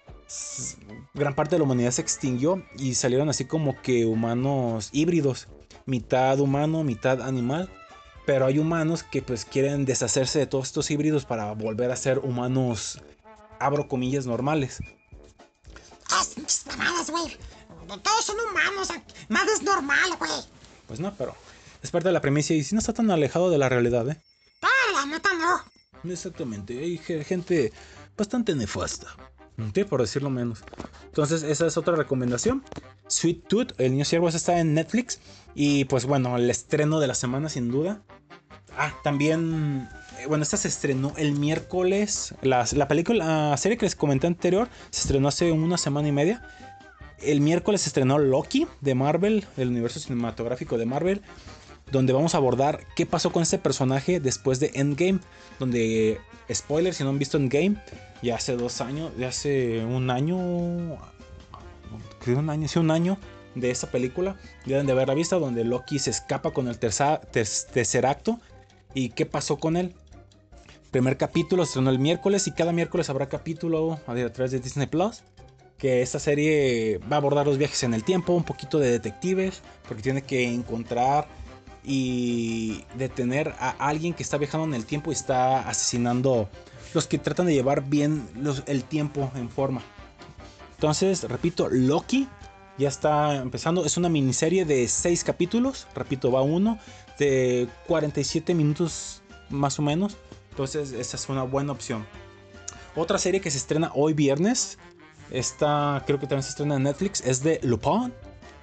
gran parte de la humanidad se extinguió y salieron así como que humanos híbridos, mitad humano, mitad animal. Pero hay humanos que pues quieren deshacerse de todos estos híbridos para volver a ser humanos, abro comillas, normales. ¡Ah, pinches mamadas, güey! Todos son humanos, nada es normal, güey. Pues no, pero es parte de la premisa y si no está tan alejado de la realidad, ¿eh? Ah, la neta no. Exactamente, hay gente bastante nefasta, ¿sí? Por decirlo menos. Entonces esa es otra recomendación. Sweet Tooth, el niño ciervo, está en Netflix. Y pues bueno, el estreno de la semana sin duda. Ah, también, bueno, esta se estrenó el miércoles. La, la película, la serie que les comenté anterior, se estrenó hace una semana y media. El miércoles se estrenó Loki de Marvel, el universo cinematográfico de Marvel. donde vamos a abordar qué pasó con este personaje después de Endgame, donde, spoiler, si no han visto Endgame, ya hace dos años, ya hace un año, creo un año, sí, un año de esta película, ya deben de haberla vista, donde Loki se escapa con el tercer, tercer acto. ¿Y qué pasó con él? Primer capítulo se estrenó el miércoles y cada miércoles habrá capítulo a través de Disney Plus. Que esta serie va a abordar los viajes en el tiempo, un poquito de detectives, porque tiene que encontrar y detener a alguien que está viajando en el tiempo y está asesinando los que tratan de llevar bien los, el tiempo en forma. Entonces, repito, Loki ya está empezando. Es una miniserie de seis capítulos. Repito, va uno de cuarenta y siete minutos más o menos. Entonces, esa es una buena opción. Otra serie que se estrena hoy viernes. Esta creo que también se estrena en Netflix. Es de Lupin.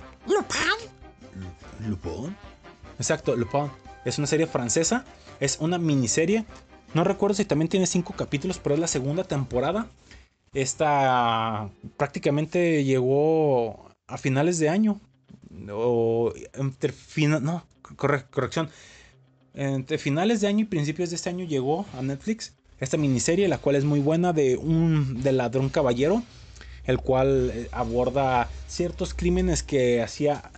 ¿Lupin? ¿Lupin? Exacto, Lupin. Es una serie francesa. Es una miniserie. No recuerdo si también tiene cinco capítulos, pero es la segunda temporada. Esta prácticamente llegó a finales de año. O entre final, no, corre, corrección. Entre finales de año y principios de este año llegó a Netflix esta miniserie, la cual es muy buena, de un de ladrón caballero, el cual aborda ciertos crímenes que hacía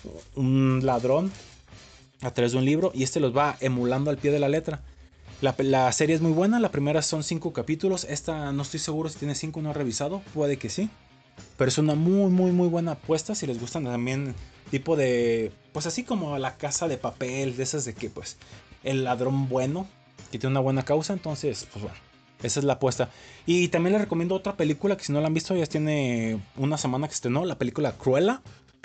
un ladrón a través de un libro, y este los va emulando al pie de la letra. La, la serie es muy buena. La primera son cinco capítulos. Esta no estoy seguro si tiene cinco, no he revisado. Puede que sí. Pero es una muy, muy, muy buena apuesta. Si les gustan también tipo de... Pues así como La Casa de Papel. De esas de que pues el ladrón bueno, que tiene una buena causa. Entonces, pues bueno, esa es la apuesta. Y también les recomiendo otra película que si no la han visto, ya tiene una semana que estrenó. La película Cruella.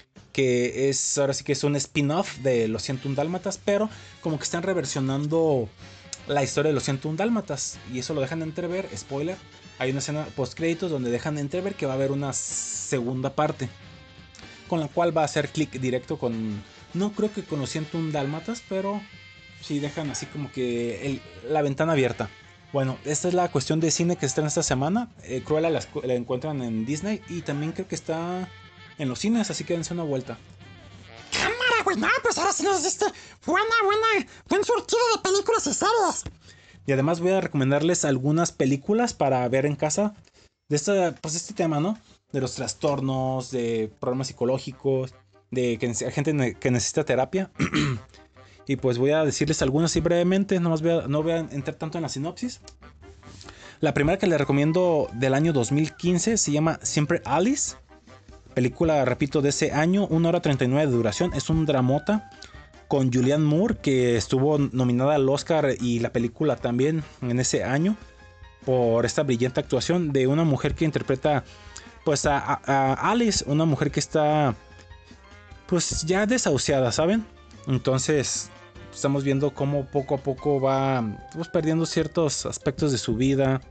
Que es, ahora sí que es un spin-off de Los ciento un Dálmatas. Pero como que están reversionando la historia de Los ciento un Dálmatas. Y eso lo dejan entrever, spoiler. Hay una escena post créditos donde dejan entrever que va a haber una segunda parte. Con la cual va a hacer clic directo con... No creo que con Los ciento un Dálmatas, pero sí dejan así como que el, la ventana abierta. Bueno, esta es la cuestión de cine que se estrena esta semana. eh, Cruella la, la encuentran en Disney. Y también creo que está en los cines, así que dense una vuelta. Cámara, güey, no, pues ahora sí nos diste buena, buena, buen surtido de películas y series. Y además voy a recomendarles algunas películas para ver en casa de este, pues este tema, ¿no? De los trastornos, de problemas psicológicos, de que gente ne- que necesita terapia. Y pues voy a decirles algunas así brevemente, nomás voy a, no voy a entrar tanto en la sinopsis. La primera que les recomiendo del año dos mil quince se llama Siempre Alice. Película, repito, de ese año, una hora treinta y nueve de duración. Es un dramota con Julianne Moore, que estuvo nominada al Oscar y la película también en ese año por esta brillante actuación de una mujer que interpreta pues a, a, a Alice, una mujer que está pues ya desahuciada, ¿saben? Entonces estamos viendo cómo poco a poco va pues, perdiendo ciertos aspectos de su vida.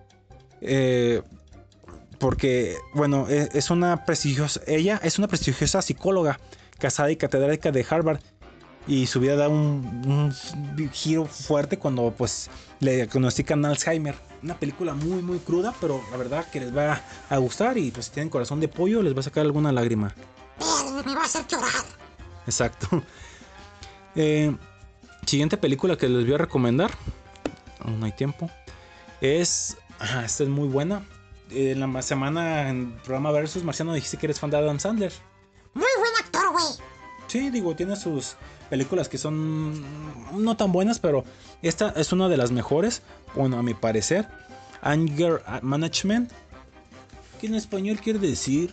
Eh, porque, bueno, es, es una prestigiosa, ella es una prestigiosa psicóloga, casada y catedrática de Harvard. Y su vida da un, un giro fuerte cuando pues le diagnostican Alzheimer. Una película muy muy cruda, pero la verdad que les va a gustar. Y pues si tienen corazón de pollo les va a sacar alguna lágrima. Eh, me va a hacer llorar. Exacto. eh, Siguiente película que les voy a recomendar, aún no hay tiempo, es... Ah, esta es muy buena. eh, En la semana en el programa Versus, Marciano, dijiste que eres fan de Adam Sandler. Muy buen actor, güey. Sí, digo, tiene sus películas que son no tan buenas, pero esta es una de las mejores, bueno, a mi parecer. Anger Management, que en español quiere decir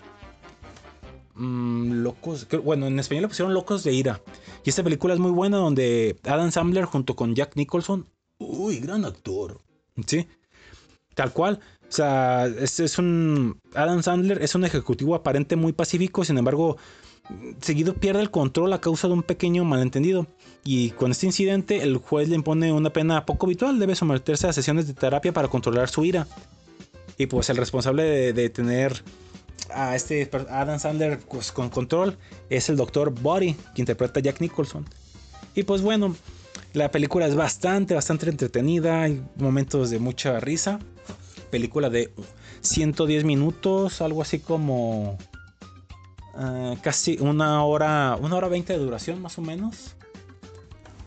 mmm, locos, que, bueno, en español le pusieron Locos de Ira. Y esta película es muy buena, donde Adam Sandler junto con Jack Nicholson, uy, gran actor, sí, tal cual. O sea, es, es un Adam Sandler es un ejecutivo aparente muy pacífico, sin embargo seguido pierde el control a causa de un pequeño malentendido, y con este incidente el juez le impone una pena poco habitual. Debe someterse a sesiones de terapia para controlar su ira. Y pues el responsable de, de tener a este Adam Sandler pues, con control es el doctor Buddy, que interpreta a Jack Nicholson. Y pues bueno, la película es bastante, bastante entretenida. Hay momentos de mucha risa. Película de ciento diez minutos, algo así como... Uh, casi una hora, una hora veinte de duración más o menos.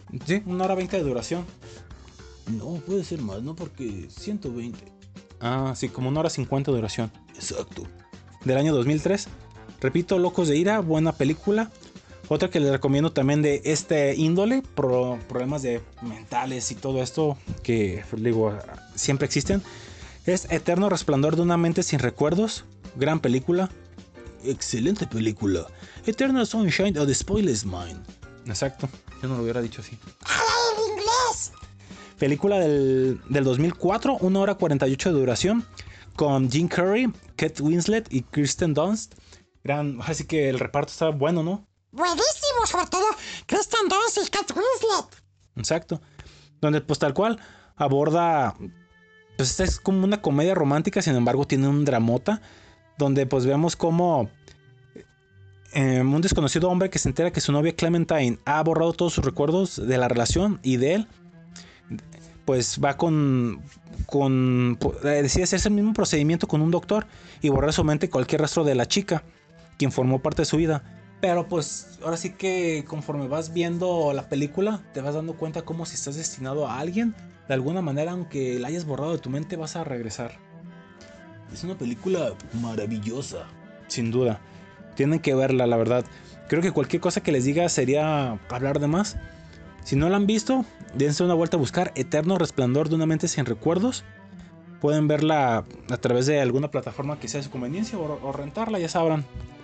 Sí, una hora veinte de duración. No, puede ser más, ¿no? Porque ciento veinte. Ah, sí, como una hora cincuenta de duración. Exacto. Del año dos mil tres. Repito, Locos de Ira, buena película. Otra que les recomiendo también de este índole, pro, problemas de mentales y todo esto que digo, siempre existen, es Eterno Resplandor de una mente sin recuerdos. Gran película. Excelente película. Eternal Sunshine of the Spotless Mind. Exacto, yo no lo hubiera dicho así. ¡Ay, en inglés! Película del, del dos mil cuatro, una hora cuarenta y ocho de duración, con Jim Carrey, Kate Winslet y Kirsten Dunst. Gran, así que el reparto está bueno, ¿no? Buenísimo, sobre todo Kirsten Dunst y Kate Winslet. Exacto. Donde pues tal cual aborda, pues esta es como una comedia romántica, sin embargo tiene un dramota, donde pues vemos como eh, un desconocido hombre que se entera que su novia Clementine ha borrado todos sus recuerdos de la relación y de él, pues va con, con decide hacerse el mismo procedimiento con un doctor y borrar su mente cualquier rastro de la chica, quien formó parte de su vida. Pero pues ahora sí que conforme vas viendo la película te vas dando cuenta como si estás destinado a alguien, de alguna manera, aunque la hayas borrado de tu mente, vas a regresar. Es una película maravillosa, sin duda. Tienen que verla, la verdad. Creo que cualquier cosa que les diga sería hablar de más. Si no la han visto, dense una vuelta a buscar Eterno Resplandor de una mente sin recuerdos. Pueden verla a través de alguna plataforma que sea de su conveniencia o, o rentarla, ya sabrán.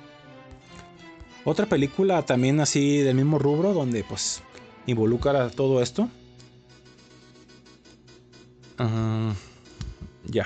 Otra película también así del mismo rubro, donde pues involucra todo esto. Uh, ya.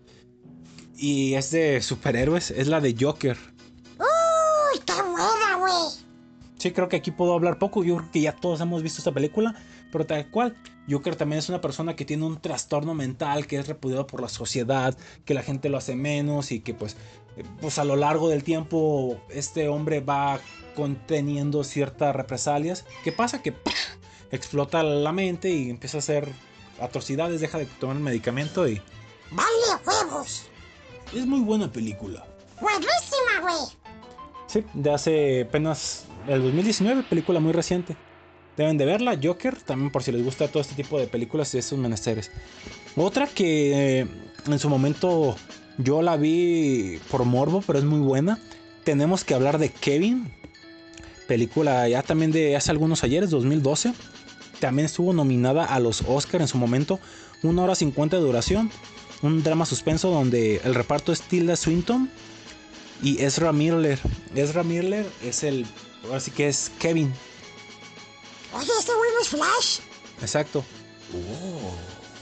Y es de superhéroes, es la de Joker. ¡Uy, qué buena, güey! Sí, creo que aquí puedo hablar poco. Yo creo que ya todos hemos visto esta película, pero tal cual, Joker también es una persona que tiene un trastorno mental, que es repudiado por la sociedad, que la gente lo hace menos y que pues, pues a lo largo del tiempo este hombre va conteniendo ciertas represalias. ¿Qué pasa? Que ¡pah!, explota la mente y empieza a hacer atrocidades, deja de tomar el medicamento y... ¡Vale huevos! Es muy buena película. ¡Buenísima, güey! Sí, de hace apenas el dos mil diecinueve, película muy reciente. Deben de verla. Joker, también por si les gusta todo este tipo de películas y esos menesteres. Otra que eh, en su momento yo la vi por morbo, pero es muy buena. Tenemos que hablar de Kevin. Película ya también de hace algunos ayeres, dos mil doce. También estuvo nominada a los Oscar en su momento. Una hora cincuenta de duración. Un drama suspenso donde el reparto es Tilda Swinton y Ezra Miller. Ezra Miller es el... Así que es Kevin. Oye, este güey no es Flash. Exacto. Oh.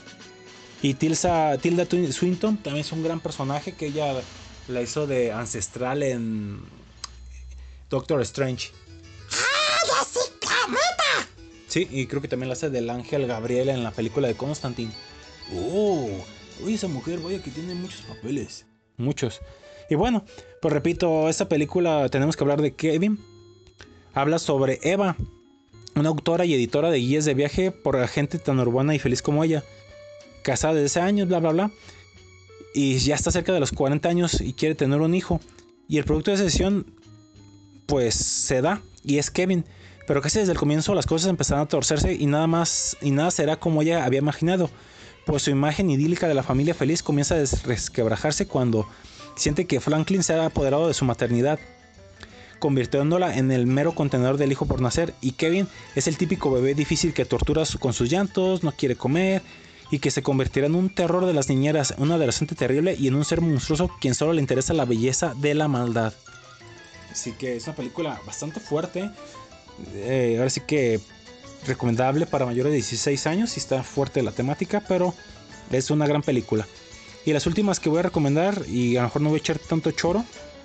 Y Tilsa, Tilda Swinton también es un gran personaje, que ella la hizo de ancestral en Doctor Strange. ¡Ah, ya sí, neta! Sí, y creo que también la hace del Ángel Gabriel en la película de Constantine. Oh, oye, esa mujer, vaya que tiene muchos papeles. Muchos. Y bueno, pues repito, esta película tenemos que hablar de Kevin. Habla sobre Eva, una autora y editora de guías de viaje por gente tan urbana y feliz como ella. Casada desde hace años, bla, bla, bla. Y ya está cerca de los cuarenta años y quiere tener un hijo. Y el producto de esa decisión, pues se da, y es Kevin. Pero casi desde el comienzo las cosas empezaron a torcerse y nada más, y nada será como ella había imaginado. Pues su imagen idílica de la familia feliz comienza a resquebrajarse cuando siente que Franklin se ha apoderado de su maternidad, convirtiéndola en el mero contenedor del hijo por nacer. Y Kevin es el típico bebé difícil que tortura con sus llantos, no quiere comer, y que se convertirá en un terror de las niñeras, un adolescente terrible y en un ser monstruoso quien solo le interesa la belleza de la maldad. Así que es una película bastante fuerte. Eh, ahora sí que recomendable para mayores de dieciséis años, si está fuerte la temática, pero es una gran película. Y las últimas que voy a recomendar, y a lo mejor no voy a echar tanto choro,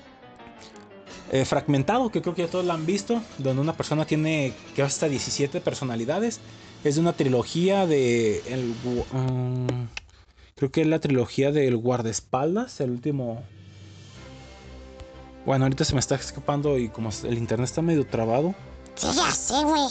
eh, Fragmentado, que creo que ya todos la han visto, donde una persona tiene que hasta diecisiete personalidades. Es de una trilogía de el, um, creo que es la trilogía del guardaespaldas, el último. Bueno, ahorita se me está escapando y como el internet está medio trabado. Sí, ya sé, güey.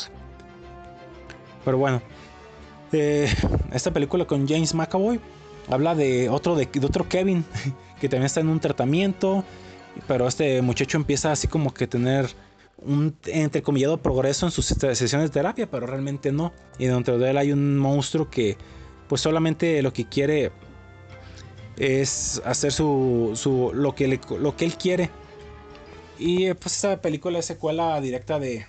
Pero bueno, eh, esta película con James McAvoy habla de otro, de, de otro Kevin que también está en un tratamiento, pero este muchacho empieza así como que tener un entrecomillado progreso en sus sesiones de terapia, pero realmente no. Y dentro de él hay un monstruo que pues solamente lo que quiere es hacer su, su lo que le, lo que él quiere. Y pues esta película es secuela directa de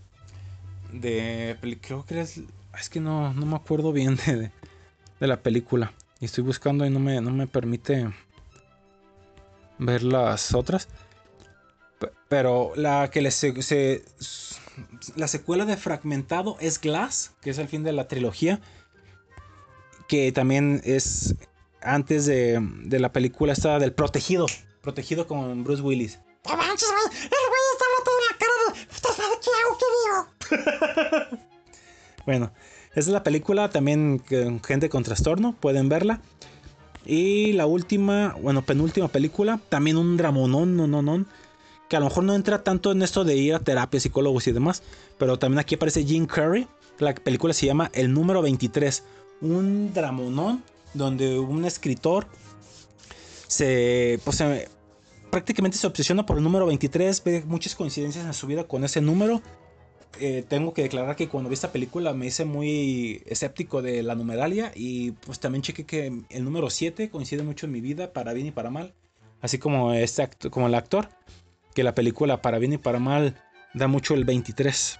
de creo que es es que no, no me acuerdo bien de, de, de la película. Y estoy buscando y no me, no me permite ver las otras. Pero la que les se, se, la secuela de Fragmentado es Glass, que es el fin de la trilogía, que también es antes de, de la película esta del Protegido, Protegido con Bruce Willis. ¡No manches, güey! El güey está todo en la cara de... ¿Qué hago? ¿Qué digo? Bueno, esa es la película también con gente con trastorno, pueden verla. Y la última, bueno, penúltima película, también un dramonón, no, no, no, que a lo mejor no entra tanto en esto de ir a terapia, psicólogos y demás, pero también aquí aparece Jim Carrey. La película se llama El Número veintitrés, un dramonón donde un escritor se, pues, se, prácticamente se obsesiona por el número veintitrés, ve muchas coincidencias en su vida con ese número. Eh, tengo que declarar que cuando vi esta película me hice muy escéptico de la numeralia, y pues también chequé que el número siete coincide mucho en mi vida, para bien y para mal, así como, este acto, como el actor, que la película para bien y para mal da mucho el veintitrés.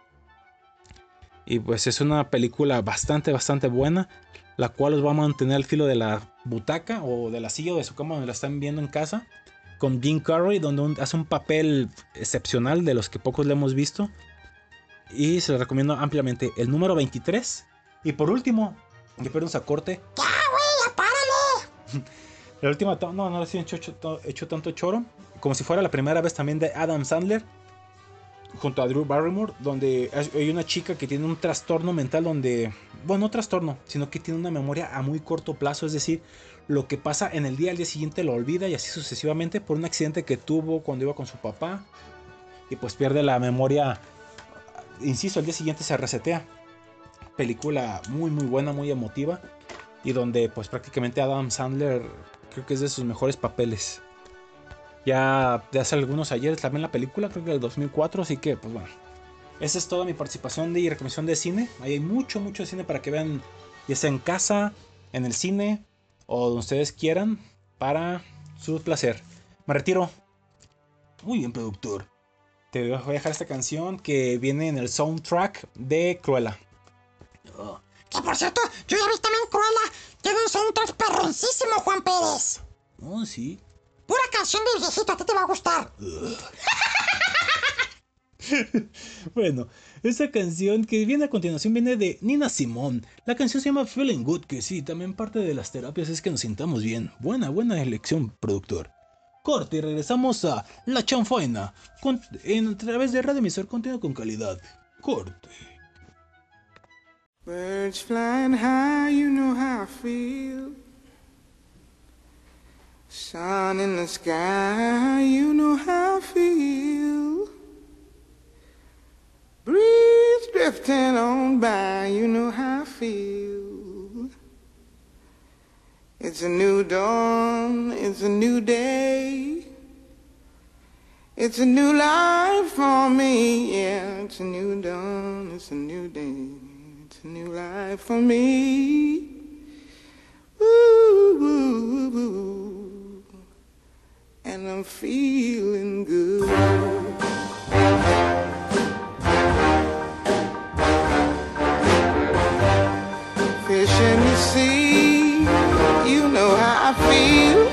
Y pues es una película bastante, bastante buena, la cual os va a mantener al filo de la butaca o de la silla o de su cama donde la están viendo en casa, con Jim Carrey, donde un, hace un papel excepcional de los que pocos le hemos visto. Y se lo recomiendo ampliamente. El número veintitrés. Y por último, que perdemos a corte. ¡Ya, güey! ¡Ya párale! La última, no, no le he hecho, hecho, hecho tanto choro. Como si fuera la primera vez también de Adam Sandler, junto a Drew Barrymore, donde hay una chica que tiene un trastorno mental donde, bueno, no trastorno, sino que tiene una memoria a muy corto plazo. Es decir, lo que pasa en el día al día siguiente lo olvida, y así sucesivamente, por un accidente que tuvo cuando iba con su papá. Y pues pierde la memoria. Insisto, al día siguiente se resetea. Película muy muy buena, muy emotiva, y donde pues prácticamente Adam Sandler creo que es de sus mejores papeles. Ya de hace algunos ayeres también la película, creo que del dos mil cuatro, así que pues bueno. Esa es toda mi participación de y recomendación de cine. Ahí hay mucho mucho cine para que vean, ya sea en casa, en el cine o donde ustedes quieran, para su placer. Me retiro. Muy bien, productor. Te voy a dejar esta canción que viene en el soundtrack de Cruella. Oh. Que por cierto, yo ya vi también Cruella. Tiene un soundtrack perroncísimo, Juan Pérez. Oh, sí. Pura canción de viejita, a ti te va a gustar. Bueno, esta canción que viene a continuación viene de Nina Simone. La canción se llama Feeling Good, que sí, también parte de las terapias es que nos sintamos bien. Buena, buena elección, productor. Corte y regresamos a La Chanfaina con, en, a través de Radio Emisor, contenido con calidad. Corte. Birds flying high, you know how I feel. Sun in the sky, you know how I feel. Breeze drifting on by, you know how I feel. It's a new dawn, it's a new day. It's a new life for me, yeah. It's a new dawn, it's a new day. It's a new life for me. Woo, woo, woo. And I'm feeling good. Fish in the sea, you know how I feel.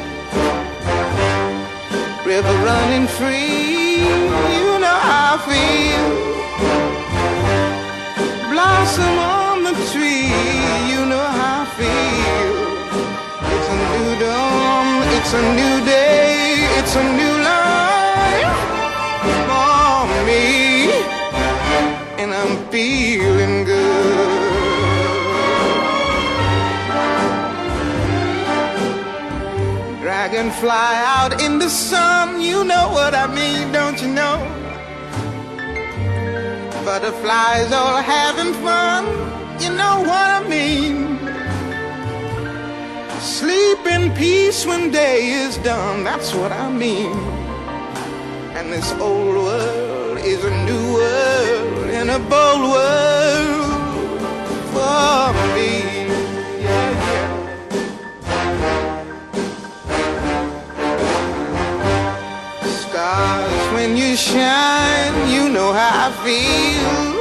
River running free, you know how I feel. Blossom on the tree, you know how I feel. It's a new dawn, it's a new day, it's a new life for me, and I'm feeling good. Dragonfly out in the sun, you know what I mean, don't you know? Butterflies all having fun, you know what I mean. Sleep in peace when day is done, that's what I mean. And this old world is a new world and a bold world for me. Yeah, yeah. Stars, when you shine, you know how I feel.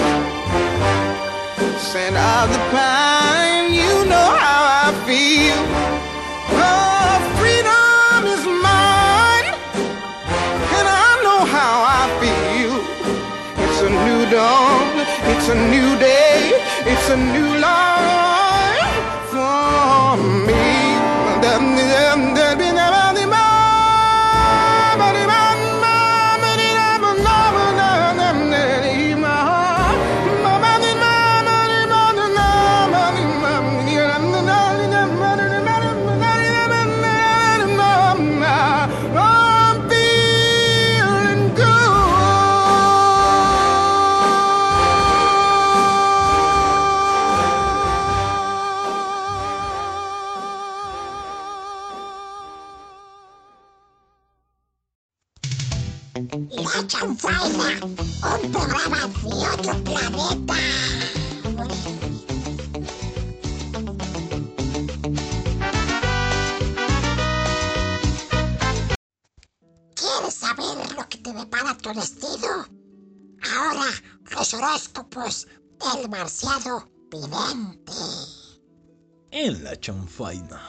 Scent of the pine, you know how I feel. Oh, freedom is mine, and I know how I feel. It's a new dawn, it's a new day, it's a new life for me. La Chanfaina, un programa de otro planeta. ¿Quieres saber lo que te depara tu destino? Ahora, los horóscopos del marciano vidente. En la Chanfaina.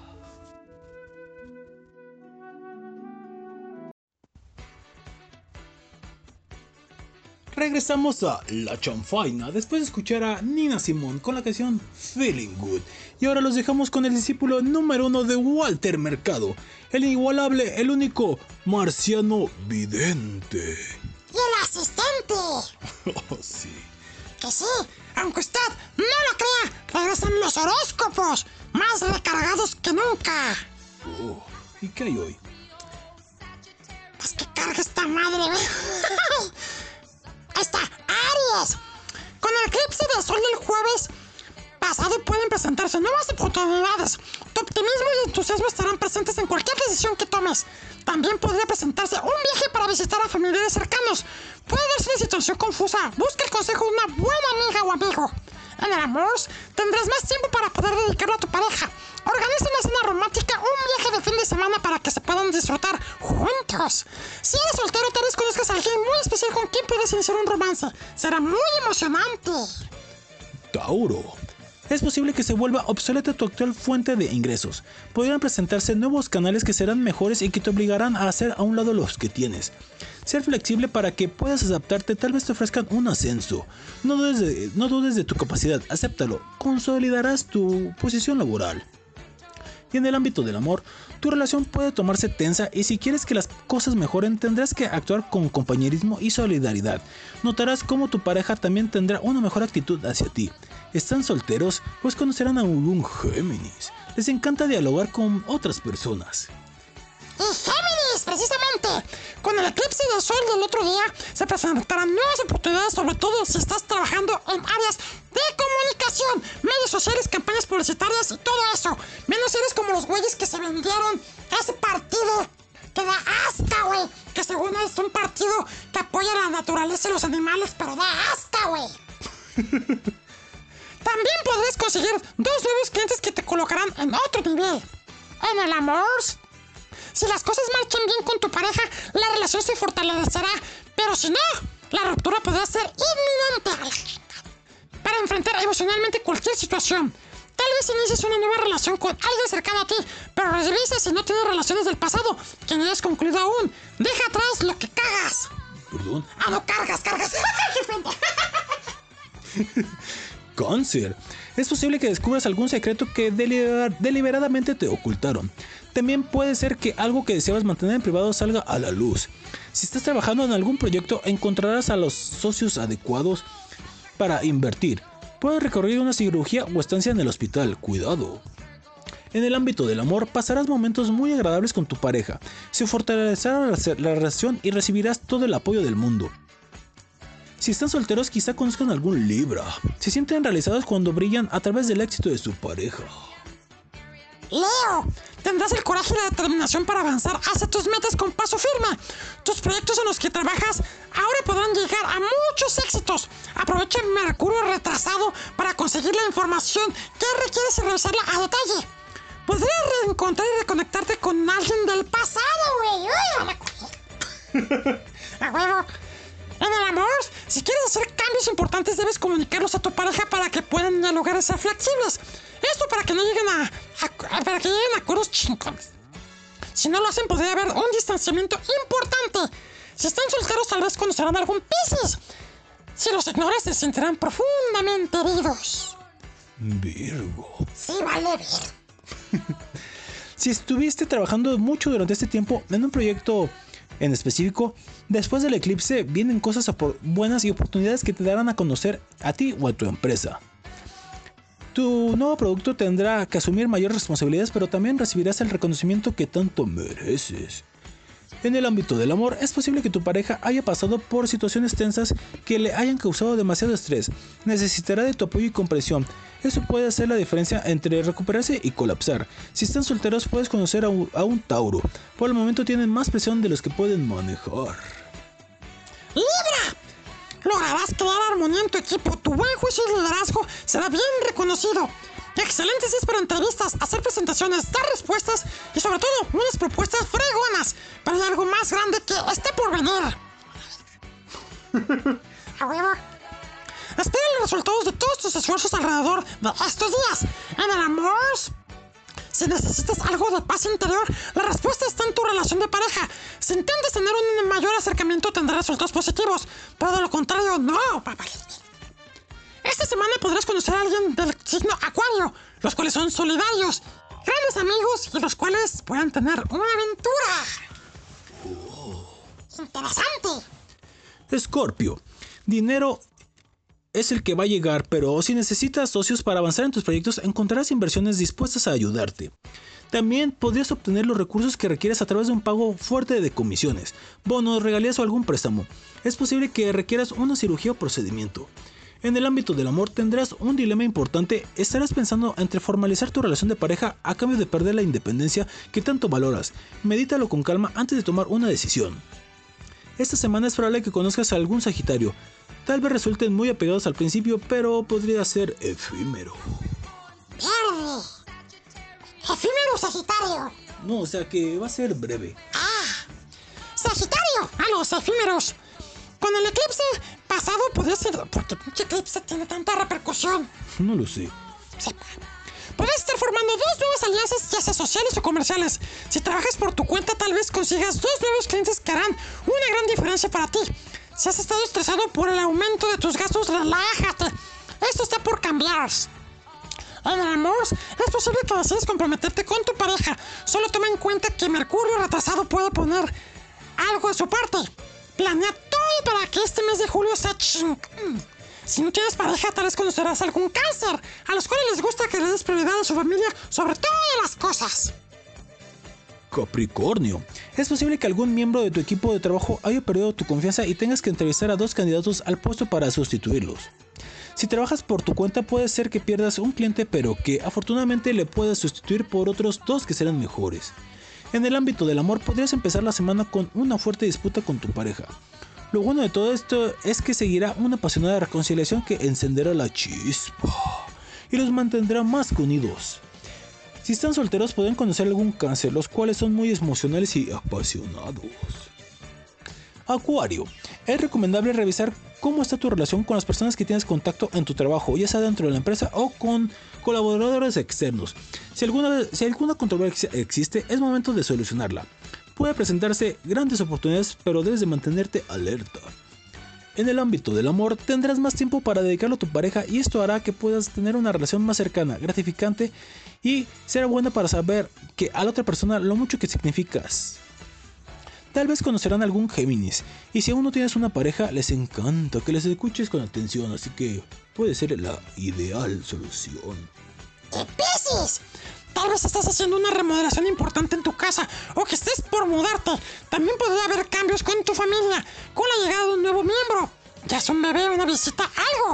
Regresamos a La Chanfaina después de escuchar a Nina Simone con la canción Feeling Good. Y ahora los dejamos con el discípulo número uno de Walter Mercado, el inigualable, el único marciano vidente. Y el asistente. Oh, sí. Que sí, aunque usted no lo crea, regresan los horóscopos, más recargados que nunca. Oh, ¿y qué hay hoy? Pues que carga esta madre. Ahí está, Aries. Con el eclipse del sol del jueves pasado pueden presentarse nuevas oportunidades. Tu optimismo y entusiasmo estarán presentes en cualquier decisión que tomes. También podría presentarse un viaje para visitar a familiares cercanos. Puede darse una situación confusa. Busca el consejo de una buena amiga o amigo. En el amor, tendrás más tiempo para poder dedicarlo a tu pareja. Organiza una cena romántica o un viaje de fin de semana para que se puedan disfrutar juntos. Si eres soltero, tal vez conozcas a alguien muy especial con quien puedes iniciar un romance. Será muy emocionante. Tauro. Es posible que se vuelva obsoleta tu actual fuente de ingresos. Podrían presentarse nuevos canales que serán mejores y que te obligarán a hacer a un lado los que tienes. Ser flexible para que puedas adaptarte, tal vez te ofrezcan un ascenso. No dudes de, no dudes de tu capacidad, acéptalo. Consolidarás tu posición laboral. Y en el ámbito del amor, tu relación puede tomarse tensa y si quieres que las cosas mejoren tendrás que actuar con compañerismo y solidaridad. Notarás cómo tu pareja también tendrá una mejor actitud hacia ti. ¿Están solteros? Pues conocerán a un Géminis. Les encanta dialogar con otras personas. Y Géminis, precisamente, con el eclipse del sol del otro día se presentarán nuevas oportunidades, sobre todo si estás trabajando en áreas de comunicación, medios sociales, campañas publicitarias y todo eso. Menos eres como los güeyes que se vendieron a ese partido que da asca, güey. Que según es un partido que apoya la naturaleza y los animales, pero da asca, güey. También podrás conseguir dos nuevos clientes que te colocarán en otro nivel. En el amor, si las cosas marchan bien con tu pareja, la relación se fortalecerá. Pero si no, la ruptura podrá ser inminente. Para enfrentar emocionalmente cualquier situación. Tal vez inicies una nueva relación con alguien cercano a ti, pero revisa si no tienes relaciones del pasado que no hayas concluido aún. Deja atrás lo que cagas. ¿Perdón? Ah, no, cargas, cargas. Cáncer. Es posible que descubras algún secreto que deliber- deliberadamente te ocultaron. También puede ser que algo que deseabas mantener en privado salga a la luz. Si estás trabajando en algún proyecto, encontrarás a los socios adecuados para invertir. Puedes recorrer una cirugía o estancia en el hospital. Cuidado. En el ámbito del amor, pasarás momentos muy agradables con tu pareja. Se fortalecerá la relación y recibirás todo el apoyo del mundo. Si están solteros, quizá conozcan algún Libra. Se sienten realizados cuando brillan a través del éxito de su pareja. Leo, tendrás el coraje y la determinación para avanzar hacia tus metas con paso firme. Tus proyectos en los que trabajas ahora podrán llegar a muchos éxitos. Aprovecha el Mercurio retrasado para conseguir la información que requieres y revisarla a detalle. Podrías reencontrar y reconectarte con alguien del pasado, güey. ¡Uy, van a coger! ¡A huevo! En el amor, si quieres hacer cambios importantes, debes comunicarlos a tu pareja para que puedan dialogar y ser flexibles. Esto para que no lleguen a, a, a para que lleguen a acuerdos chingones. Si no lo hacen, podría haber un distanciamiento importante. Si están solteros, tal vez conocerán a algún Piscis. Si los ignoras, se sentirán profundamente heridos. Virgo. Sí, vale, Virgo. Si estuviste trabajando mucho durante este tiempo en un proyecto en específico, después del eclipse vienen cosas buenas y oportunidades que te darán a conocer a ti o a tu empresa. Tu nuevo producto tendrá que asumir mayores responsabilidades, pero también recibirás el reconocimiento que tanto mereces. En el ámbito del amor, es posible que tu pareja haya pasado por situaciones tensas que le hayan causado demasiado estrés. Necesitará de tu apoyo y comprensión. Eso puede hacer la diferencia entre recuperarse y colapsar. Si están solteros, puedes conocer a un, a un Tauro. Por el momento tienen más presión de los que pueden manejar. ¡Libra! Lograrás crear armonía en tu equipo. Tu buen juicio y liderazgo será bien reconocido. Excelentes días para entrevistas, hacer presentaciones, dar respuestas y sobre todo unas propuestas fregonas. Pero hay algo más grande que esté por venir. A huevo. Espera los resultados de todos tus esfuerzos alrededor de estos días. En el amor, si necesitas algo de paz interior, la respuesta está en tu relación de pareja. Si intentas tener un mayor acercamiento, tendrás resultados positivos. Pero de lo contrario, no, papá. Esta semana podrás conocer a alguien del signo Acuario, los cuales son solidarios, grandes amigos y los cuales puedan tener una aventura. Oh. Interesante. Escorpio, dinero es el que va a llegar, pero si necesitas socios para avanzar en tus proyectos, encontrarás inversiones dispuestas a ayudarte. También podrías obtener los recursos que requieres a través de un pago fuerte de comisiones, bonos, regalías o algún préstamo. Es posible que requieras una cirugía o procedimiento. En el ámbito del amor tendrás un dilema importante. Estarás pensando entre formalizar tu relación de pareja a cambio de perder la independencia que tanto valoras. Medítalo con calma antes de tomar una decisión. Esta semana es probable que conozcas a algún Sagitario. Tal vez resulten muy apegados al principio, pero podría ser efímero. Verde. Efímero Sagitario. No, o sea que va a ser breve. Ah, Sagitario, a los efímeros. Con el eclipse pasado podría ser... ¿Por qué pinche eclipse tiene tanta repercusión? No lo sé. Sepa. Podrías estar formando dos nuevas alianzas, ya sea sociales o comerciales. Si trabajas por tu cuenta, tal vez consigas dos nuevos clientes que harán una gran diferencia para ti. Si has estado estresado por el aumento de tus gastos, relájate. Esto está por cambiar. En el amor, es posible que decidas comprometerte con tu pareja. Solo toma en cuenta que Mercurio retrasado puede poner algo de su parte. Planea todo para que este mes de julio sea ching. Si no tienes pareja, tal vez conocerás algún cáncer, a los cuales les gusta que le des prioridad a su familia sobre todas las cosas. Capricornio. Es posible que algún miembro de tu equipo de trabajo haya perdido tu confianza y tengas que entrevistar a dos candidatos al puesto para sustituirlos. Si trabajas por tu cuenta, puede ser que pierdas un cliente, pero que afortunadamente le puedas sustituir por otros dos que serán mejores. En el ámbito del amor, podrías empezar la semana con una fuerte disputa con tu pareja. Lo bueno de todo esto es que seguirá una apasionada reconciliación que encenderá la chispa y los mantendrá más unidos. Si están solteros, pueden conocer algún cáncer, los cuales son muy emocionales y apasionados. Acuario. Es recomendable revisar cómo está tu relación con las personas que tienes contacto en tu trabajo, ya sea dentro de la empresa o con colaboradores externos. Si alguna, si alguna controversia existe, es momento de solucionarla. Puede presentarse grandes oportunidades, pero debes de mantenerte alerta. En el ámbito del amor, tendrás más tiempo para dedicarlo a tu pareja y esto hará que puedas tener una relación más cercana, gratificante y será buena para saber que a la otra persona lo mucho que significas. Tal vez conocerán algún Géminis, y si aún no tienes una pareja, les encanta que les escuches con atención, así que puede ser la ideal solución. ¡Qué Piscis! Tal vez estás haciendo una remodelación importante en tu casa o que estés por mudarte. También podría haber cambios con tu familia, con la llegada de un nuevo miembro. Ya es un bebé, una visita, algo.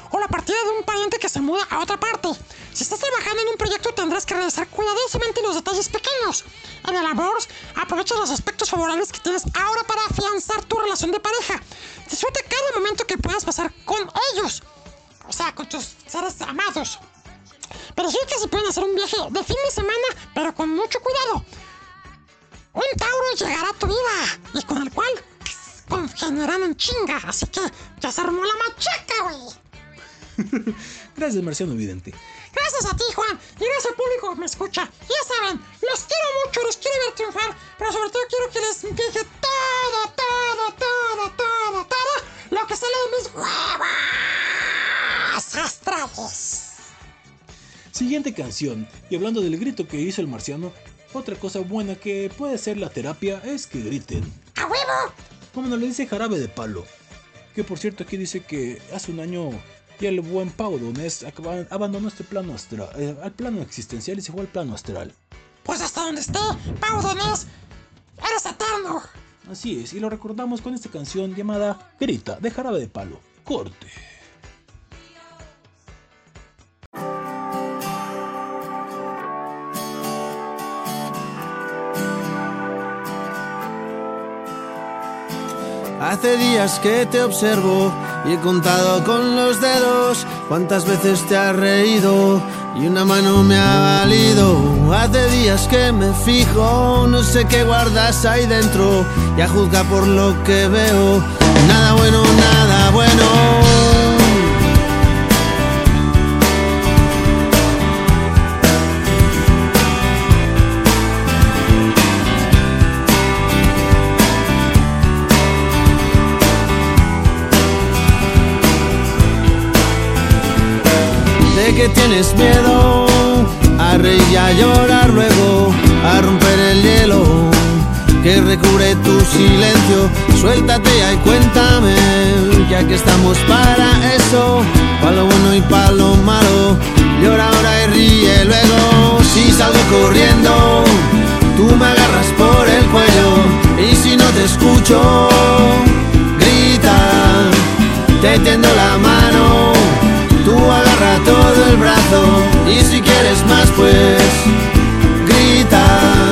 o la partida de un pariente que se muda a otra parte. Si estás trabajando en un proyecto tendrás que revisar cuidadosamente los detalles pequeños. En el amor, aprovecha los aspectos favorables que tienes ahora para afianzar tu relación de pareja. Disfruta cada momento que puedas pasar con ellos, o sea, con tus seres amados. Pero sí que se pueden hacer un viaje de fin de semana, pero con mucho cuidado. Un Tauro llegará a tu vida y con el cual congeniarán en chinga, así que ya se armó la machaca, güey. Gracias, Marciano Vidente. Gracias a ti, Juan, y gracias al público que me escucha. Ya saben, los quiero mucho, los quiero ver triunfar, pero sobre todo quiero que les deje todo, todo, todo, todo, todo lo que sale de mis huevos astrales. Siguiente canción, y hablando del grito que hizo el marciano, otra cosa buena que puede ser la terapia es que griten. ¡A huevo! Como nos lo dice Jarabe de Palo, que por cierto aquí dice que hace un año ya el buen Pau Donés abandonó este plano astral, eh, al plano existencial y se fue al plano astral. Pues hasta donde esté, Pau Donés, eres eterno. Así es, y lo recordamos con esta canción llamada Grita, de Jarabe de Palo. Corte. Hace días que te observo y he contado con los dedos cuántas veces te has reído y una mano me ha valido. Hace días que me fijo, no sé qué guardas ahí dentro y a juzgar por lo que veo, nada bueno, nada bueno. Que tienes miedo a reír y a llorar luego, a romper el hielo que recubre tu silencio. Suéltate ya y cuéntame, ya que estamos para eso, para lo bueno y para lo malo. Llora ahora y ríe luego. Si salgo corriendo, tú me agarras por el cuello, y si no te escucho, grita, te tiendo la mano. Tú agarra todo el brazo y si quieres más pues grita.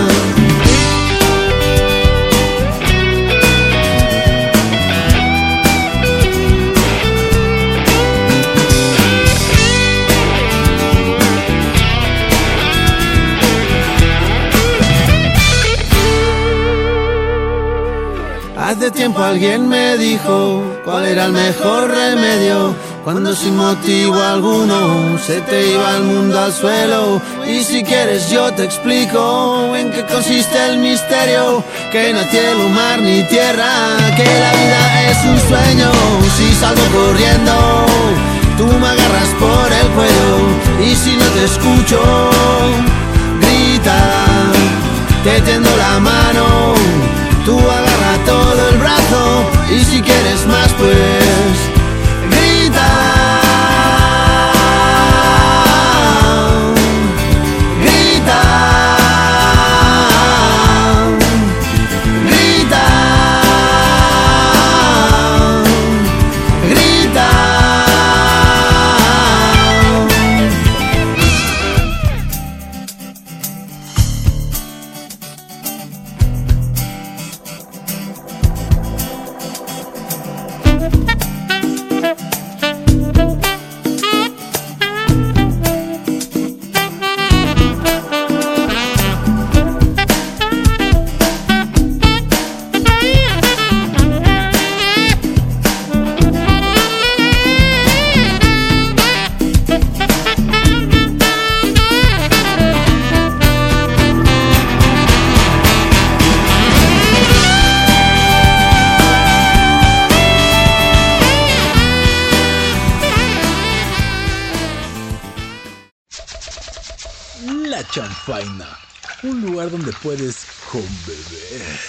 Hace tiempo alguien me dijo cuál era el mejor remedio cuando sin motivo alguno se te iba el mundo al suelo. Y si quieres yo te explico en qué consiste el misterio, que no hay cielo, mar ni tierra, que la vida es un sueño. Si salgo corriendo, tú me agarras por el cuello, y si no te escucho, grita, te tiendo la mano. Tú agarra todo el brazo, y si quieres más pues grita, grita, grita, grita. Chanfaina, un lugar donde puedes conbeber.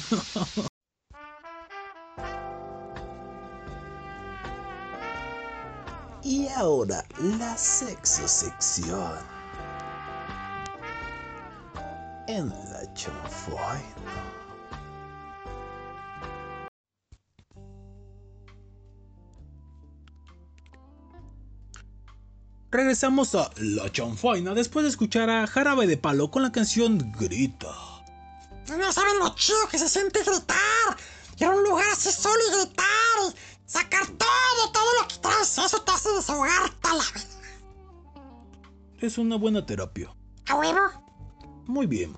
Y ahora la sexo sección en la Chanfaina. Regresamos a La Chanfaina después de escuchar a Jarabe de Palo con la canción Grita. No saben lo chido que se siente gritar. Ir a un lugar así solo y gritar y sacar todo, todo lo que traes. Eso te hace desahogarte a la vida. Es una buena terapia. ¿A huevo? Muy bien.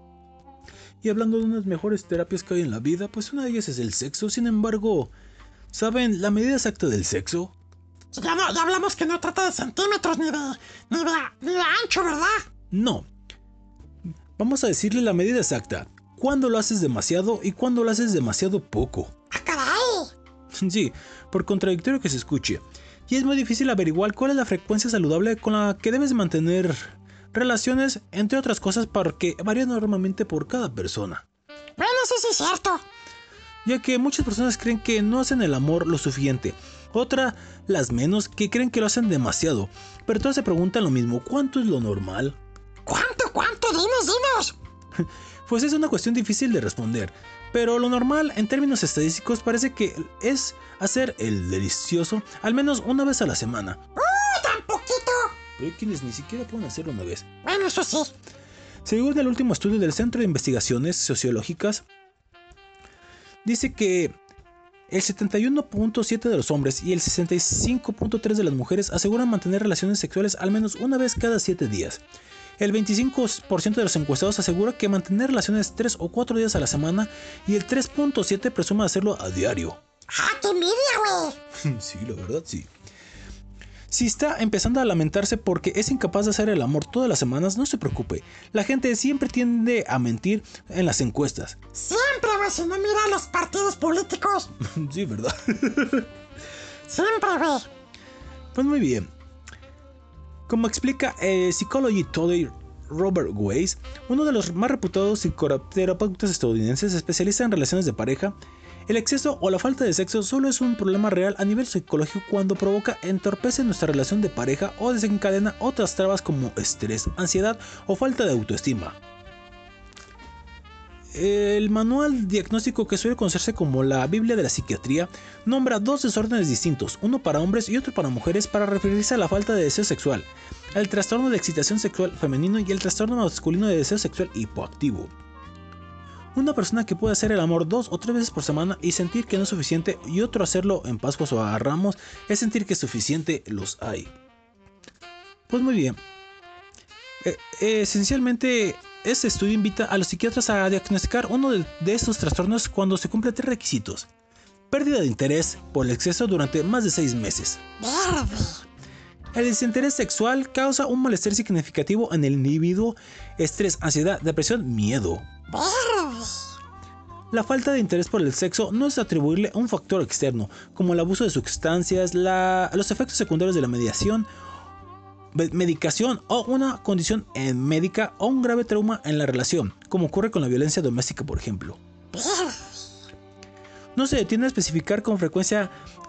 Y hablando de unas mejores terapias que hay en la vida, pues una de ellas es el sexo. Sin embargo, ¿saben la medida exacta del sexo? Ya, no, ya hablamos que no trata de centímetros ni de, ni de, ni de ancho, ¿verdad? No. Vamos a decirle la medida exacta. ¿Cuándo lo haces demasiado y cuándo lo haces demasiado poco? ¡Ah, caray! Sí, por contradictorio que se escuche. Y es muy difícil averiguar cuál es la frecuencia saludable con la que debes mantener relaciones, entre otras cosas, porque varía normalmente por cada persona. Bueno, eso sí es cierto. Ya que muchas personas creen que no hacen el amor lo suficiente. Otra, las menos, que creen que lo hacen demasiado. Pero todas se preguntan lo mismo, ¿cuánto es lo normal? ¿Cuánto, cuánto? Dinos, dinos. Pues es una cuestión difícil de responder. Pero lo normal, en términos estadísticos, parece que es hacer el delicioso al menos una vez a la semana. ¡Uh, tan poquito! Pero hay quienes ni siquiera pueden hacerlo una vez. Bueno, eso sí. Según el último estudio del Centro de Investigaciones Sociológicas, dice que el setenta y uno punto siete de los hombres y el sesenta y cinco punto tres de las mujeres aseguran mantener relaciones sexuales al menos una vez cada siete días. El veinticinco por ciento de los encuestados asegura que mantener relaciones tres o cuatro días a la semana y el tres punto siete por ciento presume hacerlo a diario. ¡Ah, qué envidia, güey! Sí, la verdad sí. Si está empezando a lamentarse porque es incapaz de hacer el amor todas las semanas, no se preocupe. La gente siempre tiende a mentir en las encuestas. Siempre, güey, si no mira los partidos políticos. Sí, ¿verdad? Siempre, güey. Pues muy bien. Como explica eh, Psychology Today Robert Weiss, uno de los más reputados psicoterapeutas estadounidenses especialista en relaciones de pareja, el exceso o la falta de sexo solo es un problema real a nivel psicológico cuando provoca entorpece nuestra relación de pareja o desencadena otras trabas como estrés, ansiedad o falta de autoestima. El manual diagnóstico, que suele conocerse como la Biblia de la Psiquiatría, nombra dos desórdenes distintos, uno para hombres y otro para mujeres, para referirse a la falta de deseo sexual, el trastorno de excitación sexual femenino y el trastorno masculino de deseo sexual hipoactivo. Una persona que puede hacer el amor dos o tres veces por semana y sentir que no es suficiente, y otro hacerlo en Pascuas o a Ramos es sentir que es suficiente, los hay. Pues muy bien. Eh, eh, esencialmente, este estudio invita a los psiquiatras a diagnosticar uno de, de estos trastornos cuando se cumplen tres requisitos: pérdida de interés por el exceso durante más de seis meses. Verde. El desinterés sexual causa un malestar significativo en el individuo, estrés, ansiedad, depresión, miedo. Verde. La falta de interés por el sexo no es atribuible a un factor externo, como el abuso de sustancias, la, los efectos secundarios de la mediación, medicación o una condición médica o un grave trauma en la relación, como ocurre con la violencia doméstica, por ejemplo. No se detiene a especificar con frecuencia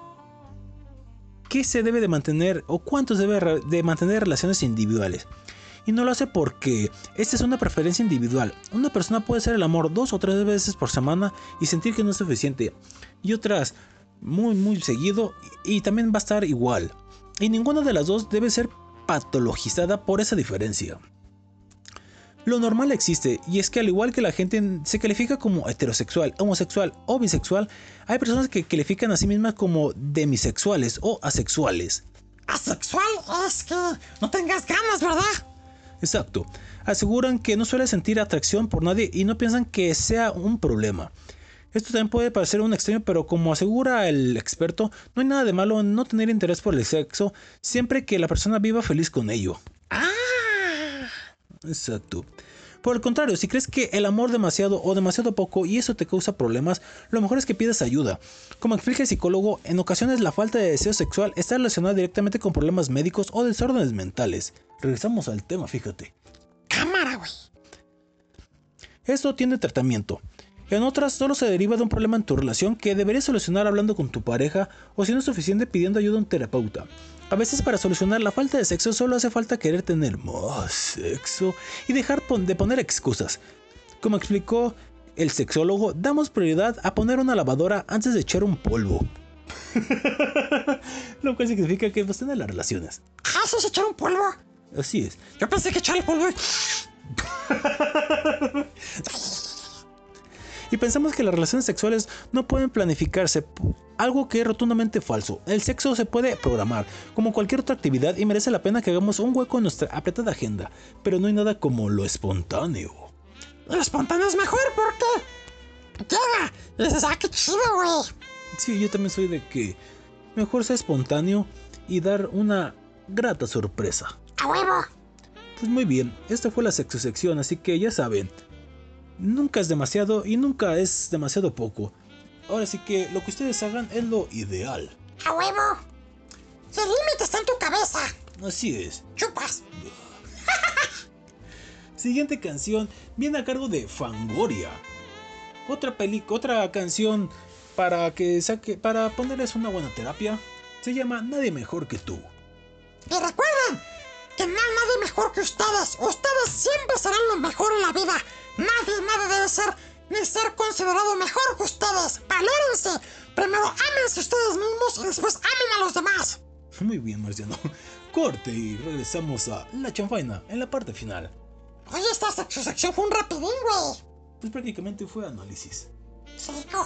qué se debe de mantener o cuánto se debe de mantener relaciones individuales. Y no lo hace porque esta es una preferencia individual. Una persona puede hacer el amor dos o tres veces por semana y sentir que no es suficiente, y otras muy muy seguido y también va a estar igual. Y ninguna de las dos debe ser patologizada por esa diferencia. Lo normal existe, y es que al igual que la gente se califica como heterosexual, homosexual o bisexual, hay personas que califican a sí mismas como demisexuales o asexuales. Asexual es que no tengas ganas, ¿verdad? Exacto. Aseguran que no suele sentir atracción por nadie y no piensan que sea un problema. Esto también puede parecer un extraño, pero como asegura el experto, no hay nada de malo en no tener interés por el sexo, siempre que la persona viva feliz con ello. ¡Ah! Exacto. Por el contrario, si crees que el amor demasiado o demasiado poco y eso te causa problemas, lo mejor es que pidas ayuda. Como explica el psicólogo, en ocasiones la falta de deseo sexual está relacionada directamente con problemas médicos o desórdenes mentales. Regresamos al tema, fíjate. Cámara, güey. Esto tiene tratamiento. En otras solo se deriva de un problema en tu relación que deberías solucionar hablando con tu pareja, o si no es suficiente pidiendo ayuda a un terapeuta. A veces para solucionar la falta de sexo solo hace falta querer tener más sexo y dejar de poner excusas. Como explicó el sexólogo, damos prioridad a poner una lavadora antes de echar un polvo. Lo cual significa que pues tener las relaciones. ¡Ah, ¿eso es echar un polvo? Así es. Yo pensé que echar el polvo... Y pensamos que las relaciones sexuales no pueden planificarse, algo que es rotundamente falso. El sexo se puede programar, como cualquier otra actividad, y merece la pena que hagamos un hueco en nuestra apretada agenda, pero no hay nada como lo espontáneo. Lo espontáneo es mejor porque... llega y dices, ah, qué chido, güey. Sí, yo también soy de que mejor sea espontáneo y dar una grata sorpresa. ¡A huevo! Pues muy bien, esta fue la sexosección, así que ya saben, nunca es demasiado y nunca es demasiado poco. Ahora sí que lo que ustedes hagan es lo ideal. ¡A huevo! Si el límite está en tu cabeza. Así es. Chupas. Siguiente canción viene a cargo de Fangoria. Otra película, otra canción para que saque, para ponerles una buena terapia. Se llama Nadie Mejor que Tú. Y recuerden que no hay nadie mejor que ustedes. Ustedes siempre serán lo mejor en la vida. Nadie, nadie debe ser ni ser considerado mejor que ustedes. Valórense. Primero ámense ustedes mismos y después amen a los demás. Muy bien, Marciano. Corte y regresamos a La Chanfaina en la parte final. Oye, esta sección fue un rapidín, güey. Pues prácticamente fue análisis. Chico.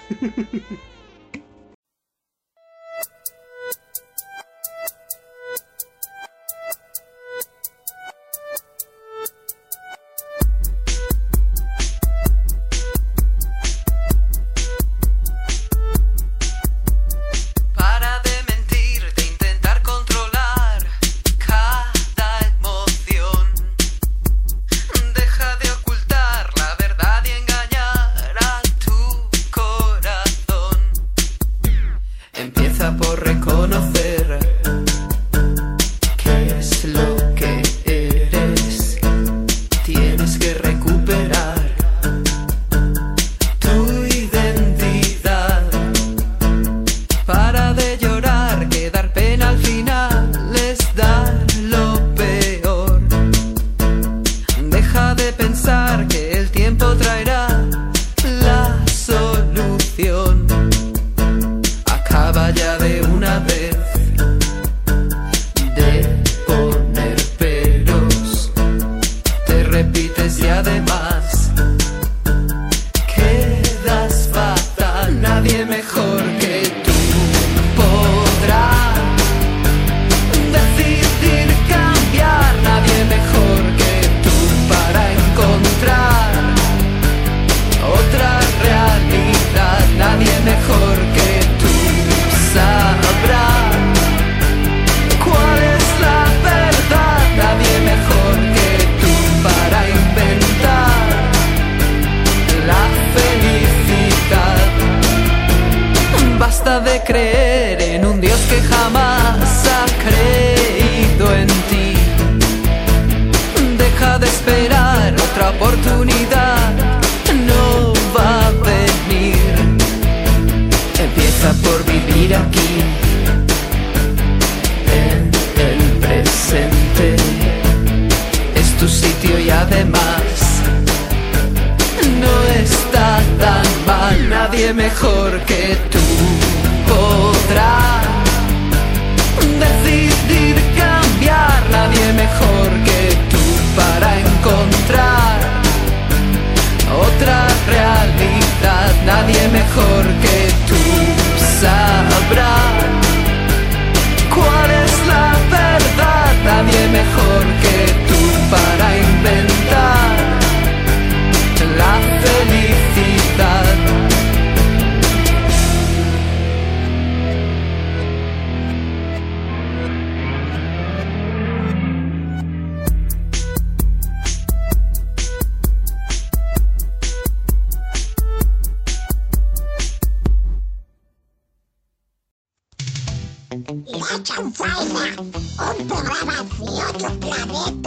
La Chanfaina, un programa de otro planeta.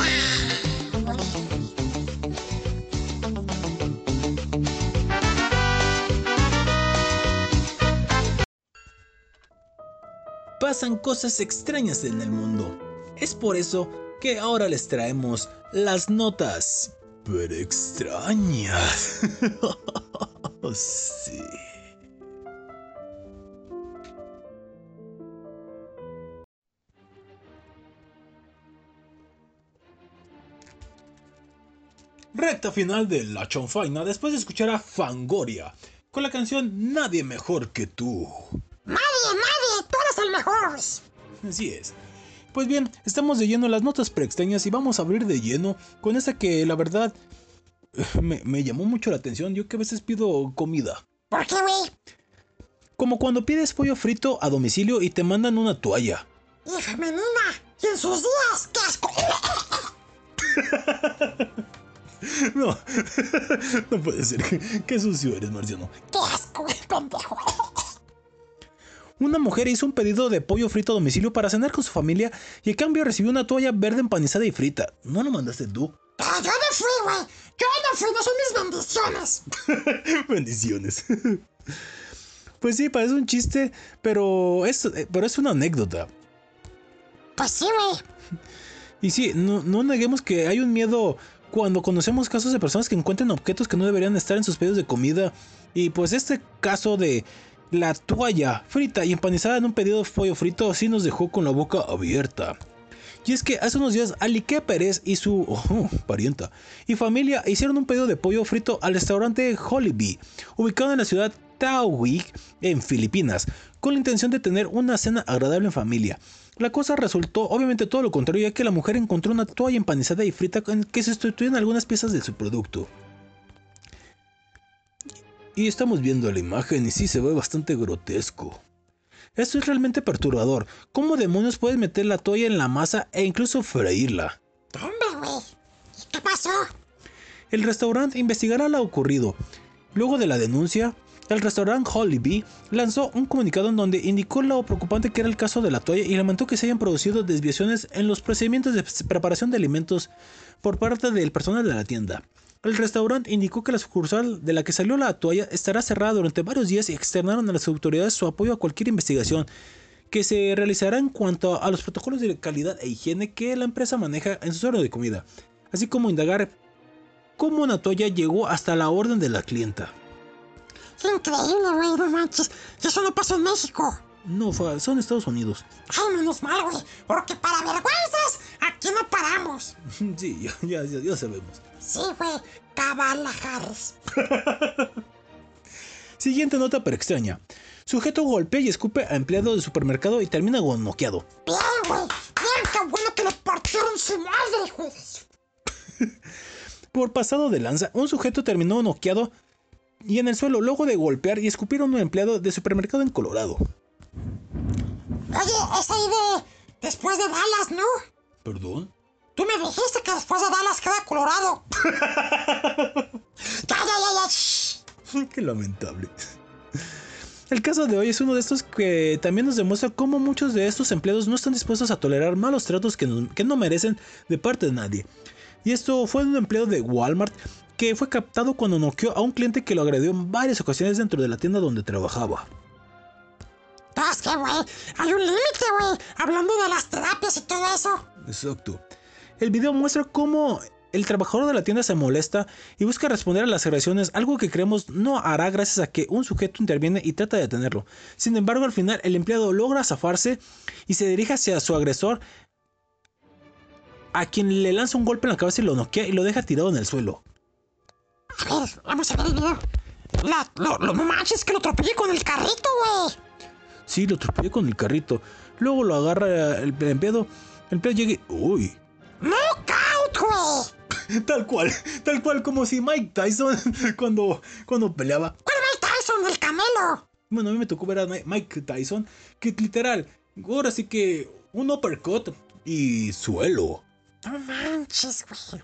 Pasan cosas extrañas en el mundo. Es por eso que ahora les traemos las notas pero extrañas. Sí. Recta final de La Chonfaina después de escuchar a Fangoria con la canción Nadie Mejor Que Tú. Nadie, nadie, tú eres el mejor. Así es. Pues bien, estamos de lleno en las notas preextrañas y vamos a abrir de lleno con esta que la verdad me, me llamó mucho la atención. Yo que a veces pido comida. ¿Por qué, güey? Como cuando pides pollo frito a domicilio y te mandan una toalla. Y femenina, y en sus días, qué asco. No, no puede ser. Qué sucio eres, Marciano. Qué asco, pendejo. Una mujer hizo un pedido de pollo frito a domicilio para cenar con su familia y a cambio recibió una toalla verde empanizada y frita. ¿No lo mandaste tú? Pero yo no fui, güey. Yo no fui, no son mis bendiciones. Bendiciones. Pues sí, parece un chiste, pero es, pero es una anécdota. Pues sí, güey. Y sí, no, no neguemos que hay un miedo cuando conocemos casos de personas que encuentran objetos que no deberían estar en sus pedidos de comida. Y pues este caso de la toalla frita y empanizada en un pedido de pollo frito sí nos dejó con la boca abierta. Y es que hace unos días Alique Pérez y su oh, parienta y familia hicieron un pedido de pollo frito al restaurante Jollibee, ubicado en la ciudad Taoyuan, en Filipinas, con la intención de tener una cena agradable en familia. La cosa resultó obviamente todo lo contrario, ya que la mujer encontró una toalla empanizada y frita en que se sustituyen algunas piezas de su producto. Y estamos viendo la imagen y sí se ve bastante grotesco. Esto es realmente perturbador. ¿Cómo demonios puedes meter la toalla en la masa e incluso freírla? ¿Dónde, güey? ¿Qué pasó? El restaurante investigará lo ocurrido. Luego de la denuncia, el restaurante Jollibee lanzó un comunicado en donde indicó lo preocupante que era el caso de la toalla y lamentó que se hayan producido desviaciones en los procedimientos de preparación de alimentos por parte del personal de la tienda. El restaurante indicó que la sucursal de la que salió la toalla estará cerrada durante varios días y externaron a las autoridades su apoyo a cualquier investigación que se realizará en cuanto a los protocolos de calidad e higiene que la empresa maneja en su orden de comida, así como indagar cómo una toalla llegó hasta la orden de la clienta. Increíble, güey, no manches. Eso no pasa en México. No, son Estados Unidos. Ay, menos mal, güey, porque para vergüenzas aquí no paramos. Sí, ya, ya, ya, ya sabemos. Sí, güey, Kamala Harris. Siguiente nota pero extraña. Sujeto golpea y escupe a empleado de supermercado y termina noqueado. Bien, güey, bien, qué bueno que le partieron su madre, güey. Por pasado de lanza, un sujeto terminó noqueado y en el suelo luego de golpear y escupir a un empleado de supermercado en Colorado. Oye, es ahí de después de Dallas, ¿no? ¿Perdón? Tú me dijiste que después de Dallas queda Colorado. Ya, ya, ya, ya. Qué lamentable. El caso de hoy es uno de estos que también nos demuestra cómo muchos de estos empleados no están dispuestos a tolerar malos tratos que no, que no merecen de parte de nadie. Y esto fue un empleado de Walmart que fue captado cuando noqueó a un cliente que lo agredió en varias ocasiones dentro de la tienda donde trabajaba. Es que, güey, hay un límite, güey, hablando de las terapias y todo eso. Exacto. El video muestra cómo el trabajador de la tienda se molesta y busca responder a las agresiones, algo que creemos no hará gracias a que un sujeto interviene y trata de detenerlo. Sin embargo, al final el empleado logra zafarse y se dirige hacia su agresor, a quien le lanza un golpe en la cabeza y lo noquea y lo deja tirado en el suelo. A ver, vamos a ver el video. La, lo, lo, no manches, que lo atropellé con el carrito, güey. Sí, lo atropellé con el carrito. Luego lo agarra el, el empleado. El empleado llega y... ¡Uy! ¡Knockout, güey! Tal cual, tal cual como si Mike Tyson cuando, cuando peleaba. ¿Cuál Mike Tyson? ¡El Camelo! Bueno, a mí me tocó ver a Mike Tyson, que literal, ahora sí que un uppercut y suelo. No manches, güey.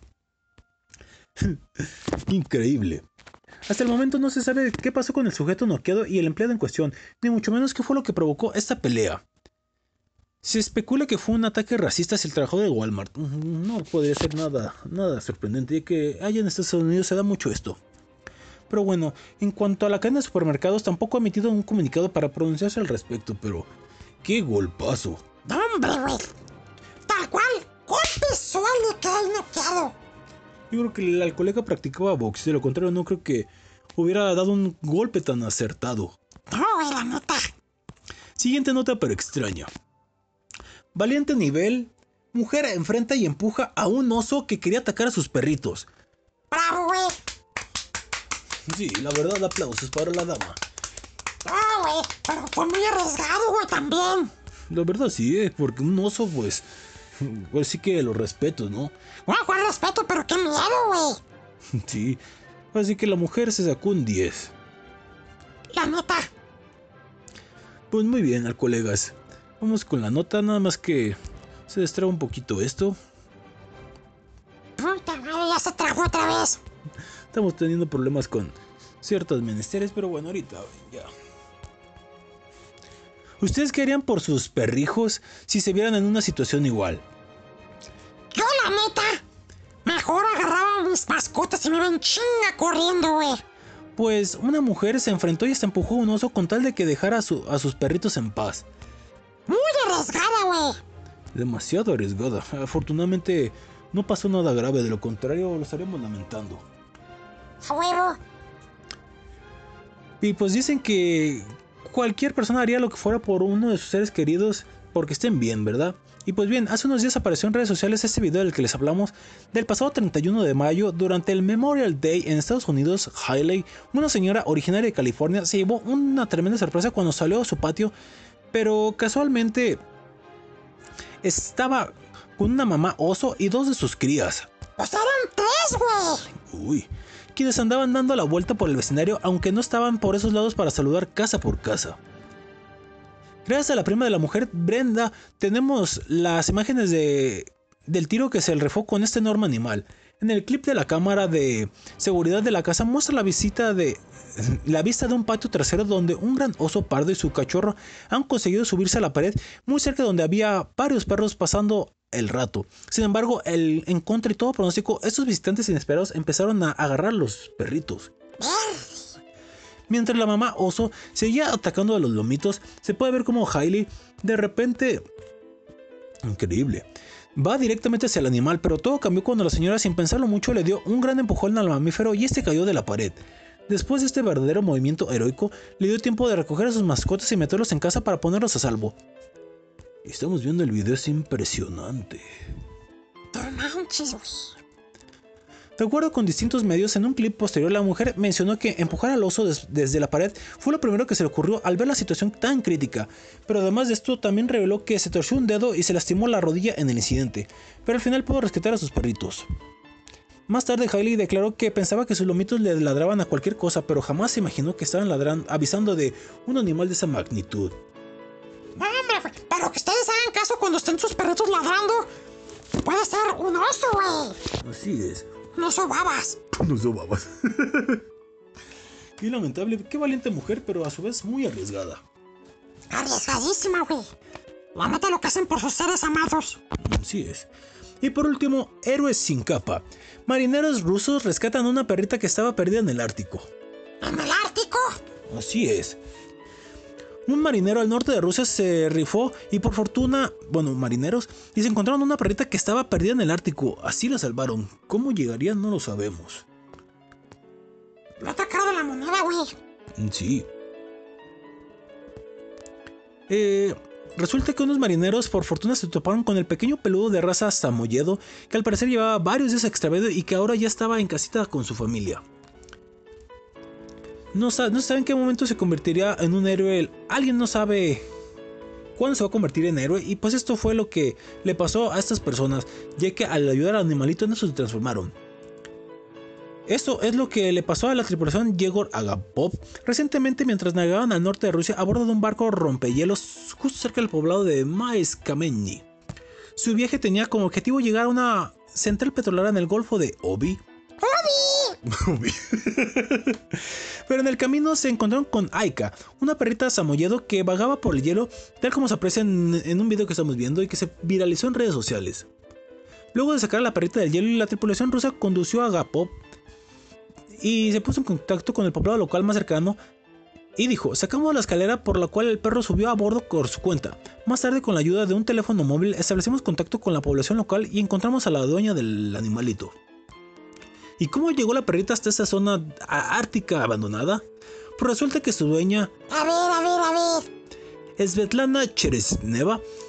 Increíble. Hasta el momento no se sabe qué pasó con el sujeto noqueado y el empleado en cuestión, ni mucho menos qué fue lo que provocó esta pelea. Se especula que fue un ataque racista hacia el trabajador de Walmart. No podría ser nada, nada sorprendente, ya que allá en Estados Unidos se da mucho esto. Pero bueno, en cuanto a la cadena de supermercados, tampoco ha emitido un comunicado para pronunciarse al respecto, pero ¡qué golpazo! ¡Hombre, güey! Tal cual, golpe suele que hay noqueado. Yo creo que el colega practicaba box, de lo contrario no creo que hubiera dado un golpe tan acertado. No, güey, la neta. Siguiente nota pero extraña. Valiente nivel, mujer enfrenta y empuja a un oso que quería atacar a sus perritos. Bravo, güey. Sí, la verdad, aplausos para la dama. No, güey, pero fue muy arriesgado, güey, también. La verdad sí, eh, porque un oso, pues, pues sí que lo respeto, ¿no? No, con respeto, pero qué miedo, güey. Sí, así que la mujer se sacó un diez. La neta. Pues muy bien, al colegas. Vamos con la nota, nada más que se destraba un poquito esto. Puta madre, ya se trabó otra vez. Estamos teniendo problemas con ciertos menesteres, pero bueno, ahorita ya. ¿Ustedes qué harían por sus perrijos si se vieran en una situación igual? Yo, la neta, mejor agarraba a mis mascotas y me iban chinga corriendo, güey. Pues una mujer se enfrentó y hasta empujó a un oso con tal de que dejara a, su, a sus perritos en paz. Muy arriesgada, güey. Demasiado arriesgada. Afortunadamente no pasó nada grave, de lo contrario lo estaríamos lamentando. A huevo. Y pues dicen que cualquier persona haría lo que fuera por uno de sus seres queridos porque estén bien, ¿verdad? Y pues bien, hace unos días apareció en redes sociales este video del que les hablamos del pasado treinta y uno de mayo. Durante el Memorial Day en Estados Unidos, Hailey, una señora originaria de California, se llevó una tremenda sorpresa cuando salió a su patio, pero casualmente estaba con una mamá oso y dos de sus crías. Pues eran tres, güey. Uy, quienes andaban dando la vuelta por el vecindario, aunque no estaban por esos lados para saludar casa por casa. Gracias a la prima de la mujer, Brenda, tenemos las imágenes de, del tiro que se rifó con este enorme animal. En el clip de la cámara de seguridad de la casa muestra la visita de la vista de un patio trasero donde un gran oso pardo y su cachorro han conseguido subirse a la pared muy cerca donde había varios perros pasando el rato. Sin embargo, el, en contra y todo pronóstico, estos visitantes inesperados empezaron a agarrar los perritos. Mientras la mamá oso seguía atacando a los lomitos, se puede ver como Hailey de repente, increíble, va directamente hacia el animal, pero todo cambió cuando la señora, sin pensarlo mucho, le dio un gran empujón al mamífero y este cayó de la pared. Después de este verdadero movimiento heroico, le dio tiempo de recoger a sus mascotas y meterlos en casa para ponerlos a salvo. Estamos viendo el video, es impresionante. No manches, güey. De acuerdo con distintos medios, en un clip posterior la mujer mencionó que empujar al oso des desde la pared fue lo primero que se le ocurrió al ver la situación tan crítica, pero además de esto también reveló que se torció un dedo y se lastimó la rodilla en el incidente, pero al final pudo rescatar a sus perritos. Más tarde Hailey declaró que pensaba que sus lomitos le ladraban a cualquier cosa, pero jamás se imaginó que estaban ladrando, avisando de un animal de esa magnitud. No, hombre, pero que ustedes hagan caso cuando estén sus perritos ladrando. Puede ser un oso, güey. Así es. No sobabas. No sobabas. Qué lamentable, qué valiente mujer, pero a su vez muy arriesgada. Arriesgadísima, güey. La neta lo que hacen por sus seres amados. Así es. Y por último, héroes sin capa. Marineros rusos rescatan a una perrita que estaba perdida en el Ártico. ¿En el Ártico? Así es. Un marinero al norte de Rusia se rifó y por fortuna, bueno, marineros, y se encontraron una perrita que estaba perdida en el Ártico. Así la salvaron. ¿Cómo llegaría? No lo sabemos. La otra cara de la moneda, güey. Sí. Eh, resulta que unos marineros por fortuna se toparon con el pequeño peludo de raza samoyedo que al parecer llevaba varios días extraviado y que ahora ya estaba en casita con su familia. No sabe, no sabe en qué momento se convertiría en un héroe. Alguien no sabe cuándo se va a convertir en héroe. Y pues esto fue lo que le pasó a estas personas, ya que al ayudar al animalito en eso se transformaron. Esto es lo que le pasó a la tripulación Yegor Agapov recientemente mientras navegaban al norte de Rusia a bordo de un barco rompehielos justo cerca del poblado de Maeskamenny. Su viaje tenía como objetivo llegar a una central petrolera en el Golfo de Obi. ¡Obi! Pero en el camino se encontraron con Aika, una perrita samoyedo que vagaba por el hielo, tal como se aprecia en, en un video que estamos viendo y que se viralizó en redes sociales. Luego de sacar a la perrita del hielo, la tripulación rusa condució a Agapov y se puso en contacto con el poblado local más cercano y dijo: sacamos la escalera por la cual el perro subió a bordo por su cuenta. Más tarde, con la ayuda de un teléfono móvil, establecimos contacto con la población local y encontramos a la dueña del animalito. ¿Y cómo llegó la perrita hasta esa zona ártica abandonada? Pues resulta que su dueña, A ver, a ver, a ver. Svetlana Cheresneva,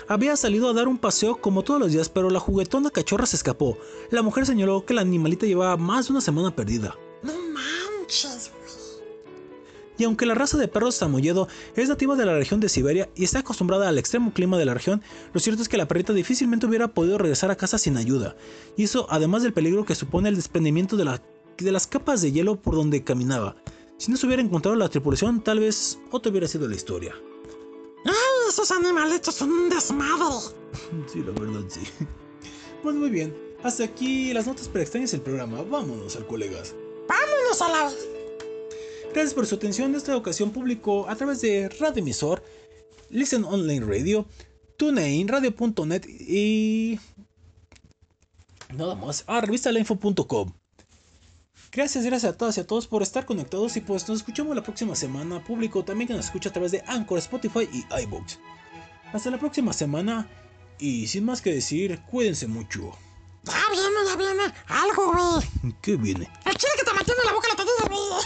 Había salido a dar un paseo como todos los días, pero la juguetona cachorra se escapó. La mujer señaló que la animalita llevaba más de una semana perdida. No manches, güey. Y aunque la raza de perros samoyedo es nativa de la región de Siberia y está acostumbrada al extremo clima de la región, lo cierto es que la perrita difícilmente hubiera podido regresar a casa sin ayuda. Y eso además del peligro que supone el desprendimiento de, la, de las capas de hielo por donde caminaba. Si no se hubiera encontrado la tripulación, tal vez otra hubiera sido la historia. ¡Ay, esos animalitos son un desmadre! Sí, la verdad sí. Pues muy bien, hasta aquí las notas preextrañas del programa. Vámonos al colegas. ¡Vámonos a la... Gracias por su atención. Esta ocasión publicó a través de Radio Emisor, Listen Online Radio, TuneIn, Radio punto net y... nada más. Ah, revista la info punto com. Gracias, gracias a todas y a todos por estar conectados y pues nos escuchamos la próxima semana. Público también que nos escucha a través de Anchor, Spotify y iVoox. Hasta la próxima semana y sin más que decir, cuídense mucho. Ya viene, ya viene. Algo, güey. ¿Qué viene? El chile que te metió en la boca la tenía, güey.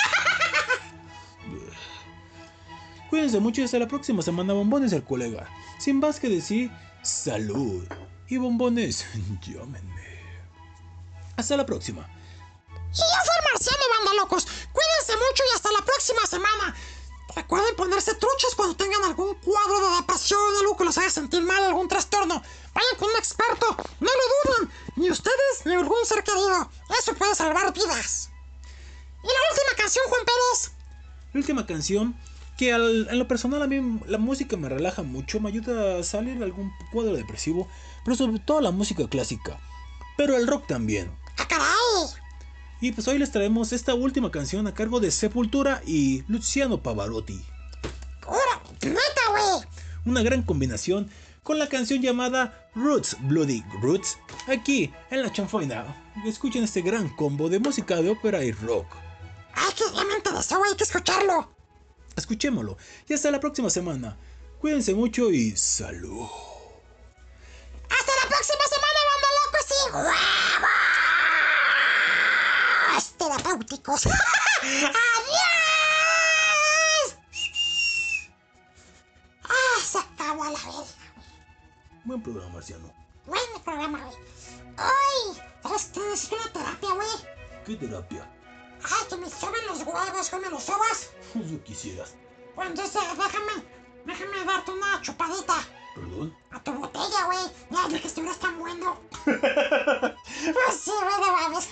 Cuídense mucho y hasta la próxima semana, bombones del colega. Sin más que decir, salud. Y bombones, llámenme. Hasta la próxima. Y yo fui el marciano, banda locos. Cuídense mucho y hasta la próxima semana. Recuerden ponerse truchas cuando tengan algún cuadro de depresión, algo que los haga sentir mal, algún trastorno. Vayan con un experto, no lo duden. Ni ustedes ni algún ser querido. Eso puede salvar vidas. Y la última canción, Juan Pérez. La última canción, que al, en lo personal a mí la música me relaja mucho, me ayuda a salir de algún cuadro depresivo, pero sobre todo la música clásica, pero el rock también. ¡Ah, caray! Y pues hoy les traemos esta última canción a cargo de Sepultura y Luciano Pavarotti. ¡Ora! ¡Neta, güey! Una gran combinación con la canción llamada Roots, Bloody Roots, aquí en la chanfaina. Escuchen este gran combo de música de ópera y rock. ¡Ay, que ya me interesó, güey! Hay que escucharlo. Escuchémoslo. Y hasta la próxima semana. Cuídense mucho y salud. ¡Hasta la próxima semana, banda locos y huevos terapéuticos! ¡Adiós! ¡Ah, se acabó la verga! Buen programa, marciano. Buen programa, güey. ¡Ay! ¿Sabes qué necesito una terapia, güey? ¿Qué terapia? ¡Ay, que me soben los huevos! ¿Que me los sobas? Yo quisieras. Pues entonces déjame, déjame darte una chupadita. ¿Perdón? A tu botella, güey. Ya, de que estuvieras tan bueno. Pues sí, güey, no mames.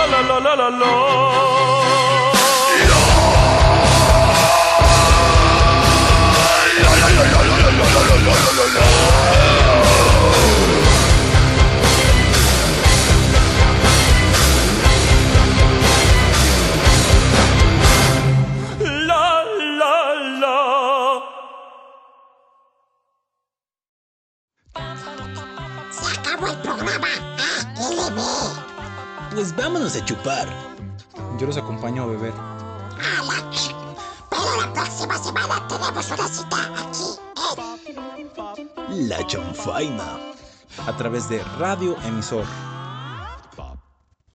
la la la la la la. Se acabó el programa A L B. Pues vámonos a chupar. Yo los acompaño a beber. A la ch... Pero la próxima semana tenemos una cita aquí en La Chanfaina. A través de Radio Emisor.